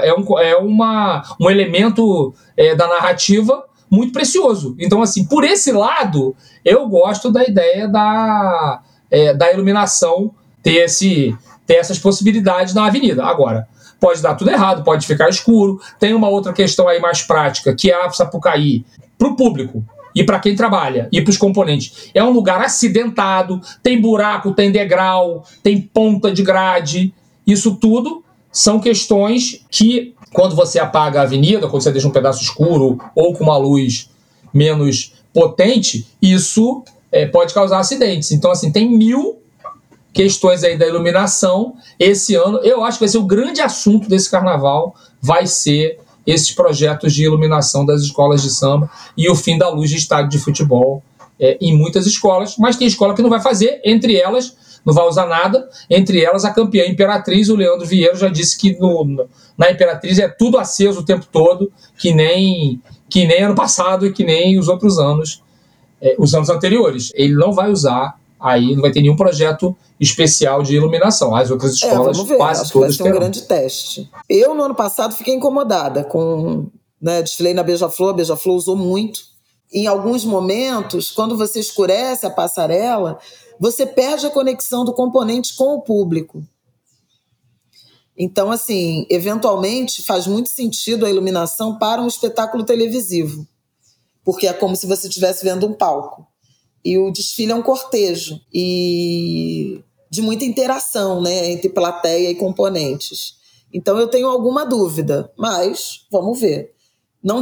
um elemento da narrativa muito precioso. Então, assim, por esse lado, eu gosto da ideia da iluminação ter essas possibilidades na avenida. Agora, pode dar tudo errado, pode ficar escuro. Tem uma outra questão aí mais prática, que é a Sapucaí, para o público e para quem trabalha e para os componentes. É um lugar acidentado, tem buraco, tem degrau, tem ponta de grade. Isso tudo são questões que, quando você apaga a avenida, quando você deixa um pedaço escuro ou com uma luz menos potente, isso pode causar acidentes. Então, assim, tem 1000 questões aí da iluminação. Esse ano, eu acho que vai ser o grande assunto desse carnaval, vai ser esses projetos de iluminação das escolas de samba e o fim da luz de estádio de futebol em muitas escolas, mas tem escola que não vai fazer, entre elas, não vai usar nada, entre elas a campeã Imperatriz, o Leandro Vieiro já disse que na Imperatriz é tudo aceso o tempo todo, que nem ano passado e que nem os outros anos, os anos anteriores. Ele não vai usar, aí não vai ter nenhum projeto especial de iluminação. As outras escolas quase todas terão. Vai ser um grande teste. Eu, no ano passado, fiquei incomodada com... desfilei na Beija-Flor, a Beija-Flor usou muito. Em alguns momentos, quando você escurece a passarela, você perde a conexão do componente com o público. Então, assim, eventualmente, faz muito sentido a iluminação para um espetáculo televisivo. Porque é como se você estivesse vendo um palco. E o desfile é um cortejo e de muita interação, né, entre plateia e componentes. Então eu tenho alguma dúvida, mas vamos ver. Não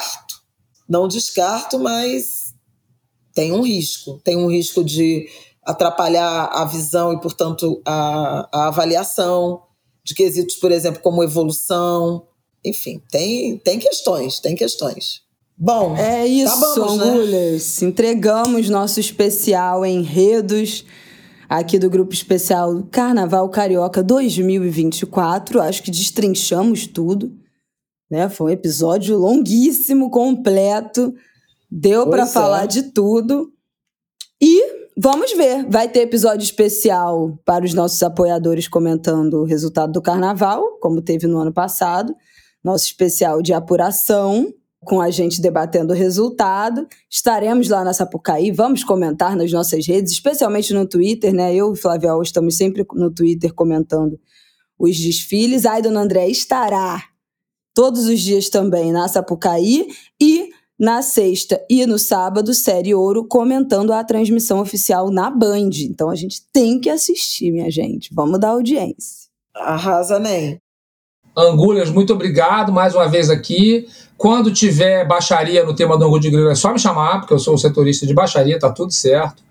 descarto, mas tem um risco. Tem um risco de atrapalhar a visão e, portanto, a avaliação de quesitos, por exemplo, como evolução. Enfim, tem questões. Bom, é isso, acabamos, Angulhas. Né? Entregamos nosso especial Enredos aqui do Grupo Especial Carnaval Carioca 2024. Acho que destrinchamos tudo, né? Foi um episódio longuíssimo, completo. Deu para falar de tudo. E vamos ver. Vai ter episódio especial para os nossos apoiadores comentando o resultado do carnaval, como teve no ano passado. Nosso especial de apuração, com a gente debatendo o resultado. Estaremos lá na Sapucaí, vamos comentar nas nossas redes, especialmente no Twitter, né? Eu e Flávia Alves estamos sempre no Twitter comentando os desfiles. A Dona André estará todos os dias também na Sapucaí e na sexta e no sábado, Série Ouro, comentando a transmissão oficial na Band. Então a gente tem que assistir, minha gente. Vamos dar audiência. Arrasa, Ney. Angulhas, muito obrigado mais uma vez aqui. Quando tiver baixaria no tema do Angu de Grilo, é só me chamar, porque eu sou o setorista de baixaria, tá tudo certo.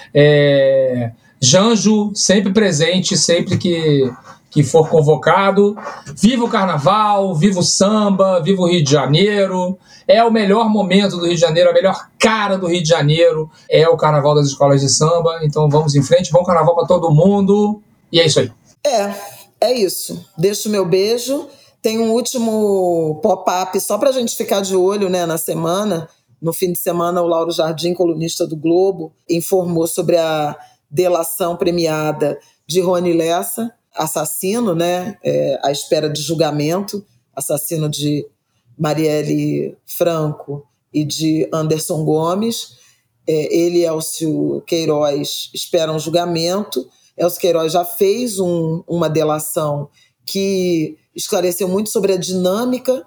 Janjo, sempre presente, sempre que for convocado. Viva o carnaval, viva o samba, viva o Rio de Janeiro. É o melhor momento do Rio de Janeiro, a melhor cara do Rio de Janeiro é o carnaval das escolas de samba. Então vamos em frente, bom carnaval para todo mundo. E é isso aí. É isso. Deixo o meu beijo. Tem um último pop-up só pra gente ficar de olho, né, na semana. No fim de semana, o Lauro Jardim, colunista do Globo, informou sobre a delação premiada de Rony Lessa, assassino, né, à espera de julgamento, assassino de Marielle Franco e de Anderson Gomes. Ele e Elcio Queiroz esperam julgamento. Elcio Queiroz já fez uma delação que esclareceu muito sobre a dinâmica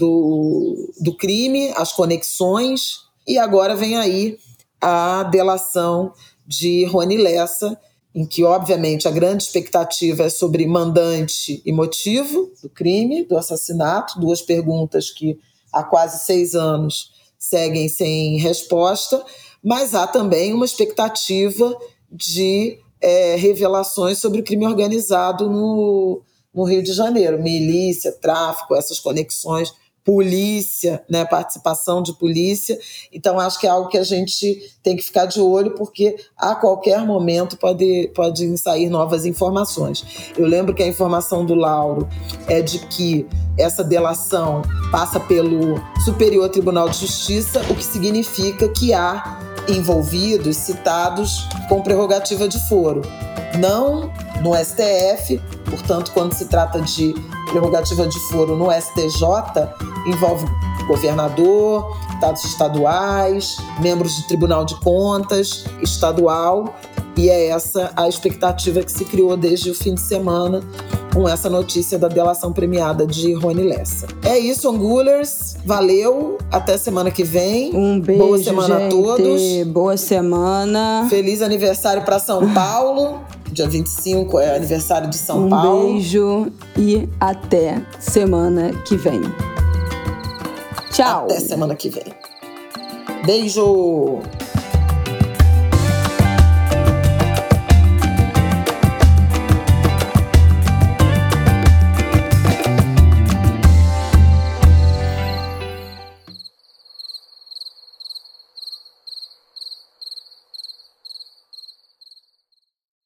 do crime, as conexões, e agora vem aí a delação de Rony Lessa, em que, obviamente, a grande expectativa é sobre mandante e motivo do crime, do assassinato, 2 perguntas que há quase 6 anos seguem sem resposta, mas há também uma expectativa de revelações sobre o crime organizado no Rio de Janeiro, milícia, tráfico, essas conexões, polícia, né, participação de polícia. Então acho que é algo que a gente tem que ficar de olho, porque a qualquer momento podem sair novas informações. Eu lembro que a informação do Lauro é de que essa delação passa pelo Superior Tribunal de Justiça, o que significa que há envolvidos, citados com prerrogativa de foro. Não no STF, portanto, quando se trata de prerrogativa de foro no STJ, envolve governador, deputados estaduais, membros do Tribunal de Contas estadual, e é essa a expectativa que se criou desde o fim de semana com essa notícia da delação premiada de Rony Lessa. É isso, Angulers. Valeu. Até semana que vem. Um beijo, boa semana, gente. A todos. Boa semana. Feliz aniversário para São Paulo. Dia 25 é aniversário de São Paulo. Um beijo e até semana que vem. Tchau. Até semana que vem. Beijo.